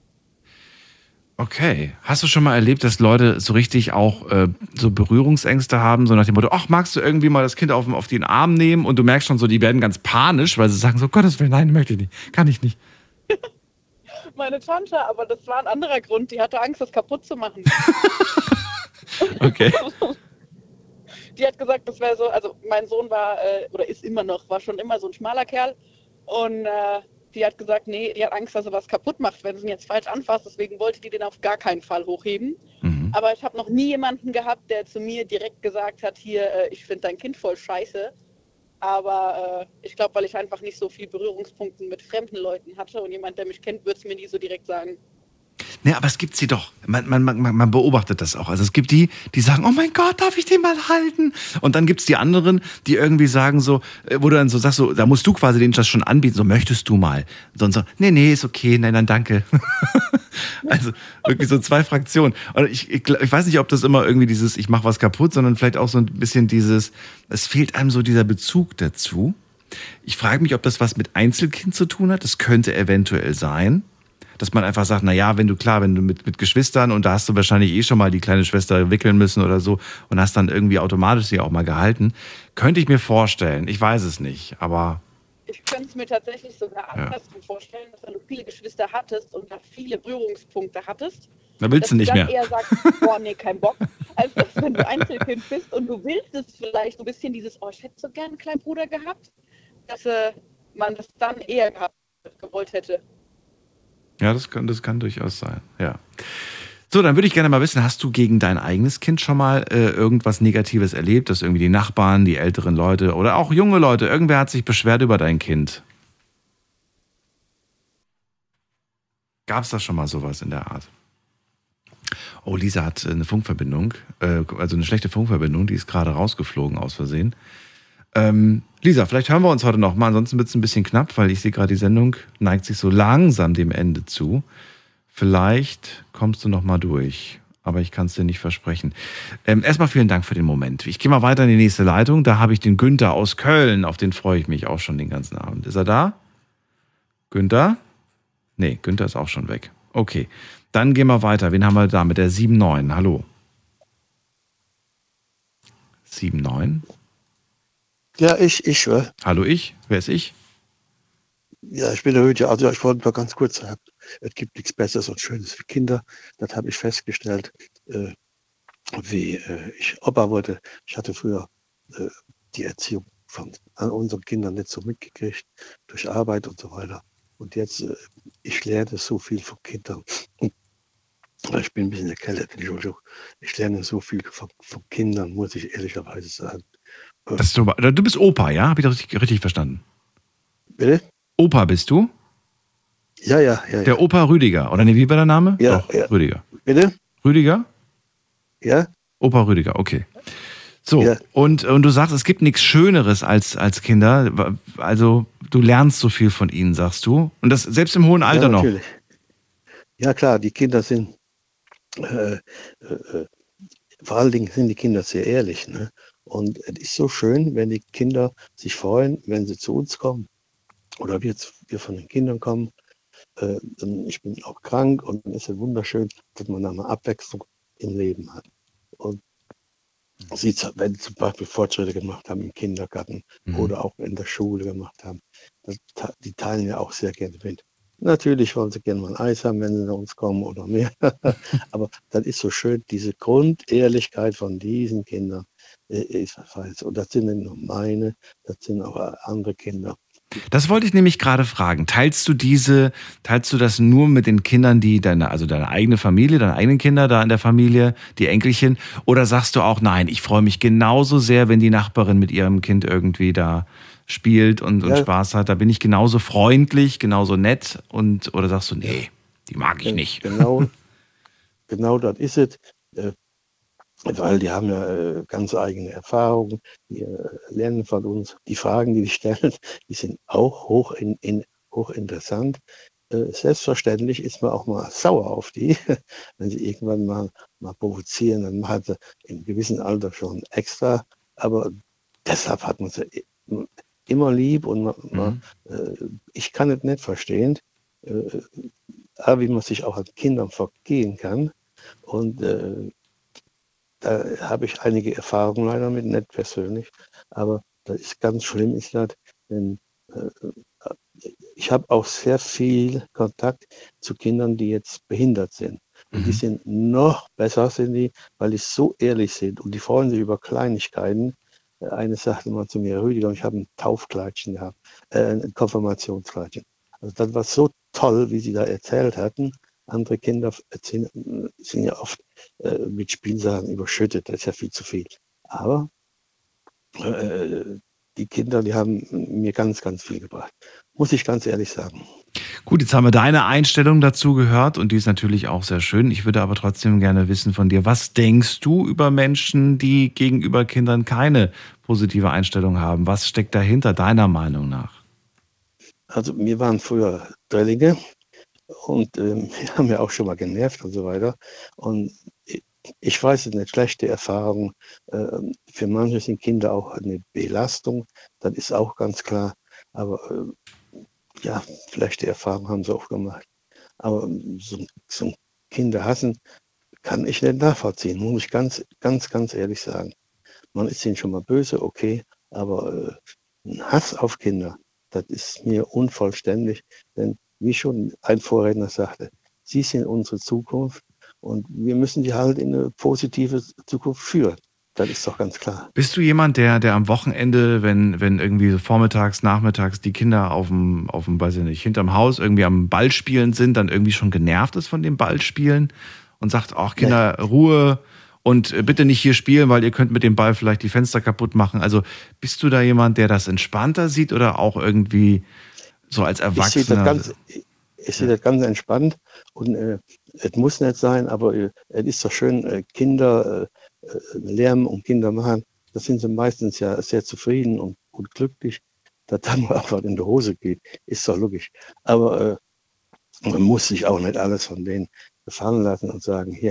Okay. Hast du schon mal erlebt, dass Leute so richtig auch so Berührungsängste haben, so nach dem Motto, ach, magst du irgendwie mal das Kind auf den Arm nehmen und du merkst schon so, die werden ganz panisch, weil sie sagen so, Gottes Willen, nein, möchte ich nicht, kann ich nicht. Meine Tante, aber das war ein anderer Grund. Die hatte Angst, das kaputt zu machen. Okay. Die hat gesagt, das wäre so, also mein Sohn war, oder ist immer noch, war schon immer so ein schmaler Kerl. Und die hat gesagt, nee, die hat Angst, dass er was kaputt macht, wenn sie ihn jetzt falsch anfasst. Deswegen wollte die den auf gar keinen Fall hochheben. Mhm. Aber ich habe noch nie jemanden gehabt, der zu mir direkt gesagt hat, hier, ich finde dein Kind voll scheiße. Aber ich glaube, weil ich einfach nicht so viel Berührungspunkte mit fremden Leuten hatte und jemand, der mich kennt, würde es mir nie so direkt sagen. Nee, aber es gibt sie doch. Man beobachtet das auch. Also es gibt die sagen, oh mein Gott, darf ich den mal halten? Und dann gibt's die anderen, die irgendwie sagen so, wo du dann so sagst, so, da musst du quasi denen das schon anbieten, so möchtest du mal. Sonst so, nee, ist okay, nein, danke. Also wirklich so zwei Fraktionen. Und ich weiß nicht, ob das immer irgendwie dieses, ich mach was kaputt, sondern vielleicht auch so ein bisschen dieses, es fehlt einem so dieser Bezug dazu. Ich frage mich, ob das was mit Einzelkind zu tun hat. Das könnte eventuell sein. Dass man einfach sagt, naja, wenn du mit Geschwistern und da hast du wahrscheinlich schon mal die kleine Schwester wickeln müssen oder so und hast dann irgendwie automatisch sie auch mal gehalten, könnte ich mir vorstellen. Ich weiß es nicht, aber... Ich könnte es mir tatsächlich sogar andersrum vorstellen, dass wenn du viele Geschwister hattest und da viele Berührungspunkte hattest, da willst du nicht mehr. Dass du dann eher sagst, boah, nee, kein Bock, als dass wenn du Einzelkind bist und du willst es vielleicht so ein bisschen dieses, oh, ich hätte so gerne einen kleinen Bruder gehabt, dass man das dann eher gewollt hätte. Ja, das kann durchaus sein, ja. So, dann würde ich gerne mal wissen, hast du gegen dein eigenes Kind schon mal irgendwas Negatives erlebt, dass irgendwie die Nachbarn, die älteren Leute oder auch junge Leute, irgendwer hat sich beschwert über dein Kind? Gab es da schon mal sowas in der Art? Oh, Lisa hat eine Funkverbindung, also eine schlechte Funkverbindung, die ist gerade rausgeflogen aus Versehen. Lisa, vielleicht hören wir uns heute noch mal, ansonsten wird es ein bisschen knapp, weil ich sehe gerade, die Sendung neigt sich so langsam dem Ende zu. Vielleicht kommst du noch mal durch. aber ich kann es dir nicht versprechen. Erstmal vielen Dank für den Moment. Ich gehe mal weiter in die nächste Leitung. Da habe ich den Günther aus Köln. Auf den freue ich mich auch schon den ganzen Abend. Ist er da? Günther? Nee, Günther ist auch schon weg. Okay, dann gehen wir weiter. Wen haben wir da mit der 79? Hallo. 79? Ja, ich. Hallo, ich? Wer ist ich? Ja, ich bin der Rüdiger. Also ich wollte mal ganz kurz sagen, es gibt nichts Besseres und Schönes für Kinder. Das habe ich festgestellt, wie ich Opa wurde. Ich hatte früher die Erziehung an unseren Kindern nicht so mitgekriegt, durch Arbeit und so weiter. Und jetzt, ich lerne so viel von Kindern. Ich bin ein bisschen erkältet, Entschuldigung. Ich lerne so viel von Kindern, muss ich ehrlicherweise sagen. Du bist Opa, ja? Habe ich das richtig verstanden? Bitte? Opa bist du? Ja. Der Opa Rüdiger, oder nee, wie war der Name? Ja, Doch, ja. Rüdiger. Bitte? Rüdiger? Ja. Opa Rüdiger, okay. So, ja. Und du sagst, es gibt nichts Schöneres als Kinder. Also du lernst so viel von ihnen, sagst du. Und das selbst im hohen Alter noch. Natürlich. Ja klar, die Kinder sind, vor allen Dingen sind die Kinder sehr ehrlich. Ne? Und es ist so schön, wenn die Kinder sich freuen, wenn sie zu uns kommen. Oder wir von den Kindern kommen. Ich bin auch krank und dann ist es wunderschön, dass man eine Abwechslung im Leben hat. Und sie, wenn sie zum Beispiel Fortschritte gemacht haben im Kindergarten oder auch in der Schule gemacht haben, die teilen ja auch sehr gerne mit. Natürlich wollen sie gerne mal ein Eis haben, wenn sie zu uns kommen oder mehr. Aber das ist so schön, diese Grundehrlichkeit von diesen Kindern ist was. Und das sind nicht nur meine, das sind auch andere Kinder. Das wollte ich nämlich gerade fragen. Teilst du das nur mit den Kindern, deine eigene Familie, deine eigenen Kinder da in der Familie, die Enkelchen? Oder sagst du auch, nein, ich freue mich genauso sehr, wenn die Nachbarin mit ihrem Kind irgendwie da spielt und Spaß hat. Da bin ich genauso freundlich, genauso nett oder sagst du, nee, die mag ich nicht. Genau das ist es. Weil die haben ja ganz eigene Erfahrungen, die lernen von uns. Die Fragen, die stellen, die sind auch hochinteressant. Selbstverständlich ist man auch mal sauer auf die, wenn sie irgendwann mal provozieren, dann machen sie im gewissen Alter schon extra. Aber deshalb hat man sie immer lieb und ich kann es nicht verstehen, wie man sich auch an Kindern vergehen kann. Und da habe ich einige Erfahrungen leider mit, nicht persönlich, aber das ist ganz schlimm, ist das, denn ich habe auch sehr viel Kontakt zu Kindern, die jetzt behindert sind. Und die sind noch besser, weil die so ehrlich sind und die freuen sich über Kleinigkeiten. Eine sagte mal zu mir, Rüdiger, ich habe ein Taufkleidchen gehabt, ein Konfirmationskleidchen. Also das war so toll, wie sie da erzählt hatten. Andere Kinder sind ja oft mit Spielsachen überschüttet, das ist ja viel zu viel. Aber die Kinder, die haben mir ganz, ganz viel gebracht. Muss ich ganz ehrlich sagen. Gut, jetzt haben wir deine Einstellung dazu gehört und die ist natürlich auch sehr schön. Ich würde aber trotzdem gerne wissen von dir, was denkst du über Menschen, die gegenüber Kindern keine positive Einstellung haben? Was steckt dahinter, deiner Meinung nach? Also wir waren früher Drillinge. Und wir haben ja auch schon mal genervt und so weiter. Und ich weiß es nicht, schlechte Erfahrungen. Für manche sind Kinder auch eine Belastung, das ist auch ganz klar. Aber ja, schlechte Erfahrungen haben sie auch gemacht. Aber so Kinder hassen, kann ich nicht nachvollziehen, muss ich ganz, ganz, ganz ehrlich sagen. Man ist ihnen schon mal böse, okay, aber ein Hass auf Kinder, das ist mir unvollständig, denn wie schon ein Vorredner sagte, sie sind unsere Zukunft und wir müssen sie halt in eine positive Zukunft führen. Das ist doch ganz klar. Bist du jemand, der am Wochenende, wenn irgendwie so vormittags, nachmittags die Kinder auf dem, weiß ich nicht, hinterm Haus irgendwie am Ball spielen sind, dann irgendwie schon genervt ist von dem Ballspielen und sagt, ach Kinder, nee. Ruhe und bitte nicht hier spielen, weil ihr könnt mit dem Ball vielleicht die Fenster kaputt machen. Also bist du da jemand, der das entspannter sieht oder auch irgendwie so als Erwachsener? Ich sehe das ganz entspannt und es muss nicht sein, aber es ist doch schön, Kinder Lärm und Kinder machen, da sind sie meistens ja sehr zufrieden und glücklich, dass dann mal was in die Hose geht, ist doch logisch. Aber man muss sich auch nicht alles von denen gefallen lassen und sagen, hier,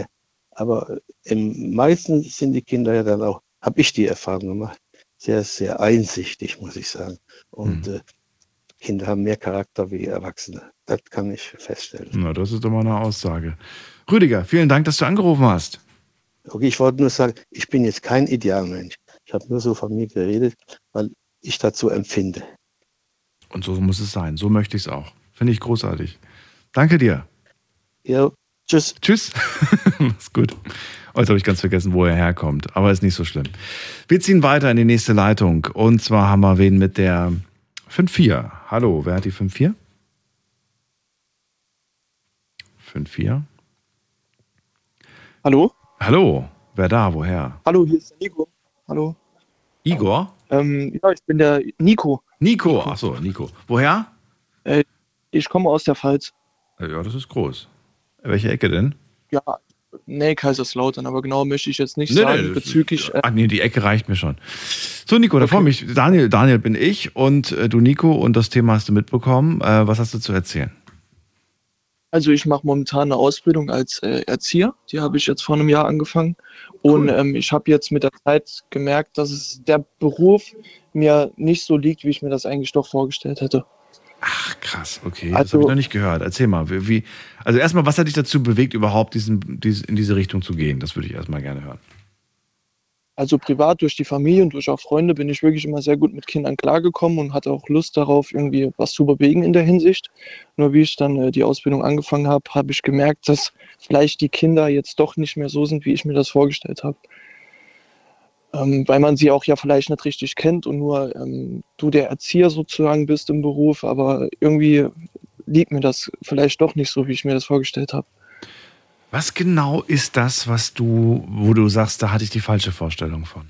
Aber meistens sind die Kinder ja dann auch, habe ich die Erfahrung gemacht, sehr, sehr einsichtig, muss ich sagen. Und Kinder haben mehr Charakter wie Erwachsene. Das kann ich feststellen. Na, das ist doch mal eine Aussage. Rüdiger, vielen Dank, dass du angerufen hast. Okay, ich wollte nur sagen, ich bin jetzt kein Idealmensch. Ich habe nur so von mir geredet, weil ich dazu empfinde. Und so muss es sein. So möchte ich es auch. Finde ich großartig. Danke dir. Ja, tschüss. Tschüss. Mach's gut. Jetzt habe ich ganz vergessen, wo er herkommt. Aber ist nicht so schlimm. Wir ziehen weiter in die nächste Leitung. Und zwar haben wir wen mit der 5-4. Hallo, wer hat die 5-4? 5-4. Hallo? Hallo, wer da, woher? Hallo, hier ist der Nico. Hallo. Igor? Ja, ich bin der Nico. Nico, achso, Nico. Woher? Ich komme aus der Pfalz. Ja, das ist groß. Welche Ecke denn? Ja, nee, Kaiserslautern, aber genau möchte ich jetzt nicht sagen bezüglich... die Ecke reicht mir schon. So, Nico, da freue mich. Daniel bin ich und du, Nico, und das Thema hast du mitbekommen. Was hast du zu erzählen? Also ich mache momentan eine Ausbildung als Erzieher. Die habe ich jetzt vor einem Jahr angefangen. Und ich habe jetzt mit der Zeit gemerkt, dass der Beruf mir nicht so liegt, wie ich mir das eigentlich doch vorgestellt hätte. Ach, krass, okay. Das habe ich noch nicht gehört. Erzähl mal. Also erstmal, was hat dich dazu bewegt, überhaupt in diese Richtung zu gehen? Das würde ich erstmal gerne hören. Also privat durch die Familie und durch auch Freunde bin ich wirklich immer sehr gut mit Kindern klargekommen und hatte auch Lust darauf, irgendwie was zu bewegen in der Hinsicht. Nur wie ich dann die Ausbildung angefangen habe, habe ich gemerkt, dass vielleicht die Kinder jetzt doch nicht mehr so sind, wie ich mir das vorgestellt habe. Weil man sie auch ja vielleicht nicht richtig kennt und nur du der Erzieher sozusagen bist im Beruf, aber irgendwie liegt mir das vielleicht doch nicht so, wie ich mir das vorgestellt habe. Was genau ist das, wo du sagst, da hatte ich die falsche Vorstellung von?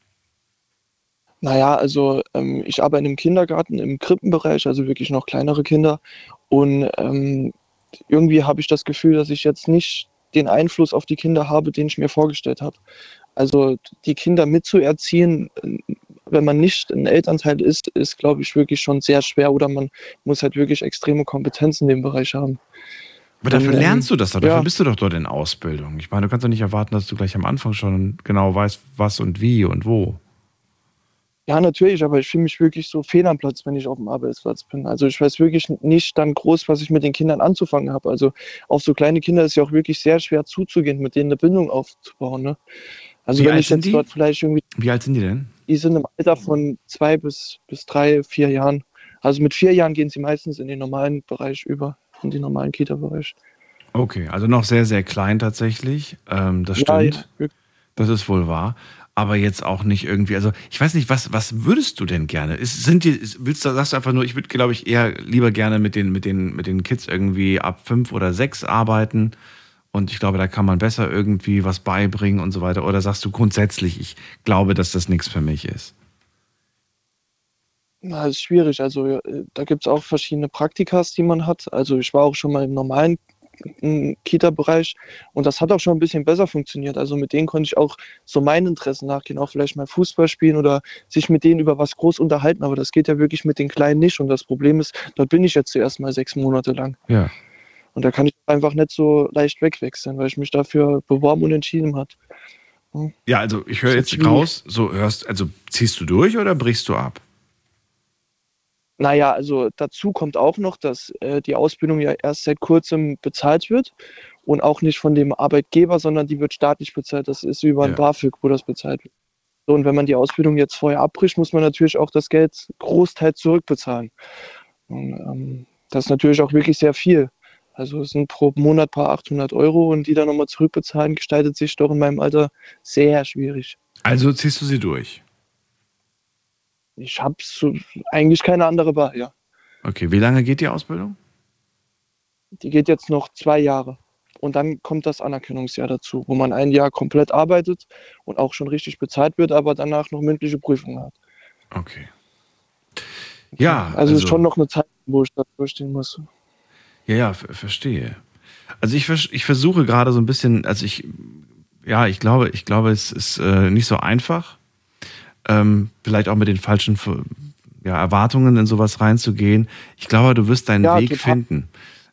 Naja, also ich arbeite im Kindergarten, im Krippenbereich, also wirklich noch kleinere Kinder. Und irgendwie habe ich das Gefühl, dass ich jetzt nicht den Einfluss auf die Kinder habe, den ich mir vorgestellt habe. Also die Kinder mitzuerziehen, wenn man nicht ein Elternteil ist, ist, glaube ich, wirklich schon sehr schwer. Oder man muss halt wirklich extreme Kompetenzen in dem Bereich haben. Aber dafür lernst du das doch, dafür bist du doch dort in Ausbildung. Ich meine, du kannst doch nicht erwarten, dass du gleich am Anfang schon genau weißt, was und wie und wo. Ja, natürlich, aber ich fühle mich wirklich so fehl am Platz, wenn ich auf dem Arbeitsplatz bin. Also ich weiß wirklich nicht dann groß, was ich mit den Kindern anzufangen habe. Also auf so kleine Kinder ist ja auch wirklich sehr schwer zuzugehen, mit denen eine Bindung aufzubauen. Ne? Also wenn ich jetzt dort vielleicht irgendwie... Wie alt sind die denn? Die sind im Alter von 2 bis 3, 4 Jahren. Also mit 4 Jahren gehen sie meistens in den normalen Bereich über. In den normalen Kita-Bereich. Okay, also noch sehr, sehr klein tatsächlich. Das stimmt. Ja. Das ist wohl wahr. Aber jetzt auch nicht irgendwie, also ich weiß nicht, was würdest du denn gerne? Sagst du einfach nur, ich würde, glaube ich, eher lieber gerne mit den Kids irgendwie ab 5 oder 6 arbeiten und ich glaube, da kann man besser irgendwie was beibringen und so weiter. Oder sagst du grundsätzlich, ich glaube, dass das nichts für mich ist? Na, das ist schwierig. Also da gibt es auch verschiedene Praktikas, die man hat. Also ich war auch schon mal im normalen Kita-Bereich und das hat auch schon ein bisschen besser funktioniert. Also mit denen konnte ich auch so meinen Interessen nachgehen, auch vielleicht mal Fußball spielen oder sich mit denen über was groß unterhalten. Aber das geht ja wirklich mit den Kleinen nicht. Und das Problem ist, dort bin ich jetzt zuerst mal 6 Monate lang. Ja. Und da kann ich einfach nicht so leicht wegwechseln, weil ich mich dafür beworben und entschieden habe. Ja, also ich höre jetzt raus, also ziehst du durch oder brichst du ab? Naja, also dazu kommt auch noch, dass die Ausbildung ja erst seit kurzem bezahlt wird und auch nicht von dem Arbeitgeber, sondern die wird staatlich bezahlt. Das ist über ein BAföG, wo das bezahlt wird. So, und wenn man die Ausbildung jetzt vorher abbricht, muss man natürlich auch das Geld großteils zurückbezahlen. Und, das ist natürlich auch wirklich sehr viel. Also es sind pro Monat paar 800 € und die dann nochmal zurückbezahlen, gestaltet sich doch in meinem Alter sehr schwierig. Also ziehst du sie durch? Ich habe eigentlich keine andere Wahl, ja. Okay, wie lange geht die Ausbildung? Die geht jetzt noch 2 Jahre. Und dann kommt das Anerkennungsjahr dazu, wo man 1 Jahr komplett arbeitet und auch schon richtig bezahlt wird, aber danach noch mündliche Prüfungen hat. Okay. Ja, also schon noch eine Zeit, wo ich da durchstehen muss. Ja, verstehe. Also ich versuche gerade so ein bisschen, also ich glaube, es ist nicht so einfach. Vielleicht auch mit den falschen Erwartungen in sowas reinzugehen. Ich glaube, du wirst deinen Weg finden.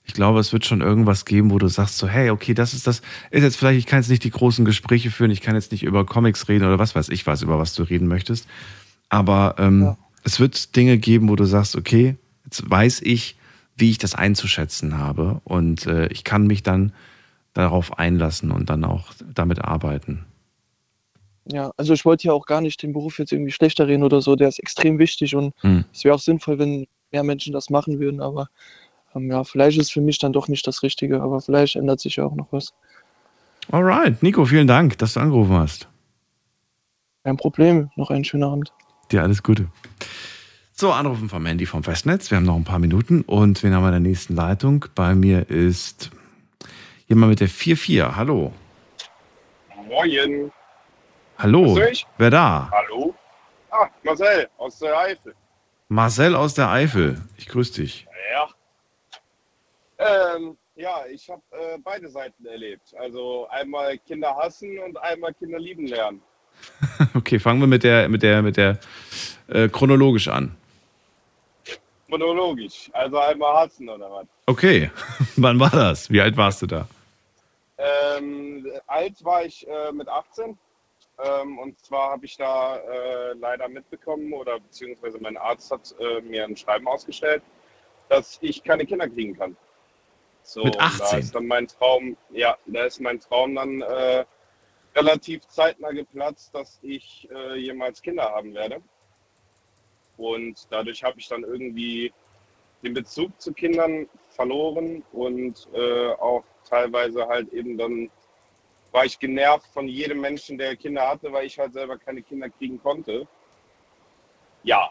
Ich glaube, es wird schon irgendwas geben, wo du sagst so, hey, okay, das ist jetzt vielleicht, ich kann jetzt nicht die großen Gespräche führen, ich kann jetzt nicht über Comics reden oder was weiß ich was, über was du reden möchtest. Aber es wird Dinge geben, wo du sagst, okay, jetzt weiß ich, wie ich das einzuschätzen habe und ich kann mich dann darauf einlassen und dann auch damit arbeiten. Ja, also ich wollte ja auch gar nicht den Beruf jetzt irgendwie schlechter reden oder so, der ist extrem wichtig und es wäre auch sinnvoll, wenn mehr Menschen das machen würden, aber ja, vielleicht ist es für mich dann doch nicht das Richtige, aber vielleicht ändert sich ja auch noch was. Alright, Nico, vielen Dank, dass du angerufen hast. Kein Problem, noch einen schönen Abend. Dir alles Gute. So, Anrufen vom Handy vom Festnetz, wir haben noch ein paar Minuten und wen haben wir in der nächsten Leitung? Bei mir ist jemand mit der 44, hallo. Moin. Hallo, wer da? Hallo? Ah, Marcel aus der Eifel. Marcel aus der Eifel, ich grüße dich. Ja. Ja, ich habe beide Seiten erlebt. Also einmal Kinder hassen und einmal Kinder lieben lernen. Okay, fangen wir mit der chronologisch an. Chronologisch, also einmal hassen oder was? Okay, wann war das? Wie alt warst du da? Alt war ich mit 18. Und zwar habe ich da leider mitbekommen oder beziehungsweise mein Arzt hat mir ein Schreiben ausgestellt, dass ich keine Kinder kriegen kann. So, mit 18? Da ist dann mein Traum, ja, da ist mein Traum dann relativ zeitnah geplatzt, dass ich jemals Kinder haben werde. Und dadurch habe ich dann irgendwie den Bezug zu Kindern verloren und auch teilweise halt eben dann war ich genervt von jedem Menschen, der Kinder hatte, weil ich halt selber keine Kinder kriegen konnte. Ja.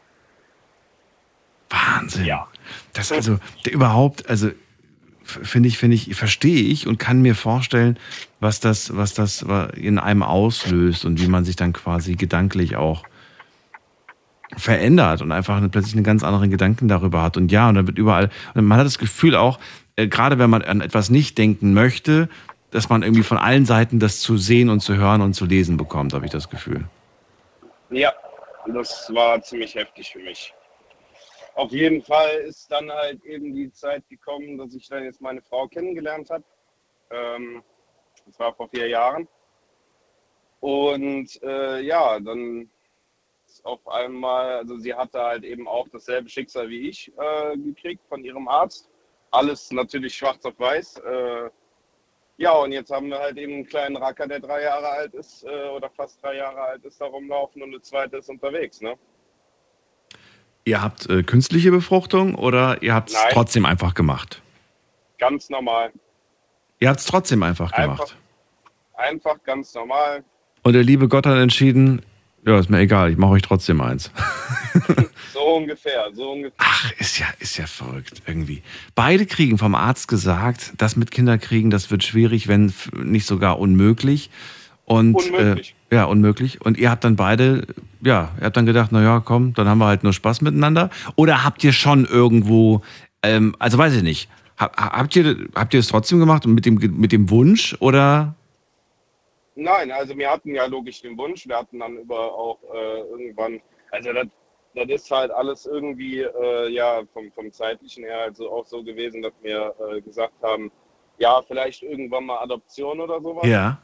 Wahnsinn. Ja. Das also überhaupt, also verstehe ich und kann mir vorstellen, was das in einem auslöst und wie man sich dann quasi gedanklich auch verändert und einfach plötzlich einen ganz anderen Gedanken darüber hat. Und ja, und dann wird überall, und man hat das Gefühl auch, gerade wenn man an etwas nicht denken möchte, dass man irgendwie von allen Seiten das zu sehen und zu hören und zu lesen bekommt, habe ich das Gefühl. Ja, das war ziemlich heftig für mich. Auf jeden Fall ist dann halt eben die Zeit gekommen, dass ich dann jetzt meine Frau kennengelernt habe. Das war vor 4 Jahren. Und ja, dann ist auf einmal, also sie hatte halt eben auch dasselbe Schicksal wie ich gekriegt von ihrem Arzt. Alles natürlich schwarz auf weiß. Ja, und jetzt haben wir halt eben einen kleinen Racker, der 3 Jahre alt ist oder fast 3 Jahre alt ist, da rumlaufen und eine zweite ist unterwegs, ne? Ihr habt künstliche Befruchtung oder ihr habt es trotzdem einfach gemacht? Ganz normal. Ihr habt es trotzdem einfach gemacht? Einfach ganz normal. Und der liebe Gott hat entschieden, ja, ist mir egal, ich mache euch trotzdem eins. So ungefähr. Ach, ist ja verrückt irgendwie. Beide kriegen vom Arzt gesagt, das mit Kinderkriegen, das wird schwierig, wenn nicht sogar unmöglich. Und, unmöglich. Ja, unmöglich. Und ihr habt dann beide, ja, ihr habt dann gedacht, naja, komm, dann haben wir halt nur Spaß miteinander. Oder habt ihr schon irgendwo, also weiß ich nicht, habt ihr es trotzdem gemacht und mit dem Wunsch oder? Nein, also wir hatten ja logisch den Wunsch, wir hatten dann auch irgendwann, also das ist halt alles irgendwie, ja, vom Zeitlichen her halt so, auch so gewesen, dass wir gesagt haben, ja, vielleicht irgendwann mal Adoption oder sowas. Ja.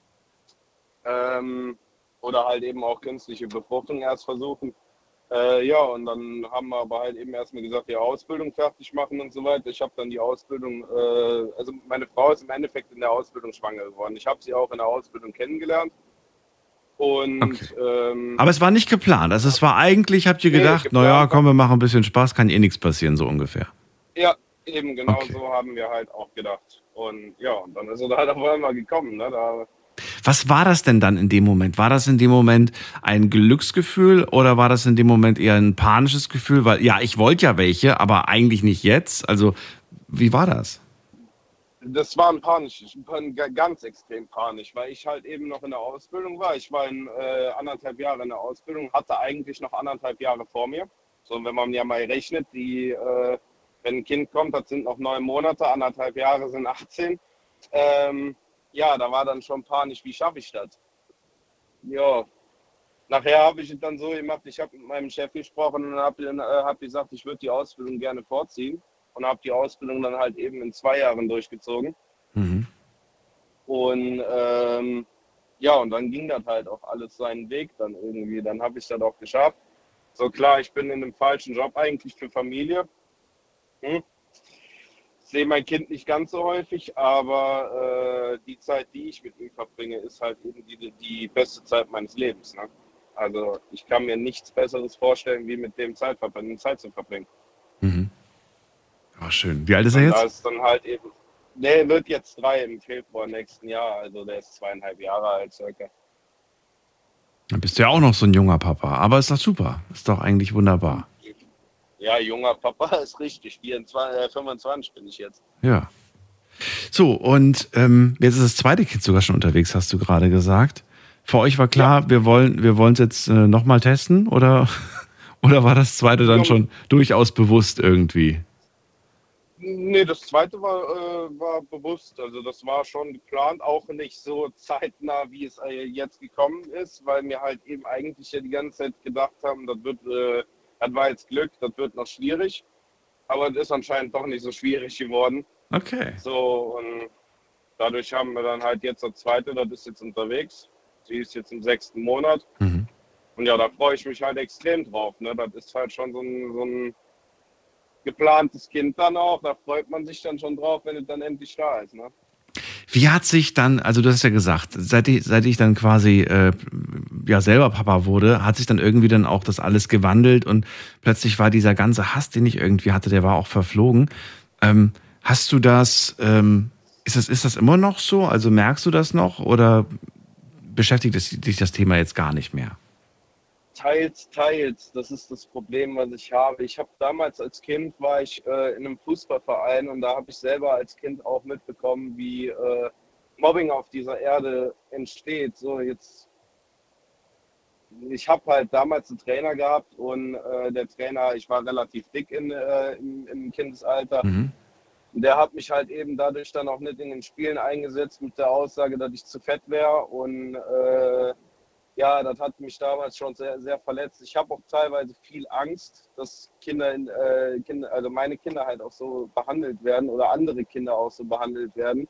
Oder halt eben auch künstliche Befruchtung erst versuchen. Ja, und dann haben wir aber halt eben erstmal gesagt, die Ausbildung fertig machen und so weiter. Ich habe dann die Ausbildung, also meine Frau ist im Endeffekt in der Ausbildung schwanger geworden. Ich habe sie auch in der Ausbildung kennengelernt. Und, okay. Aber es war nicht geplant. Also es war eigentlich, habt ihr gedacht, naja, komm, wir machen ein bisschen Spaß, kann eh nichts passieren, so ungefähr. Ja, eben genau Okay. so haben wir halt auch gedacht. Und ja, und dann ist er halt auf einmal gekommen. Ne? Was war das denn dann in dem Moment? War das in dem Moment ein Glücksgefühl oder war das in dem Moment eher ein panisches Gefühl? Weil, ja, ich wollte ja welche, aber eigentlich nicht jetzt. Also, wie war das? Das war ganz extrem panisch, weil ich halt eben noch in der Ausbildung war. Ich war in 1,5 Jahre in der Ausbildung, hatte eigentlich noch 1,5 Jahre vor mir. So, wenn man ja mal rechnet, wenn ein Kind kommt, das sind noch 9 Monate, 1,5 Jahre sind 18. Ja, da war dann schon panisch, wie schaffe ich das? Ja, nachher habe ich es dann so gemacht, ich habe mit meinem Chef gesprochen und habe gesagt, ich würde die Ausbildung gerne vorziehen. und habe die Ausbildung dann halt eben in 2 Jahren durchgezogen. Mhm. Und ja, und dann ging das halt auch alles seinen Weg dann irgendwie. Dann habe ich das auch geschafft. So klar, ich bin in einem falschen Job eigentlich für Familie. Ich sehe mein Kind nicht ganz so häufig, aber die Zeit, die ich mit ihm verbringe, ist halt eben die beste Zeit meines Lebens. Ne? Also ich kann mir nichts Besseres vorstellen, wie mit dem Zeit zu verbringen. Mhm. Oh, schön. Wie alt ist er jetzt? Da ist dann halt eben, der wird jetzt 3 im Februar nächsten Jahr, also der ist 2,5 Jahre alt circa. Dann bist du ja auch noch so ein junger Papa, aber ist doch super. Ist doch eigentlich wunderbar. Ja, junger Papa ist richtig. 25 bin ich jetzt. Ja. So, und jetzt ist das zweite Kind sogar schon unterwegs, hast du gerade gesagt. Für euch war klar, ja, wir wollen es jetzt nochmal testen, oder war das zweite dann schon durchaus bewusst irgendwie? Nee, das zweite war bewusst. Also das war schon geplant, auch nicht so zeitnah, wie es jetzt gekommen ist, weil wir halt eben eigentlich ja die ganze Zeit gedacht haben, das war jetzt Glück, das wird noch schwierig. Aber es ist anscheinend doch nicht so schwierig geworden. Okay. So, und dadurch haben wir dann halt jetzt das zweite, das ist jetzt unterwegs. Sie ist jetzt im 6. Monat. Mhm. Und ja, da freue ich mich halt extrem drauf. Ne? Das ist halt schon so ein geplantes Kind dann auch. Da freut man sich dann schon drauf, wenn es dann endlich da ist. Ne? Wie hat sich dann, also du hast ja gesagt, seit ich dann quasi selber Papa wurde, hat sich dann irgendwie dann auch das alles gewandelt und plötzlich war dieser ganze Hass, den ich irgendwie hatte, der war auch verflogen. Hast du das, ist das immer noch so? Also merkst du das noch oder beschäftigt dich das Thema jetzt gar nicht mehr? Teils. Das ist das Problem, was ich habe. Ich habe damals als Kind, war ich in einem Fußballverein und da habe ich selber als Kind auch mitbekommen, wie Mobbing auf dieser Erde entsteht. So jetzt, ich habe halt damals einen Trainer gehabt und der Trainer, ich war relativ dick im Kindesalter. Mhm. Der hat mich halt eben dadurch dann auch nicht in den Spielen eingesetzt mit der Aussage, dass ich zu fett wäre und ja, das hat mich damals schon sehr, sehr verletzt. Ich habe auch teilweise viel Angst, dass also meine Kinder halt auch so behandelt werden oder andere Kinder auch so behandelt werden.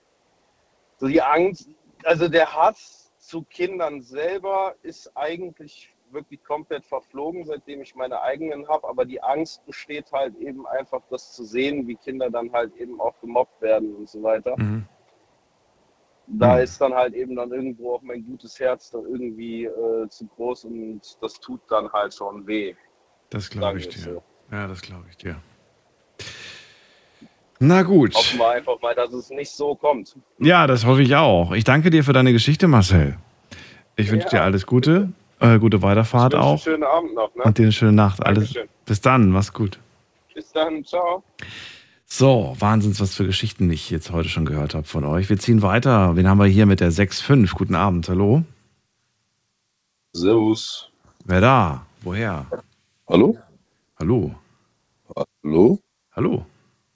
So die Angst, also der Hass zu Kindern selber ist eigentlich wirklich komplett verflogen, seitdem ich meine eigenen habe. Aber die Angst besteht halt eben einfach, das zu sehen, wie Kinder dann halt eben auch gemobbt werden und so weiter. Mhm. Da ist dann halt eben dann irgendwo auch mein gutes Herz dann irgendwie zu groß und das tut dann halt schon weh. Das glaube ich dir. So. Ja, das glaube ich dir. Na gut. Hoffen wir einfach mal, dass es nicht so kommt. Ja, das hoffe ich auch. Ich danke dir für deine Geschichte, Marcel. Ich wünsche dir alles Gute, gute Weiterfahrt auch. Einen schönen Abend noch. Ne? Und dir eine schöne Nacht. Dankeschön. Bis dann, mach's gut. Bis dann, ciao. So, Wahnsinns, was für Geschichten ich jetzt heute schon gehört habe von euch. Wir ziehen weiter. Wen haben wir hier mit der 6.5? Guten Abend, hallo. Servus. Wer da? Woher? Hallo? Hallo. Hallo? Hallo.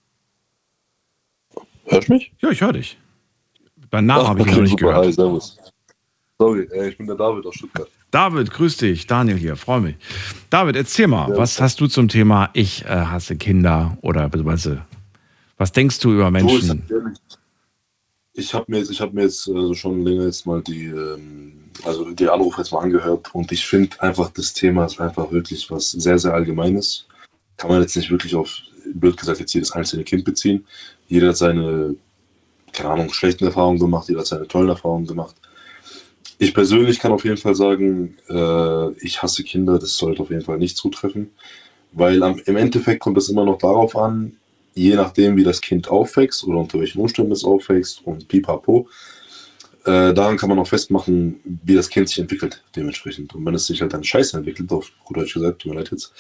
Hörst du mich? Ja, ich höre dich. Deinen Namen habe ich noch nicht gehört. Hi, servus. Sorry, ich bin der David aus Stuttgart. David, grüß dich. Daniel hier, freue mich. David, erzähl mal, was hast du zum Thema Ich hasse Kinder oder beziehungsweise was denkst du über Menschen? Ich habe mir jetzt schon länger jetzt mal die Anrufe jetzt mal angehört und ich finde einfach, das Thema ist einfach wirklich was sehr, sehr Allgemeines. Kann man jetzt nicht wirklich auf, blöd gesagt, jetzt jedes einzelne Kind beziehen. Jeder hat seine, keine Ahnung, schlechten Erfahrungen gemacht, jeder hat seine tollen Erfahrungen gemacht. Ich persönlich kann auf jeden Fall sagen, ich hasse Kinder, das sollte auf jeden Fall nicht zutreffen, weil im Endeffekt kommt es immer noch darauf an, je nachdem, wie das Kind aufwächst oder unter welchen Umständen es aufwächst und pipapo, daran kann man auch festmachen, wie das Kind sich entwickelt dementsprechend. Und wenn es sich halt dann scheiße entwickelt, auf gut Deutsch gesagt, tut mir leid jetzt,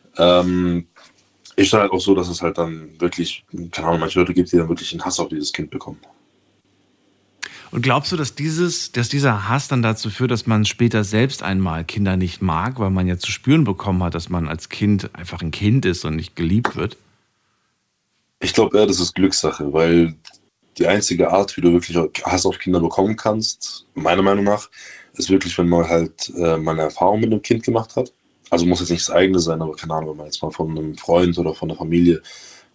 ist dann halt auch so, dass es halt dann wirklich, keine Ahnung, manche Leute gibt, die dann wirklich einen Hass auf dieses Kind bekommen. Und glaubst du, dass dieser Hass dann dazu führt, dass man später selbst einmal Kinder nicht mag, weil man ja zu spüren bekommen hat, dass man als Kind einfach ein Kind ist und nicht geliebt wird? Ich glaube eher, das ist Glückssache, weil die einzige Art, wie du wirklich Hass auf Kinder bekommen kannst, meiner Meinung nach, ist wirklich, wenn man halt mal eine Erfahrung mit einem Kind gemacht hat. Also muss jetzt nicht das eigene sein, aber keine Ahnung, wenn man jetzt mal von einem Freund oder von der Familie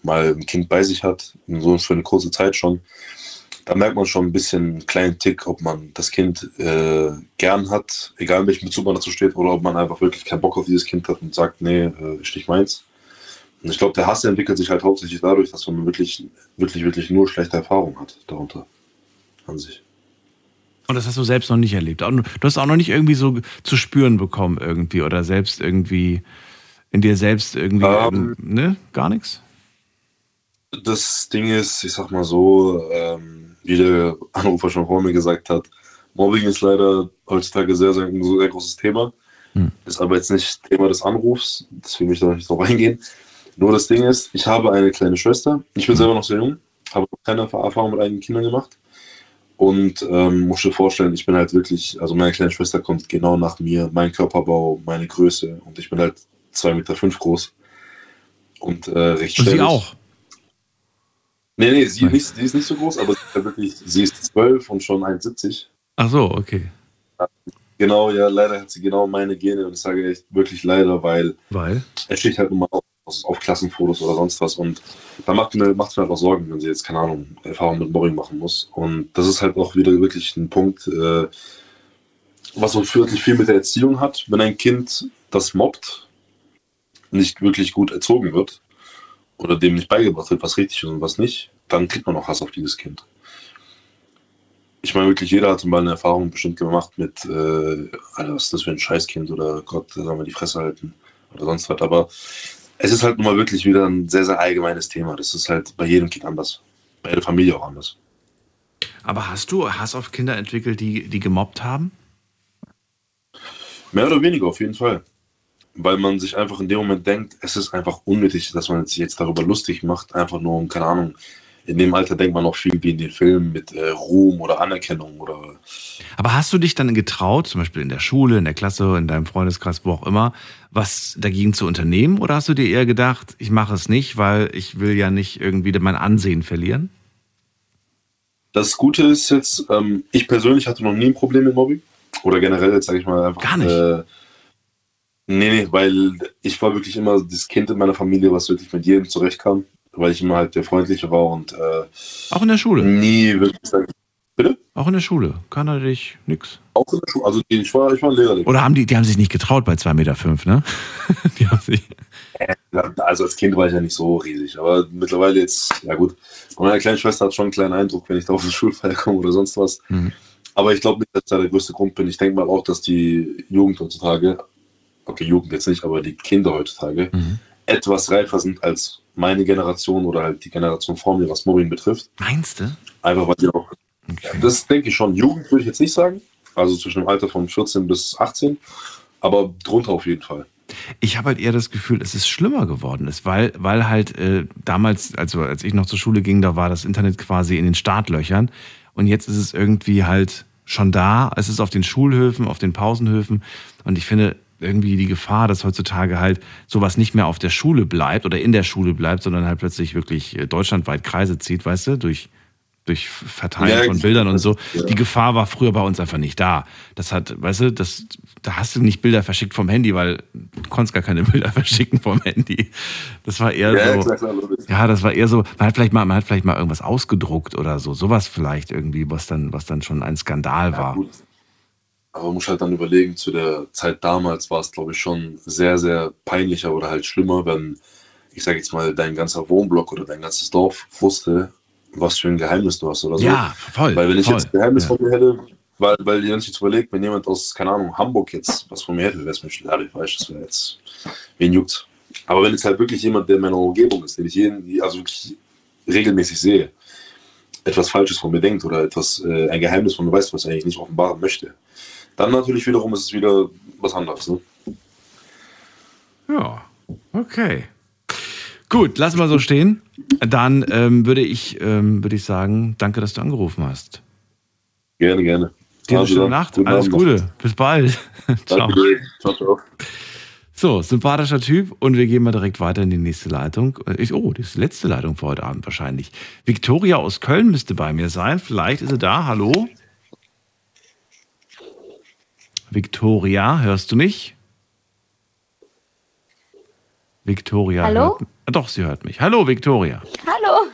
mal ein Kind bei sich hat, so für eine kurze Zeit schon, da merkt man schon ein bisschen einen kleinen Tick, ob man das Kind gern hat, egal in welchem Bezug man dazu steht, oder ob man einfach wirklich keinen Bock auf dieses Kind hat und sagt, nee, ist nicht meins. Und ich glaube, der Hass entwickelt sich halt hauptsächlich dadurch, dass man wirklich nur schlechte Erfahrungen hat darunter an sich. Und das hast du selbst noch nicht erlebt. Du hast auch noch nicht irgendwie so zu spüren bekommen irgendwie oder selbst irgendwie in dir selbst irgendwie, ne? Gar nichts? Das Ding ist, ich sag mal so, wie der Anrufer schon vor mir gesagt hat, Mobbing ist leider heutzutage sehr großes Thema. Ist aber jetzt nicht Thema des Anrufs, deswegen will ich da nicht drauf eingehen. Nur das Ding ist, ich habe eine kleine Schwester. Ich bin selber noch sehr jung, habe keine Erfahrung mit eigenen Kindern gemacht. Und muss dir vorstellen, ich bin halt wirklich, also meine kleine Schwester kommt genau nach mir, mein Körperbau, meine Größe. Und ich bin halt 2,5 Meter groß. Und recht schnell. Sie auch? Nee, sie ist nicht so groß, aber sie ist 12 und schon 1,70. Ach so, okay. Genau, ja, leider hat sie genau meine Gene und ich sage echt wirklich leider, weil? Es steht halt nun mal auf Klassenfotos oder sonst was und da macht mir halt auch Sorgen, wenn sie jetzt, keine Ahnung, Erfahrung mit Mobbing machen muss. Und das ist halt auch wieder wirklich ein Punkt, was auch wirklich viel mit der Erziehung hat. Wenn ein Kind, das mobbt, nicht wirklich gut erzogen wird oder dem nicht beigebracht wird, was richtig ist und was nicht, dann kriegt man auch Hass auf dieses Kind. Ich meine, wirklich jeder hat mal eine Erfahrung bestimmt gemacht mit, Alter, was ist das für ein Scheißkind oder Gott, da sollen wir die Fresse halten oder sonst was. Aber es ist halt nun mal wirklich wieder ein sehr, sehr allgemeines Thema. Das ist halt bei jedem Kind anders. Bei jeder Familie auch anders. Aber hast du Hass auf Kinder entwickelt, die gemobbt haben? Mehr oder weniger, auf jeden Fall. Weil man sich einfach in dem Moment denkt, es ist einfach unnötig, dass man sich jetzt darüber lustig macht, einfach nur um, keine Ahnung, in dem Alter denkt man noch viel wie in den Filmen mit Ruhm oder Anerkennung oder. Aber hast du dich dann getraut, zum Beispiel in der Schule, in der Klasse, in deinem Freundeskreis, wo auch immer, was dagegen zu unternehmen? Oder hast du dir eher gedacht, ich mache es nicht, weil ich will ja nicht irgendwie mein Ansehen verlieren? Das Gute ist jetzt, ich persönlich hatte noch nie ein Problem mit Mobbing. Oder generell jetzt, sage ich mal, einfach. Gar nicht? Nee, weil ich war wirklich immer das Kind in meiner Familie, was wirklich mit jedem zurechtkam. Weil ich immer halt der Freundliche war und auch in der Schule? Nie wirklich sagen. Bitte? Auch in der Schule? Kannte dich nix? Auch in der Schule, also ich war ein Lehrer. Oder die haben sich nicht getraut bei 2,5 Meter, ne? Die haben sich... Also als Kind war ich ja nicht so riesig, aber mittlerweile jetzt, ja gut. Meine kleine Schwester hat schon einen kleinen Eindruck, wenn ich da auf eine Schulfeier komme oder sonst was. Aber ich glaube nicht, dass ich da der größte Grund bin. Ich denke mal auch, dass die Jugend heutzutage, okay, Jugend jetzt nicht, aber die Kinder heutzutage etwas reifer sind als meine Generation oder halt die Generation vor mir, was Mobbing betrifft. Meinst du? Einfach weil die auch, das denke ich schon, Jugend würde ich jetzt nicht sagen, also zwischen dem Alter von 14 bis 18, aber drunter auf jeden Fall. Ich habe halt eher das Gefühl, dass es schlimmer geworden ist, weil halt damals, also als ich noch zur Schule ging, da war das Internet quasi in den Startlöchern und jetzt ist es irgendwie halt schon da, es ist auf den Schulhöfen, auf den Pausenhöfen und ich finde irgendwie die Gefahr, dass heutzutage halt sowas nicht mehr auf der Schule bleibt oder in der Schule bleibt, sondern halt plötzlich wirklich deutschlandweit Kreise zieht, weißt du, durch Verteilen von Bildern und so. Ja. Die Gefahr war früher bei uns einfach nicht da. Das hat, weißt du, da hast du nicht Bilder verschickt vom Handy, weil du konntest gar keine Bilder verschicken vom Handy. Das war eher das war eher so, man hat vielleicht mal irgendwas ausgedruckt oder so, sowas vielleicht irgendwie, was dann schon ein Skandal war. Gut. Aber man muss halt dann überlegen, zu der Zeit damals war es, glaube ich, schon sehr, sehr peinlicher oder halt schlimmer, wenn, ich sage jetzt mal, dein ganzer Wohnblock oder dein ganzes Dorf wusste, was für ein Geheimnis du hast oder so. Ja, voll. Weil wenn ich jetzt ein Geheimnis von mir hätte, weil ihr sich überlegt, wenn jemand aus, keine Ahnung, Hamburg jetzt was von mir hätte, wäre es mir schwer, ich weiß, das wäre jetzt, wen juckt's. Aber wenn jetzt halt wirklich jemand, der in meiner Umgebung ist, den ich wirklich regelmäßig sehe, etwas Falsches von mir denkt oder ein Geheimnis von mir weiß, was er eigentlich nicht offenbaren möchte, dann natürlich wiederum ist es wieder was anderes. Ne? Ja, okay. Gut, lassen wir so stehen. Dann würde ich sagen, danke, dass du angerufen hast. Gerne. Dir eine schöne Nacht. Alles Gute. Bis bald. Ciao. Ciao. So, sympathischer Typ und wir gehen mal direkt weiter in die nächste Leitung. Das ist die letzte Leitung für heute Abend wahrscheinlich. Victoria aus Köln müsste bei mir sein. Vielleicht ist sie da. Hallo? Victoria, hörst du mich? Victoria. Hallo? Doch, sie hört mich. Hallo, Viktoria. Hallo.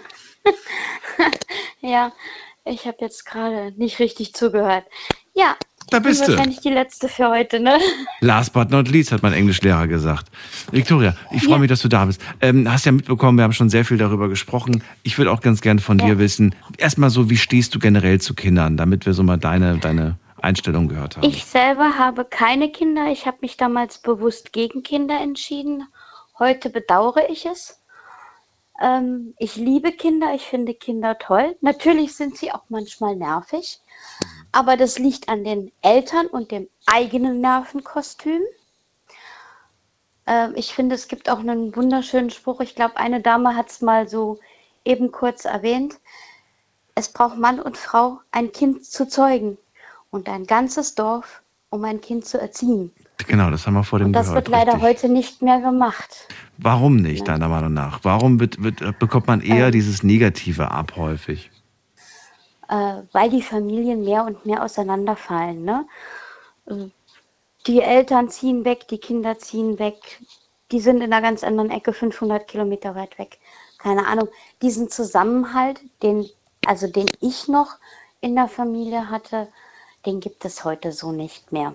Ja, ich habe jetzt gerade nicht richtig zugehört. Ja, Da bist ich bin du. wahrscheinlich die letzte für heute, ne? Last but not least, hat mein Englischlehrer gesagt. Viktoria, ich freue mich, dass du da bist. Hast ja mitbekommen, wir haben schon sehr viel darüber gesprochen. Ich würde auch ganz gerne von dir wissen, erstmal so, wie stehst du generell zu Kindern, damit wir so mal deine Einstellung gehört haben. Ich selber habe keine Kinder. Ich habe mich damals bewusst gegen Kinder entschieden. Heute bedauere ich es. Ich liebe Kinder, ich finde Kinder toll. Natürlich sind sie auch manchmal nervig, aber das liegt an den Eltern und dem eigenen Nervenkostüm. Ich finde, es gibt auch einen wunderschönen Spruch. Ich glaube, eine Dame hat es mal so eben kurz erwähnt. Es braucht Mann und Frau, ein Kind zu zeugen und ein ganzes Dorf, um ein Kind zu erziehen. Genau, das haben wir vor dem Und das gehört. wird leider richtig. heute nicht mehr gemacht. Warum nicht, deiner Meinung nach? Warum bekommt man eher dieses Negative ab häufig? Weil die Familien mehr und mehr auseinanderfallen. Ne? Die Eltern ziehen weg, die Kinder ziehen weg. Die sind in einer ganz anderen Ecke, 500 Kilometer weit weg. Keine Ahnung. Diesen Zusammenhalt, den ich noch in der Familie hatte, den gibt es heute so nicht mehr.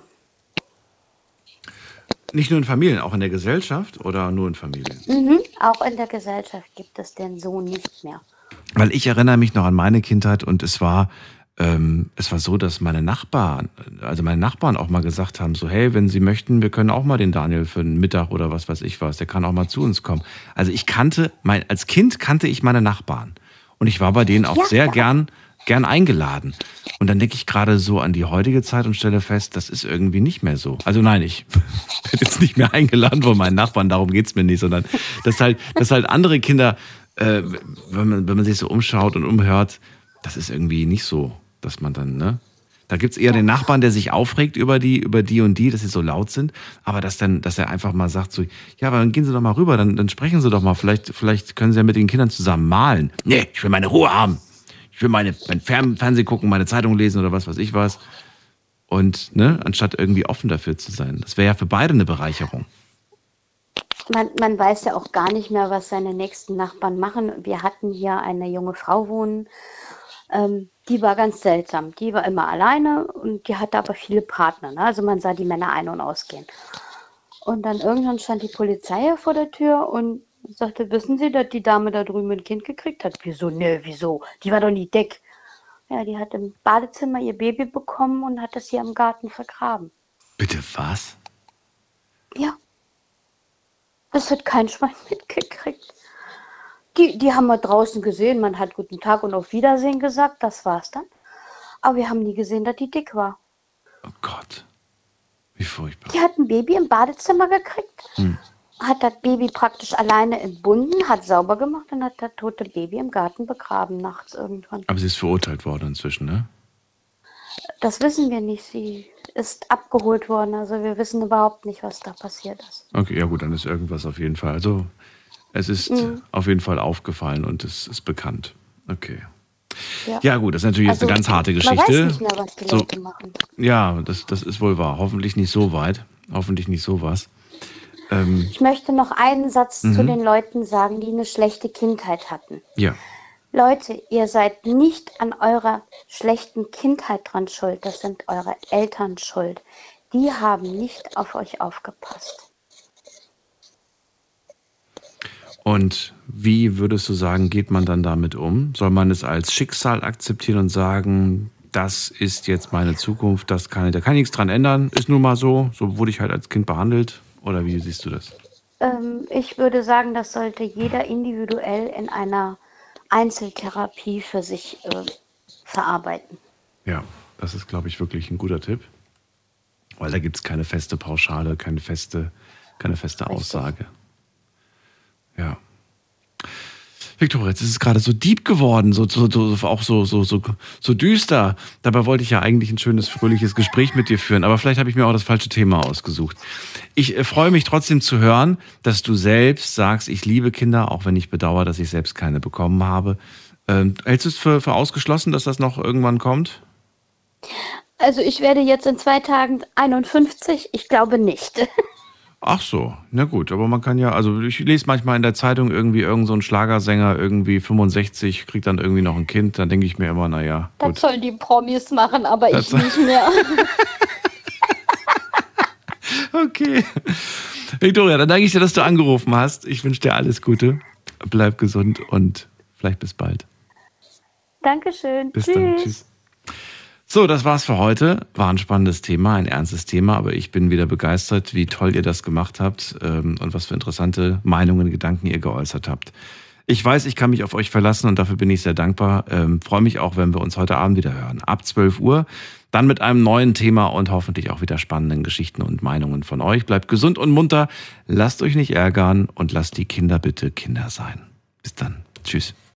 Nicht nur in Familien, auch in der Gesellschaft oder nur in Familien? Auch in der Gesellschaft gibt es den so nicht mehr. Weil ich erinnere mich noch an meine Kindheit und es war so, dass meine Nachbarn auch mal gesagt haben, so hey, wenn Sie möchten, wir können auch mal den Daniel für einen Mittag oder was weiß ich was, der kann auch mal zu uns kommen. Also als Kind kannte ich meine Nachbarn und ich war bei denen auch sehr gern eingeladen. Und dann denke ich gerade so an die heutige Zeit und stelle fest, das ist irgendwie nicht mehr so. Also nein, ich werde jetzt nicht mehr eingeladen von meinen Nachbarn, darum geht's mir nicht, sondern dass halt andere Kinder, wenn man sich so umschaut und umhört, das ist irgendwie nicht so, dass man dann, ne? Da gibt's eher den Nachbarn, der sich aufregt über die und die, dass sie so laut sind, aber dass er einfach mal sagt so, ja, aber dann gehen Sie doch mal rüber, dann sprechen Sie doch mal, vielleicht können Sie ja mit den Kindern zusammen malen. Nee, ich will meine Ruhe haben. Ich will mein Fernsehen gucken, meine Zeitung lesen oder was weiß ich was. Und, ne, anstatt irgendwie offen dafür zu sein. Das wäre ja für beide eine Bereicherung. Man weiß ja auch gar nicht mehr, was seine nächsten Nachbarn machen. Wir hatten hier eine junge Frau wohnen, die war ganz seltsam. Die war immer alleine und die hatte aber viele Partner. Ne? Also man sah die Männer ein- und ausgehen. Und dann irgendwann stand die Polizei vor der Tür und sagte, wissen Sie, dass die Dame da drüben ein Kind gekriegt hat? Wieso? Ne, wieso? Die war doch nie dick. Ja, die hat im Badezimmer ihr Baby bekommen und hat das hier im Garten vergraben. Bitte was? Ja. Das hat kein Schwein mitgekriegt. Die haben wir draußen gesehen, man hat guten Tag und auf Wiedersehen gesagt, das war's dann. Aber wir haben nie gesehen, dass die dick war. Oh Gott, wie furchtbar. Die hat ein Baby im Badezimmer gekriegt, hat das Baby praktisch alleine entbunden, hat sauber gemacht und hat das tote Baby im Garten begraben nachts irgendwann. Aber sie ist verurteilt worden inzwischen, ne? Das wissen wir nicht. Sie ist abgeholt worden, also wir wissen überhaupt nicht, was da passiert ist. Okay, ja gut, dann ist irgendwas auf jeden Fall. Also es ist auf jeden Fall aufgefallen und es ist bekannt. Okay. Ja gut, das ist natürlich jetzt eine ganz harte Geschichte. Man weiß nicht mehr, was die Leute machen. Ja, das ist wohl wahr. Hoffentlich nicht so weit. Hoffentlich nicht sowas. Ich möchte noch einen Satz zu den Leuten sagen, die eine schlechte Kindheit hatten. Ja. Leute, ihr seid nicht an eurer schlechten Kindheit dran schuld. Das sind eure Eltern schuld. Die haben nicht auf euch aufgepasst. Und wie würdest du sagen, geht man dann damit um? Soll man es als Schicksal akzeptieren und sagen, das ist jetzt meine Zukunft, da kann ich nichts dran ändern, ist nun mal so wurde ich halt als Kind behandelt? Oder wie siehst du das? Ich würde sagen, das sollte jeder individuell in einer Einzeltherapie für sich verarbeiten. Ja, das ist, glaube ich, wirklich ein guter Tipp. Weil da gibt es keine feste Pauschale, keine feste Aussage. Ja. Viktoria, jetzt ist es gerade so deep geworden, auch so düster. Dabei wollte ich ja eigentlich ein schönes, fröhliches Gespräch mit dir führen, aber vielleicht habe ich mir auch das falsche Thema ausgesucht. Ich freue mich trotzdem zu hören, dass du selbst sagst, ich liebe Kinder, auch wenn ich bedauere, dass ich selbst keine bekommen habe. Hältst du es für ausgeschlossen, dass das noch irgendwann kommt? Also ich werde jetzt in 2 Tagen 51, ich glaube nicht. Ach so, na gut, aber man kann ja, also ich lese manchmal in der Zeitung irgendwie irgend so ein Schlagersänger, irgendwie 65, kriegt dann irgendwie noch ein Kind, dann denke ich mir immer, naja, Das gut. sollen die Promis machen, aber Das- ich nicht mehr. Okay. Victoria, dann danke ich dir, dass du angerufen hast. Ich wünsche dir alles Gute, bleib gesund und vielleicht bis bald. Dankeschön. Bis dann, tschüss. So, das war's für heute. War ein spannendes Thema, ein ernstes Thema, aber ich bin wieder begeistert, wie toll ihr das gemacht habt und was für interessante Meinungen, Gedanken ihr geäußert habt. Ich weiß, ich kann mich auf euch verlassen und dafür bin ich sehr dankbar. Freue mich auch, wenn wir uns heute Abend wieder hören. Ab 12 Uhr, dann mit einem neuen Thema und hoffentlich auch wieder spannenden Geschichten und Meinungen von euch. Bleibt gesund und munter, lasst euch nicht ärgern und lasst die Kinder bitte Kinder sein. Bis dann. Tschüss.